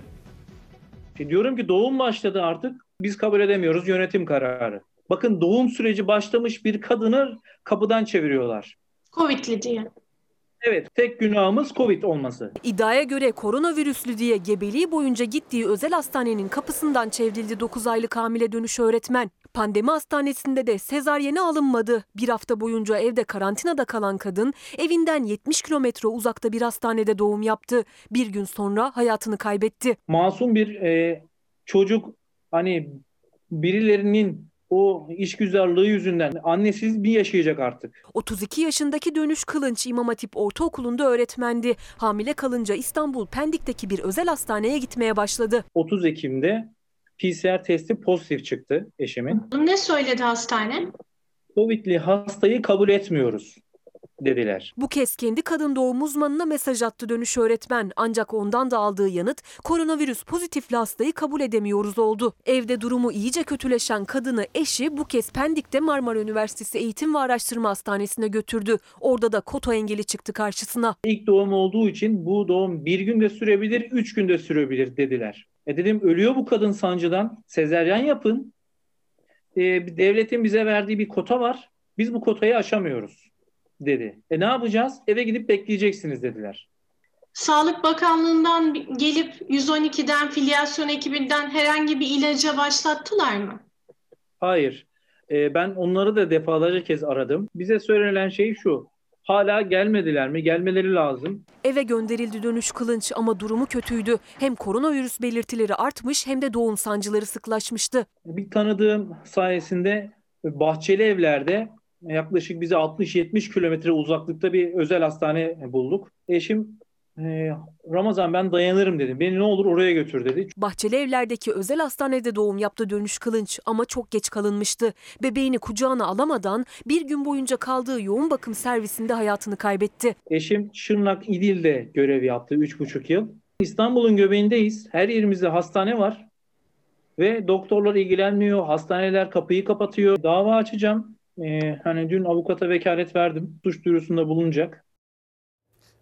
Diyorum ki doğum başladı artık. Biz kabul edemiyoruz, yönetim kararı. Bakın doğum süreci başlamış bir kadını kapıdan çeviriyorlar. Covid'li diye. Evet, tek günahımız Covid olması. İddiaya göre koronavirüslü diye gebeliği boyunca gittiği özel hastanenin kapısından çevrildi dokuz aylık hamile dönüş öğretmen. Pandemi hastanesinde de sezaryene alınmadı. Bir hafta boyunca evde karantinada kalan kadın evinden yetmiş kilometre uzakta bir hastanede doğum yaptı. Bir gün sonra hayatını kaybetti. Masum bir e, çocuk, hani birilerinin o işgüzarlığı yüzünden annesiz bir yaşayacak artık. otuz iki yaşındaki Dönüş Kılınç İmam Hatip Ortaokulu'nda öğretmendi. Hamile kalınca İstanbul Pendik'teki bir özel hastaneye gitmeye başladı. otuz Ekim'de P C R testi pozitif çıktı eşimin. Ne söyledi hastane? Covid'li hastayı kabul etmiyoruz dediler. Bu kez kendi kadın doğum uzmanına mesaj attı Dönüş öğretmen. Ancak ondan da aldığı yanıt koronavirüs pozitifli hastayı kabul edemiyoruz oldu. Evde durumu iyice kötüleşen kadını eşi bu kez Pendik'te Marmara Üniversitesi Eğitim ve Araştırma Hastanesi'ne götürdü. Orada da kota engeli çıktı karşısına. İlk doğum olduğu için bu doğum bir günde sürebilir, üç günde sürebilir dediler. E dedim ölüyor bu kadın sancıdan, sezeryan yapın. E, devletin bize verdiği bir kota var, biz bu kotayı aşamıyoruz dedi. E ne yapacağız? Eve gidip bekleyeceksiniz dediler. Sağlık Bakanlığı'ndan gelip yüz on iki'den filyasyon ekibinden herhangi bir ilaca başlattılar mı? Hayır. E, ben onları da defalarca kez aradım. Bize söylenen şey şu. Hala gelmediler mi? Gelmeleri lazım. Eve gönderildi Dönüş Kılınç ama durumu kötüydü. Hem koronavirüs belirtileri artmış hem de doğum sancıları sıklaşmıştı. Bir tanıdığım sayesinde Bahçeli Evler'de yaklaşık bize altmış yetmiş kilometre uzaklıkta bir özel hastane bulduk. Eşim e, Ramazan ben dayanırım dedi. Beni ne olur oraya götür dedi. Bahçeli Evler'deki özel hastanede doğum yaptı Dönüş Kılınç ama çok geç kalınmıştı. Bebeğini kucağına alamadan bir gün boyunca kaldığı yoğun bakım servisinde hayatını kaybetti. Eşim Şırnak İdil'de görev yaptı üç buçuk yıl. İstanbul'un göbeğindeyiz. Her yerimizde hastane var. Ve doktorlar ilgilenmiyor. Hastaneler kapıyı kapatıyor. Dava açacağım. Ee, hani dün avukata vekalet verdim. Suç duyurusunda bulunacak.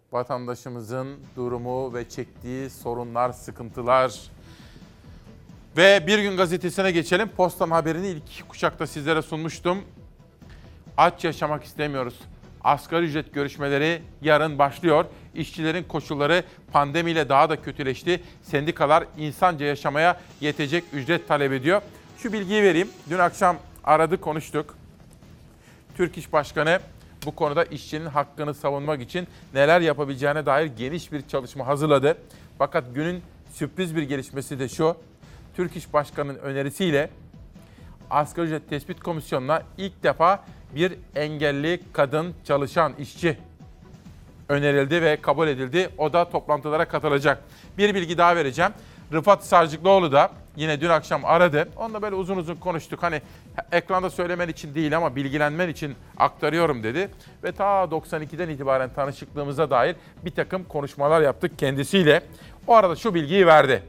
Vatandaşımızın durumu ve çektiği sorunlar, sıkıntılar Ve Bir Gün Gazetesi'ne geçelim. Posta'nın haberini ilk kuşakta sizlere sunmuştum. Aç yaşamak istemiyoruz. Asgari ücret görüşmeleri yarın başlıyor. İşçilerin koşulları pandemiyle daha da kötüleşti. Sendikalar insanca yaşamaya yetecek ücret talep ediyor. Şu bilgiyi vereyim. Dün akşam aradı, konuştuk. Türk İş Başkanı bu konuda işçinin hakkını savunmak için neler yapabileceğine dair geniş bir çalışma hazırladı. Fakat günün sürpriz bir gelişmesi de şu. Türk İş Başkanı'nın önerisiyle Asgari Ücret Tespit Komisyonu'na ilk defa bir engelli kadın çalışan işçi önerildi ve kabul edildi. O da toplantılara katılacak. Bir bilgi daha vereceğim. Rıfat Sarcıklıoğlu da yine dün akşam aradı. Onunla böyle uzun uzun konuştuk. Hani ekranda söylemen için değil ama bilgilenmen için aktarıyorum dedi. Ve ta doksan ikiden itibaren tanışıklığımıza dair bir takım konuşmalar yaptık kendisiyle. O arada şu bilgiyi verdi.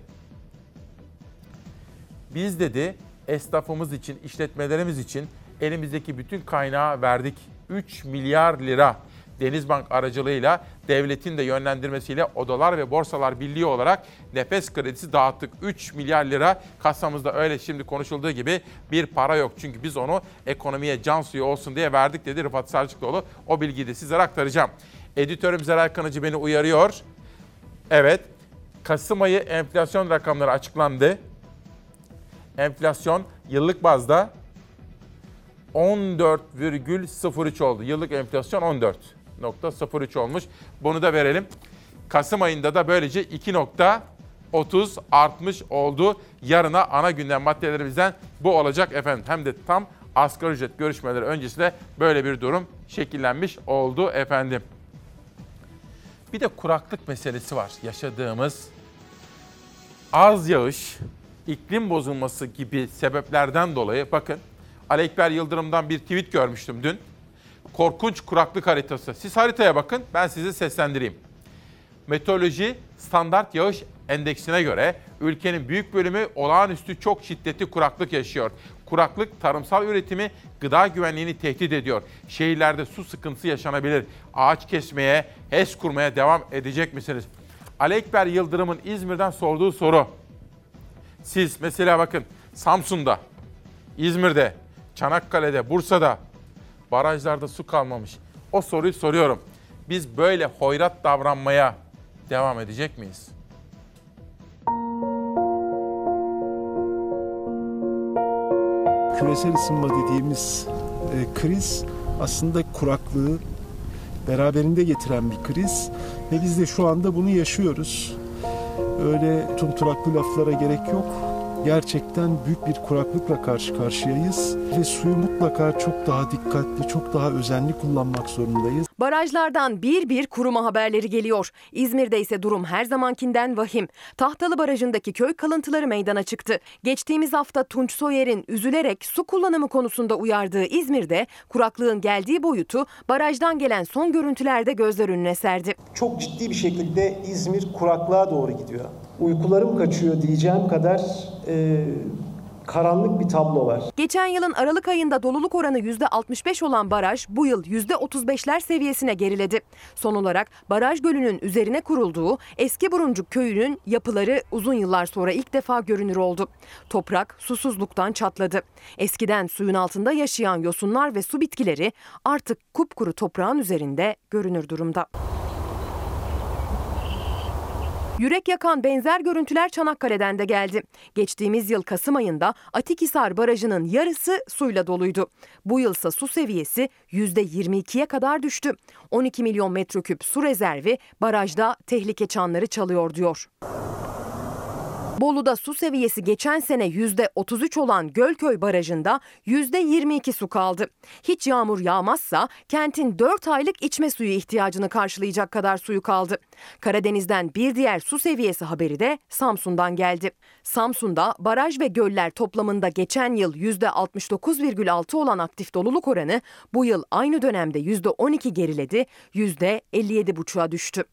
Biz dedi esnafımız için, işletmelerimiz için elimizdeki bütün kaynağı verdik. üç milyar lira Denizbank aracılığıyla devletin de yönlendirmesiyle Odalar ve Borsalar Birliği olarak nefes kredisi dağıttık. üç milyar lira kasamızda öyle şimdi konuşulduğu gibi bir para yok. Çünkü biz onu ekonomiye can suyu olsun diye verdik dedi Rıfat Sarcıklıoğlu. O bilgiyi de sizlere aktaracağım. Editörüm Zeray Kanıcı beni uyarıyor. Evet, Kasım ayı enflasyon rakamları açıklandı. Enflasyon yıllık bazda on dört virgül sıfır üç oldu. Yıllık enflasyon on dört virgül sıfır üç olmuş. Bunu da verelim. Kasım ayında da böylece iki virgül otuz artmış oldu. Yarına ana gündem maddelerimizden bu olacak efendim. Hem de tam asgari ücret görüşmeleri öncesinde böyle bir durum şekillenmiş oldu efendim. Bir de kuraklık meselesi var yaşadığımız. Az yağış, iklim bozulması gibi sebeplerden dolayı bakın Ali Ekber Yıldırım'dan bir tweet görmüştüm dün. Korkunç kuraklık haritası. Siz haritaya bakın, ben size seslendireyim. Meteoroloji standart yağış endeksine göre ülkenin büyük bölümü olağanüstü çok şiddetli kuraklık yaşıyor. Kuraklık tarımsal üretimi, gıda güvenliğini tehdit ediyor. Şehirlerde su sıkıntısı yaşanabilir. Ağaç kesmeye, HES kurmaya devam edecek misiniz? Ali Ekber Yıldırım'ın İzmir'den sorduğu soru. Siz mesela bakın Samsun'da, İzmir'de, Çanakkale'de, Bursa'da barajlarda su kalmamış. O soruyu soruyorum. Biz böyle hoyrat davranmaya devam edecek miyiz? Küresel ısınma dediğimiz e, kriz aslında kuraklığı beraberinde getiren bir kriz ve biz de şu anda bunu yaşıyoruz. Öyle tumturaklı laflara gerek yok. Gerçekten büyük bir kuraklıkla karşı karşıyayız ve suyu mutlaka çok daha dikkatli, çok daha özenli kullanmak zorundayız. Barajlardan bir bir kuruma haberleri geliyor. İzmir'de ise durum her zamankinden vahim. Tahtalı Barajı'ndaki köy kalıntıları meydana çıktı. Geçtiğimiz hafta Tunç Soyer'in üzülerek su kullanımı konusunda uyardığı İzmir'de kuraklığın geldiği boyutu barajdan gelen son görüntülerde gözler önüne serdi. Çok ciddi bir şekilde İzmir kuraklığa doğru gidiyor. Uykularım kaçıyor diyeceğim kadar e, karanlık bir tablo var. Geçen yılın Aralık ayında doluluk oranı yüzde altmış beş olan baraj bu yıl yüzde otuz beşler seviyesine geriledi. Son olarak baraj gölünün üzerine kurulduğu Eski Buruncuk köyünün yapıları uzun yıllar sonra ilk defa görünür oldu. Toprak susuzluktan çatladı. Eskiden suyun altında yaşayan yosunlar ve su bitkileri artık kupkuru toprağın üzerinde görünür durumda. Yürek yakan benzer görüntüler Çanakkale'den de geldi. Geçtiğimiz yıl Kasım ayında Atikhisar Barajı'nın yarısı suyla doluydu. Bu yılsa su seviyesi yüzde yirmi ikiye kadar düştü. on iki milyon metreküp su rezervi barajda tehlike çanları çalıyor diyor. Bolu'da su seviyesi geçen sene yüzde otuz üç olan Gölköy Barajı'nda yüzde yirmi iki su kaldı. Hiç yağmur yağmazsa kentin dört aylık içme suyu ihtiyacını karşılayacak kadar suyu kaldı. Karadeniz'den bir diğer su seviyesi haberi de Samsun'dan geldi. Samsun'da baraj ve göller toplamında geçen yıl yüzde altmış dokuz virgül altı olan aktif doluluk oranı bu yıl aynı dönemde yüzde on iki geriledi, yüzde elli yedi virgül beşe düştü.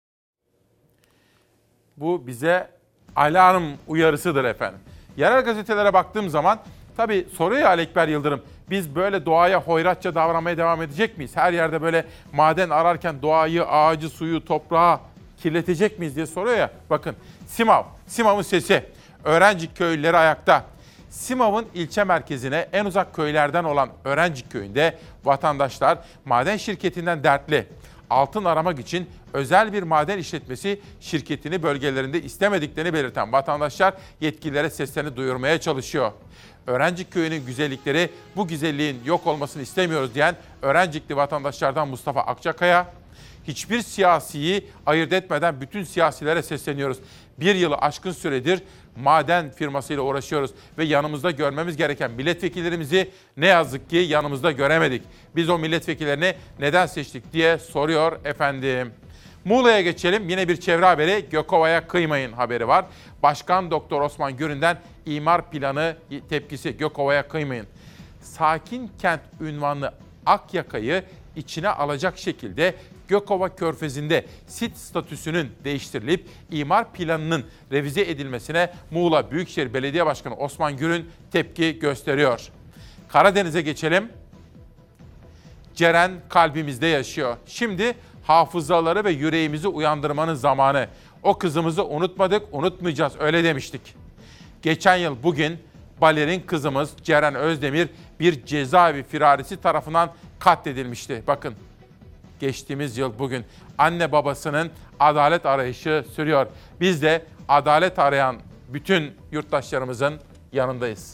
Bu bize alarm uyarısıdır efendim. Yerel gazetelere baktığım zaman tabii soruyor ya Ali Ekber Yıldırım, biz böyle doğaya hoyratça davranmaya devam edecek miyiz? Her yerde böyle maden ararken doğayı, ağacı, suyu, toprağı kirletecek miyiz diye soruyor ya. Bakın Simav, Simav'ın sesi. Öğrencik köylüleri ayakta. Simav'ın ilçe merkezine en uzak köylerden olan Öğrencik köyünde vatandaşlar maden şirketinden dertli. Altın aramak için özel bir maden işletmesi şirketini bölgelerinde istemediklerini belirten vatandaşlar yetkililere seslerini duyurmaya çalışıyor. Öğrencik köyünün güzellikleri, bu güzelliğin yok olmasını istemiyoruz diyen Öğrencikli vatandaşlardan Mustafa Akçakaya, hiçbir siyasiyi ayırt etmeden bütün siyasilere sesleniyoruz. Bir yılı aşkın süredir maden firmasıyla uğraşıyoruz ve yanımızda görmemiz gereken milletvekillerimizi ne yazık ki yanımızda göremedik. Biz o milletvekillerini neden seçtik diye soruyor efendim. Muğla'ya geçelim. Yine bir çevre haberi, Gökova'ya kıymayın haberi var. Başkan Doktor Osman Gürün'den imar planı tepkisi, Gökova'ya kıymayın. Sakin kent unvanlı Akyaka'yı içine alacak şekilde Gökova Körfezi'nde sit statüsünün değiştirilip imar planının revize edilmesine Muğla Büyükşehir Belediye Başkanı Osman Gürün tepki gösteriyor. Karadeniz'e geçelim. Ceren kalbimizde yaşıyor. Şimdi hafızaları ve yüreğimizi uyandırmanın zamanı. O kızımızı unutmadık, unutmayacağız, öyle demiştik. Geçen yıl bugün balerin kızımız Ceren Özdemir bir cezaevi firarisi tarafından katledilmişti. Bakın, geçtiğimiz yıl bugün anne babasının adalet arayışı sürüyor. Biz de adalet arayan bütün yurttaşlarımızın yanındayız.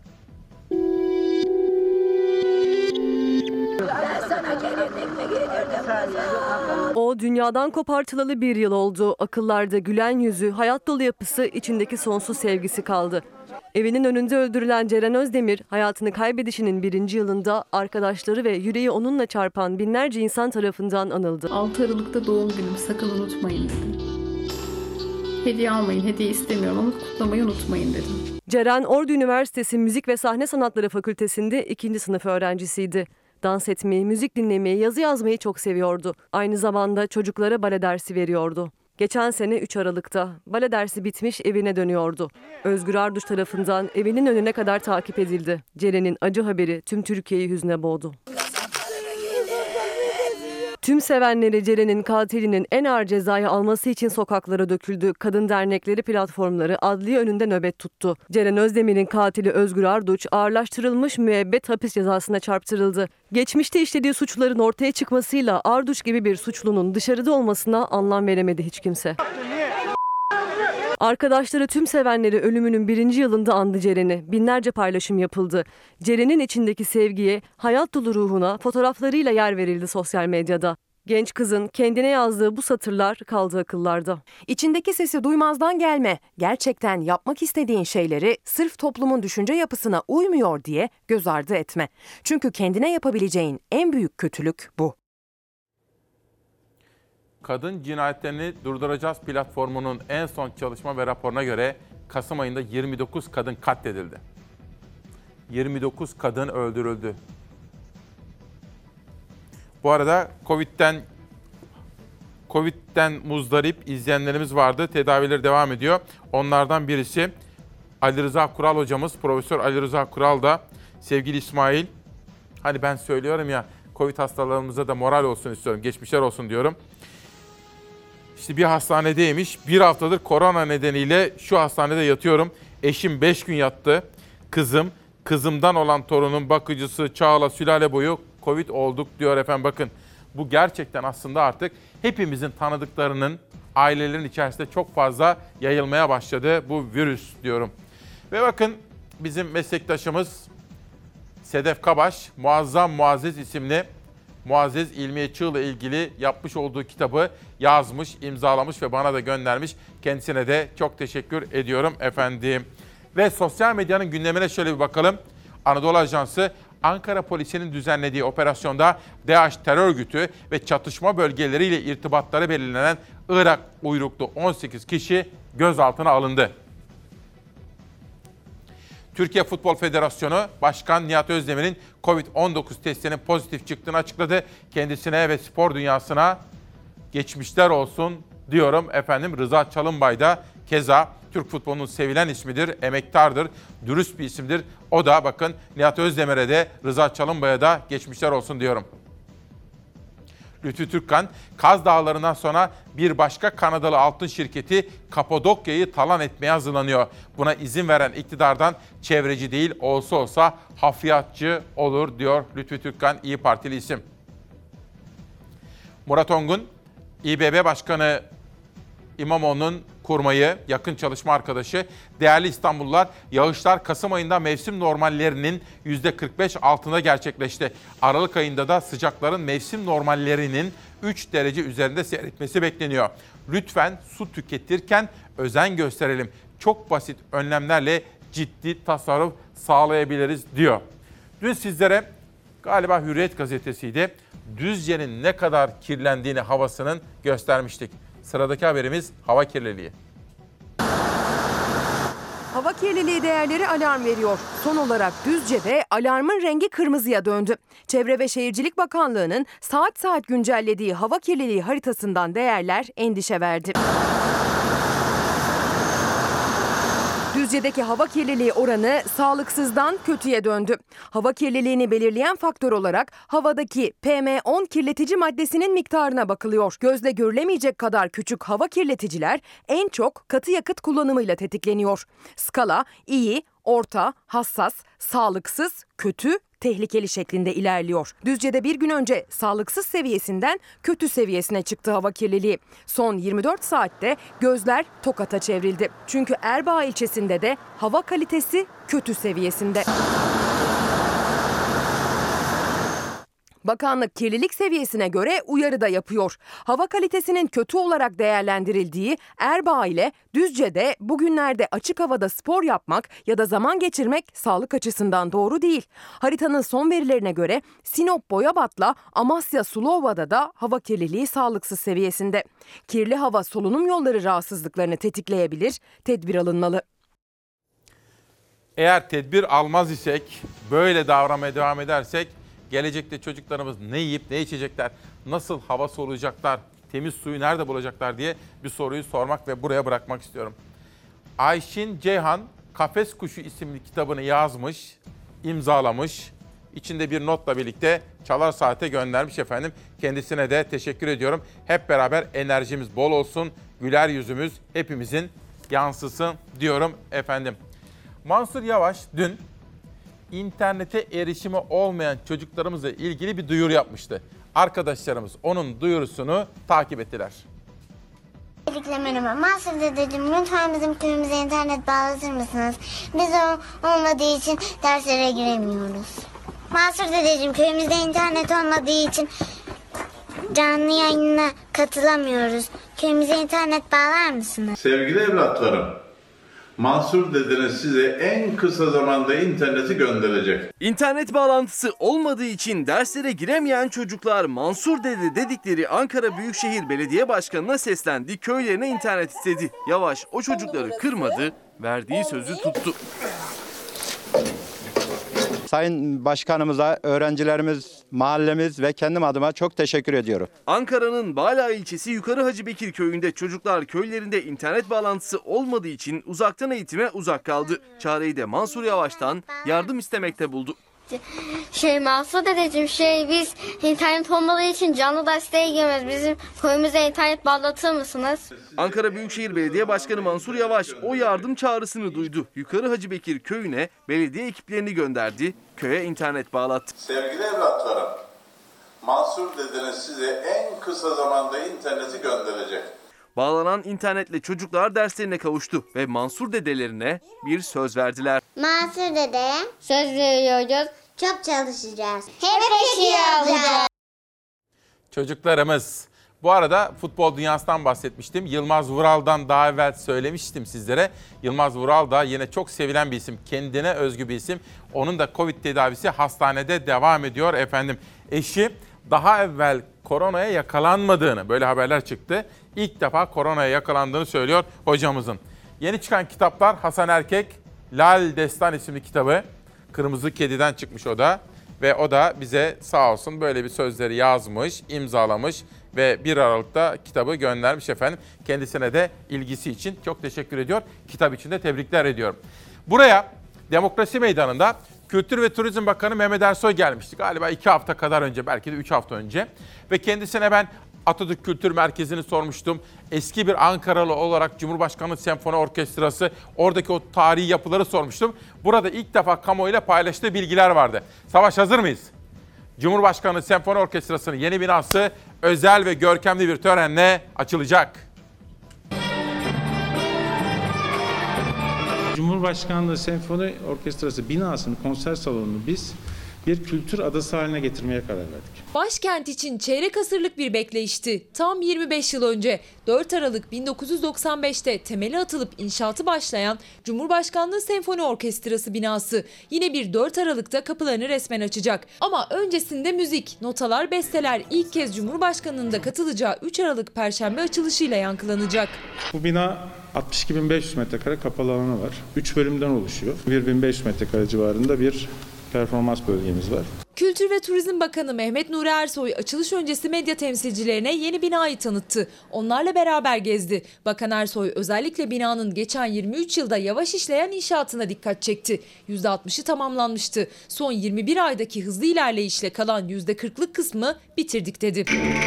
O dünyadan kopartılalı bir yıl oldu. Akıllarda gülen yüzü, hayat dolu yapısı, içindeki sonsuz sevgisi kaldı. Evinin önünde öldürülen Ceren Özdemir, hayatını kaybedişinin birinci yılında arkadaşları ve yüreği onunla çarpan binlerce insan tarafından anıldı. altı Aralık'ta doğum günüm, sakın unutmayın dedim. Hediye almayın, hediye istemiyorum ama kutlamayı unutmayın dedim. Ceren, Ordu Üniversitesi Müzik ve Sahne Sanatları Fakültesi'nde ikinci sınıf öğrencisiydi. Dans etmeyi, müzik dinlemeyi, yazı yazmayı çok seviyordu. Aynı zamanda çocuklara bale dersi veriyordu. Geçen sene üç Aralık'ta bale dersi bitmiş evine dönüyordu. Özgür Arduç tarafından evinin önüne kadar takip edildi. Ceren'in acı haberi tüm Türkiye'yi hüzne boğdu. Tüm sevenleri Ceren'in katilinin en ağır cezayı alması için sokaklara döküldü. Kadın dernekleri, platformları adliye önünde nöbet tuttu. Ceren Özdemir'in katili Özgür Arduç ağırlaştırılmış müebbet hapis cezasına çarptırıldı. Geçmişte işlediği suçların ortaya çıkmasıyla Arduç gibi bir suçlunun dışarıda olmasına anlam veremedi hiç kimse. Arkadaşları tüm sevenleri ölümünün birinci yılında andı Ceren'i. Binlerce paylaşım yapıldı. Ceren'in içindeki sevgiye, hayat dolu ruhuna fotoğraflarıyla yer verildi sosyal medyada. Genç kızın kendine yazdığı bu satırlar kaldı akıllarda. İçindeki sesi duymazdan gelme. Gerçekten yapmak istediğin şeyleri sırf toplumun düşünce yapısına uymuyor diye göz ardı etme. Çünkü kendine yapabileceğin en büyük kötülük bu. Kadın Cinayetlerini Durduracağız platformunun en son çalışma ve raporuna göre Kasım ayında yirmi dokuz kadın katledildi. yirmi dokuz kadın öldürüldü. Bu arada Covid'den Covid'den muzdarip izleyenlerimiz vardı. Tedavileri devam ediyor. Onlardan birisi Ali Rıza Kural hocamız, Profesör Ali Rıza Kural da sevgili İsmail, hani ben söylüyorum ya, Covid hastalarımıza da moral olsun istiyorum, geçmişler olsun diyorum. İşte bir hastanedeymiş. Bir haftadır korona nedeniyle şu hastanede yatıyorum. Eşim beş gün yattı. Kızım, kızımdan olan torunun bakıcısı Çağla sülale boyu Covid olduk diyor efendim. Bakın, bu gerçekten aslında artık hepimizin tanıdıklarının, ailelerin içerisinde çok fazla yayılmaya başladı bu virüs diyorum. Ve bakın, bizim meslektaşımız Sedef Kabaş, Muazzam Muazzez isimli Muazzez İlmiye Çığ'la ilgili yapmış olduğu kitabı yazmış, imzalamış ve bana da göndermiş. Kendisine de çok teşekkür ediyorum efendim. Ve sosyal medyanın gündemine şöyle bir bakalım. Anadolu Ajansı, Ankara Polisi'nin düzenlediği operasyonda DAEŞ terör örgütü ve çatışma bölgeleriyle irtibatları belirlenen Irak uyruklu on sekiz kişi gözaltına alındı. Türkiye Futbol Federasyonu Başkan Nihat Özdemir'in Covid on dokuz testinin pozitif çıktığını açıkladı. Kendisine ve spor dünyasına geçmişler olsun diyorum efendim. Rıza Çalınbay da keza Türk futbolunun sevilen ismidir, emektardır, dürüst bir isimdir. O da bakın Nihat Özdemir'e de Rıza Çalınbay'a da geçmişler olsun diyorum. Lütfü Türkkan, Kaz Dağları'ndan sonra bir başka Kanadalı altın şirketi Kapadokya'yı talan etmeye hazırlanıyor. Buna izin veren iktidardan çevreci değil, olsa olsa hafriyatçı olur diyor Lütfü Türkkan, İYİ Partili isim. Murat Ongun, İBB Başkanı İmamoğlu'nun kurmayı, yakın çalışma arkadaşı. Değerli İstanbullular, yağışlar Kasım ayında mevsim normallerinin yüzde kırk beş altında gerçekleşti. Aralık ayında da sıcakların mevsim normallerinin üç derece üzerinde seyretmesi bekleniyor. Lütfen su tüketirken özen gösterelim. Çok basit önlemlerle ciddi tasarruf sağlayabiliriz diyor. Dün sizlere galiba Hürriyet gazetesiydi, Düzce'nin ne kadar kirlendiğini havasının göstermiştik. Sıradaki haberimiz hava kirliliği. Hava kirliliği değerleri alarm veriyor. Son olarak Düzce'de alarmın rengi kırmızıya döndü. Çevre ve Şehircilik Bakanlığı'nın saat saat güncellediği hava kirliliği haritasından değerler endişe verdi. Düzce'deki hava kirliliği oranı sağlıksızdan kötüye döndü. Hava kirliliğini belirleyen faktör olarak havadaki P M on kirletici maddesinin miktarına bakılıyor. Gözle görülemeyecek kadar küçük hava kirleticiler en çok katı yakıt kullanımıyla tetikleniyor. Skala iyi, orta, hassas, sağlıksız, kötü, tehlikeli şeklinde ilerliyor. Düzce'de bir gün önce sağlıksız seviyesinden kötü seviyesine çıktı hava kirliliği. Son yirmi dört saatte gözler Tokat'a çevrildi. Çünkü Erbaa ilçesinde de hava kalitesi kötü seviyesinde. Bakanlık kirlilik seviyesine göre uyarı da yapıyor. Hava kalitesinin kötü olarak değerlendirildiği Erbaa ile Düzce'de bugünlerde açık havada spor yapmak ya da zaman geçirmek sağlık açısından doğru değil. Haritanın son verilerine göre Sinop Boyabat'la Amasya Suluova'da da hava kirliliği sağlıksız seviyesinde. Kirli hava solunum yolları rahatsızlıklarını tetikleyebilir, tedbir alınmalı. Eğer tedbir almaz isek, böyle davranmaya devam edersek gelecekte çocuklarımız ne yiyip ne içecekler, nasıl hava soluyacaklar, temiz suyu nerede bulacaklar diye bir soruyu sormak ve buraya bırakmak istiyorum. Ayşin Ceyhan Kafes Kuşu isimli kitabını yazmış, imzalamış. İçinde bir notla birlikte Çalar Saat'e göndermiş efendim. Kendisine de teşekkür ediyorum. Hep beraber enerjimiz bol olsun, güler yüzümüz hepimizin yansısın diyorum efendim. Mansur Yavaş dün İnternete erişimi olmayan çocuklarımızla ilgili bir duyuru yapmıştı. Arkadaşlarımız onun duyurusunu takip ettiler. Öncelikle merhaba. Mansur dedeciğim, lütfen bizim köyümüze internet bağlatır mısınız? Biz o olmadığı için derslere giremiyoruz. Mansur dedeciğim, köyümüzde internet olmadığı için canlı yayına katılamıyoruz. Köyümüze internet bağlar mısınız? Sevgili evlatlarım, Mansur dedeniz size en kısa zamanda interneti gönderecek. İnternet bağlantısı olmadığı için derslere giremeyen çocuklar Mansur dede dedikleri Ankara Büyükşehir Belediye Başkanı'na seslendi, köylerine internet istedi. Yavaş o çocukları kırmadı, verdiği sözü tuttu. Sayın Başkanımıza, öğrencilerimiz, mahallemiz ve kendim adıma çok teşekkür ediyorum. Ankara'nın Bala ilçesi Yukarı Hacıbekir köyünde çocuklar köylerinde internet bağlantısı olmadığı için uzaktan eğitime uzak kaldı. Çareyi de Mansur Yavaş'tan yardım istemekte buldu. Şey Mansur dedeciğim, şey biz internet olmadığı için canlı derslere giremiyoruz. Bizim köyümüze internet bağlatır mısınız? Ankara Büyükşehir Belediye Başkanı Mansur Yavaş o yardım çağrısını duydu. Yukarı Hacıbekir köyüne belediye ekiplerini gönderdi, köye internet bağlattı. Sevgili evlatlarım, Mansur dedeniz size en kısa zamanda interneti gönderecek. Bağlanan internetle çocuklar derslerine kavuştu ve Mansur dedelerine bir söz verdiler. Mansur dede, söz veriyoruz, çok çalışacağız. Hep iyi olacağız. Çocuklarımız. Bu arada futbol dünyasından bahsetmiştim. Yılmaz Vural'dan daha evvel söylemiştim sizlere. Yılmaz Vural da yine çok sevilen bir isim. Kendine özgü bir isim. Onun da Covid tedavisi hastanede devam ediyor efendim. Eşi daha evvel koronaya yakalanmadığını, böyle haberler çıktı. İlk defa koronaya yakalandığını söylüyor hocamızın. Yeni çıkan kitaplar Hasan Erkek, Lal Destan isimli kitabı. Kırmızı Kedi'den çıkmış o da. Ve o da bize sağ olsun böyle bir sözleri yazmış, imzalamış ve bir Aralık'ta kitabı göndermiş efendim. Kendisine de ilgisi için çok teşekkür ediyor. Kitap için de tebrikler ediyorum. Buraya Demokrasi Meydanı'nda Kültür ve Turizm Bakanı Mehmet Ersoy gelmişti. Galiba iki hafta kadar önce, belki de üç hafta önce. Ve kendisine ben Atatürk Kültür Merkezi'ni sormuştum. Eski bir Ankaralı olarak Cumhurbaşkanlığı Senfoni Orkestrası, oradaki o tarihi yapıları sormuştum. Burada ilk defa kamuoyuyla paylaştığı bilgiler vardı. Savaş, hazır mıyız? Cumhurbaşkanlığı Senfoni Orkestrası'nın yeni binası özel ve görkemli bir törenle açılacak. Cumhurbaşkanlığı Senfoni Orkestrası binasını, konser salonunu biz bir kültür adası haline getirmeye karar verdik. Başkent için çeyrek asırlık bir bekleyişti. Tam yirmi beş yıl önce dört Aralık bin dokuz yüz doksan beşte temeli atılıp inşaatı başlayan Cumhurbaşkanlığı Senfoni Orkestrası binası yine bir dört Aralık'ta kapılarını resmen açacak. Ama öncesinde müzik, notalar, besteler ilk kez Cumhurbaşkanı'nın da katılacağı üç Aralık Perşembe açılışıyla yankılanacak. Bu bina altmış iki bin beş yüz metrekare kapalı alanı var. üç bölümden oluşuyor. bir bin beş yüz metrekare civarında bir performans bölgemiz var. Kültür ve Turizm Bakanı Mehmet Nuri Ersoy açılış öncesi medya temsilcilerine yeni binayı tanıttı. Onlarla beraber gezdi. Bakan Ersoy özellikle binanın geçen yirmi üç yılda yavaş işleyen inşaatına dikkat çekti. yüzde altmışı tamamlanmıştı. Son yirmi bir aydaki hızlı ilerleyişle kalan yüzde kırklık kısmı bitirdik dedi.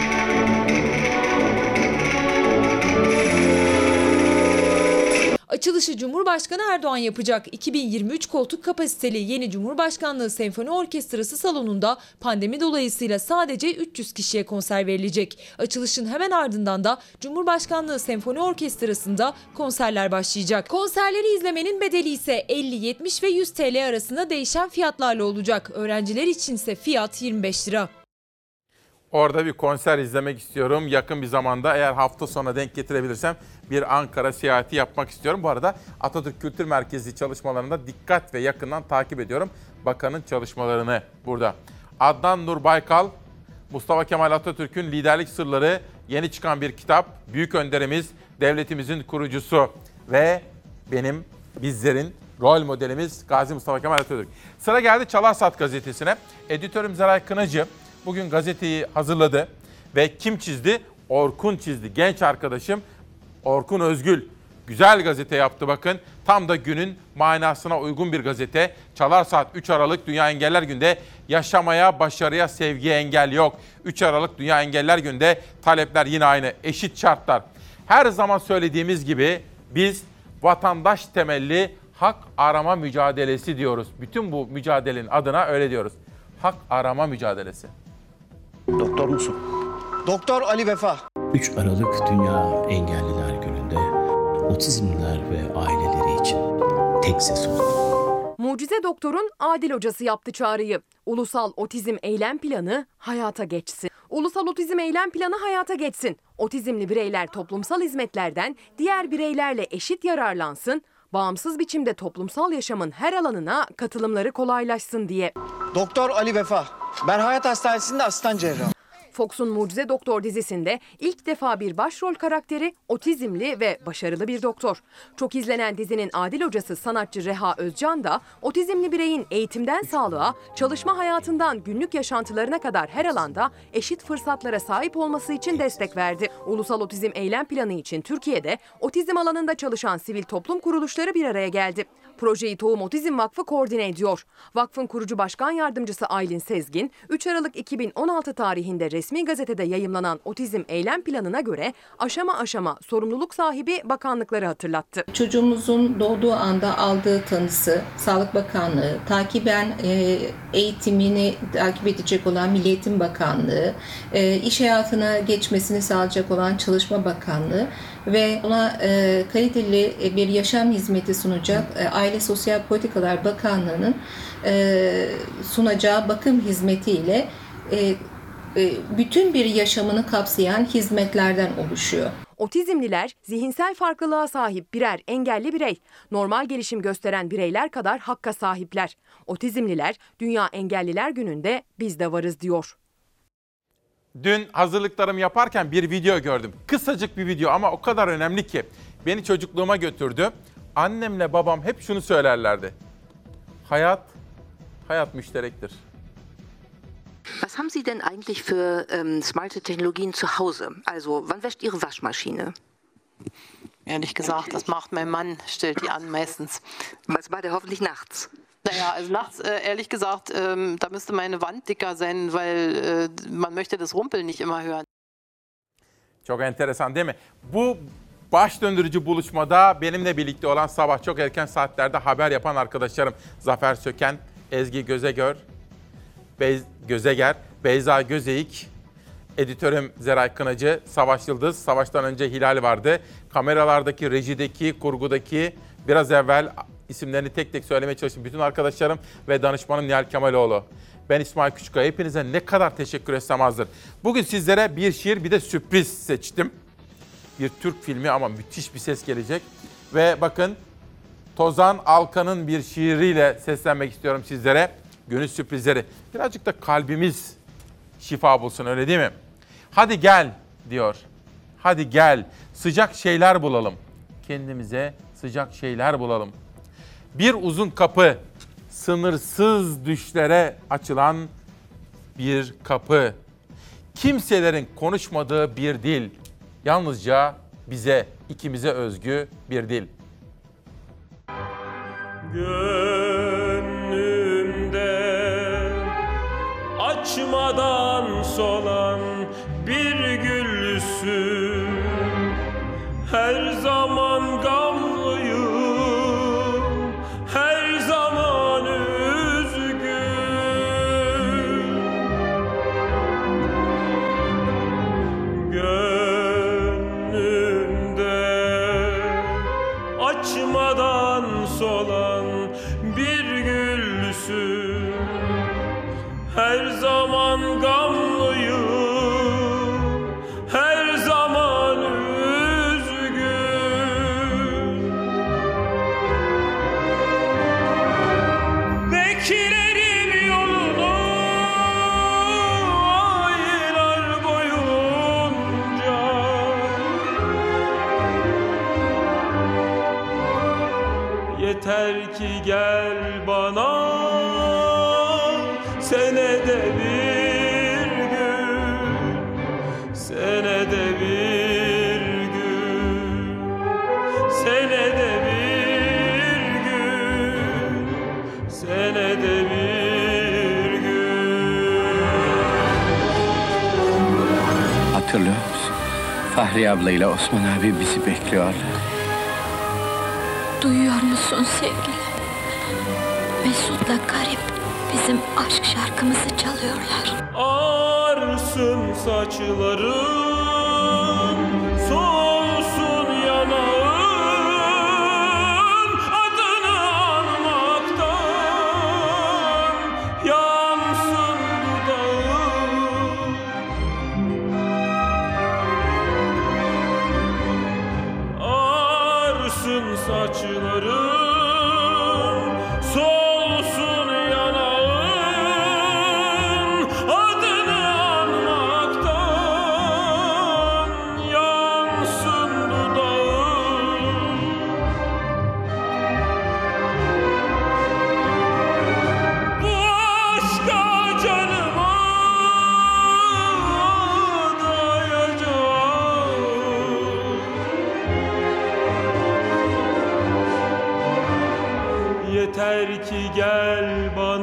Açılışı Cumhurbaşkanı Erdoğan yapacak. iki bin yirmi üç koltuk kapasiteli yeni Cumhurbaşkanlığı Senfoni Orkestrası salonunda pandemi dolayısıyla sadece üç yüz kişiye konser verilecek. Açılışın hemen ardından da Cumhurbaşkanlığı Senfoni Orkestrası'nda konserler başlayacak. Konserleri izlemenin bedeli ise elli, yetmiş ve yüz TL arasında değişen fiyatlarla olacak. Öğrenciler içinse fiyat yirmi beş lira. Orada bir konser izlemek istiyorum. Yakın bir zamanda, eğer hafta sonuna denk getirebilirsem, bir Ankara seyahati yapmak istiyorum. Bu arada Atatürk Kültür Merkezi çalışmalarında dikkat ve yakından takip ediyorum bakanın çalışmalarını burada. Adnan Nur Baykal, Mustafa Kemal Atatürk'ün liderlik sırları, yeni çıkan bir kitap. Büyük önderimiz, devletimizin kurucusu ve benim, bizlerin rol modelimiz Gazi Mustafa Kemal Atatürk. Sıra geldi Çalar Saat gazetesine. Editörüm Zeray Kınacı bugün gazeteyi hazırladı ve kim çizdi? Orkun çizdi. Genç arkadaşım Orkun Özgül. Güzel gazete yaptı bakın. Tam da günün manasına uygun bir gazete. Çalar Saat üç Aralık Dünya Engeller Günü'nde yaşamaya, başarıya, sevgiye engel yok. üç Aralık Dünya Engeller Günü'nde talepler yine aynı. Eşit şartlar. Her zaman söylediğimiz gibi biz vatandaş temelli hak arama mücadelesi diyoruz. Bütün bu mücadelenin adına öyle diyoruz. Hak arama mücadelesi. Doktor musun? Doktor Ali Vefa. üç Aralık Dünya Engelliler Günü'nde otizmliler ve aileleri için tek ses olun. Mucize Doktor'un Adil Hocası yaptı çağrıyı. Ulusal Otizm Eylem Planı hayata geçsin. Ulusal Otizm Eylem Planı hayata geçsin. Otizmli bireyler toplumsal hizmetlerden diğer bireylerle eşit yararlansın. Bağımsız biçimde toplumsal yaşamın her alanına katılımları kolaylaşsın diye. Doktor Ali Vefa. Ben Hayat Hastanesi'nde asistan cerrahım. Fox'un Mucize Doktor dizisinde ilk defa bir başrol karakteri otizmli ve başarılı bir doktor. Çok izlenen dizinin Adil Hocası sanatçı Reha Özcan da otizmli bireyin eğitimden sağlığa, çalışma hayatından günlük yaşantılarına kadar her alanda eşit fırsatlara sahip olması için destek verdi. Ulusal Otizm Eylem Planı için Türkiye'de otizm alanında çalışan sivil toplum kuruluşları bir araya geldi. Projeyi Tohum Otizm Vakfı koordine ediyor. Vakfın kurucu başkan yardımcısı Aylin Sezgin, üç Aralık iki bin on altı tarihinde resmi gazetede yayımlanan Otizm Eylem Planı'na göre aşama aşama sorumluluk sahibi bakanlıkları hatırlattı. Çocuğumuzun doğduğu anda aldığı tanısı, Sağlık Bakanlığı, takiben e, eğitimini takip edecek olan Milli Eğitim Bakanlığı, e, iş hayatına geçmesini sağlayacak olan Çalışma Bakanlığı ve ona e, kaliteli bir yaşam hizmeti sunacak e, Aile Sosyal Politikalar Bakanlığı'nın e, sunacağı bakım hizmetiyle e, e, bütün bir yaşamını kapsayan hizmetlerden oluşuyor. Otizmliler zihinsel farklılığa sahip birer engelli birey. Normal gelişim gösteren bireyler kadar hakka sahipler. Otizmliler Dünya Engelliler Günü'nde biz de varız diyor. Dün hazırlıklarımı yaparken bir video gördüm. Kısacık bir video ama o kadar önemli ki beni çocukluğuma götürdü. Annemle babam hep şunu söylerlerdi. Hayat, hayat müşterektir. Was haben Sie denn eigentlich für ähm, smarte Technologien zu Hause? Also, wann wäscht Ihre Waschmaschine? Ehrlich gesagt, das macht mein Mann, stellt die an meistens. Was war der hoffentlich nachts? Naja, also nachts äh, ehrlich gesagt, ähm, da müsste meine Wand dicker sein, weil äh, man möchte das Rumpeln nicht immer hören. Çok enteresan değil mi? Bu baş döndürücü buluşmada benimle birlikte olan sabah çok erken saatlerde haber yapan arkadaşlarım Zafer Söken, Ezgi Gözegör, Beyz, Gözeger, Beyza Gözeyik, editörüm Zeray Kınacı, Savaş Yıldız, Savaş'tan önce Hilal vardı. Kameralardaki, rejideki, kurgudaki, biraz evvel isimlerini tek tek söylemeye çalıştım bütün arkadaşlarım ve danışmanım Nihal Kemaloğlu. Ben İsmail Küçükkaya. Hepinize ne kadar teşekkür etsem azdır. Bugün sizlere bir şiir bir de sürpriz seçtim. Bir Türk filmi ama müthiş bir ses gelecek. Ve bakın Tozan Alkan'ın bir şiiriyle seslenmek istiyorum sizlere. Gönül sürprizleri. Birazcık da kalbimiz şifa bulsun, öyle değil mi? Hadi gel diyor. Hadi gel sıcak şeyler bulalım. Kendimize sıcak şeyler bulalım. Bir uzun kapı, sınırsız düşlere açılan bir kapı. Kimselerin konuşmadığı bir dil. Yalnızca bize, ikimize özgü bir dil. Gönlümde açmadan solan bir gülsün, her zaman gamlıyım, her zaman üzgün. Gönlümde açmadan solan bir gülsün, her zaman gamlıyım, her zaman üzgün. Beklerim yolunu aylar boyunca, yeter ki gel bana senede bir gün, senede bir gün, senede bir gün, senede bir gün. Hatırlıyor musun? Fahriye ablayla Osman abi bizi bekliyorlar. Duyuyor musun sevgilim? Mesut'la Garip bizim aşk şarkımızı çalıyorlar. Ağarsın saçların, solsun yanağın, adını anmaktan yansın dudağın. Ağarsın saçların, solsun yanağın, adını anmaktan yansın dudağın. Bu aşka canıma dayacağım. Yeter ki gel bana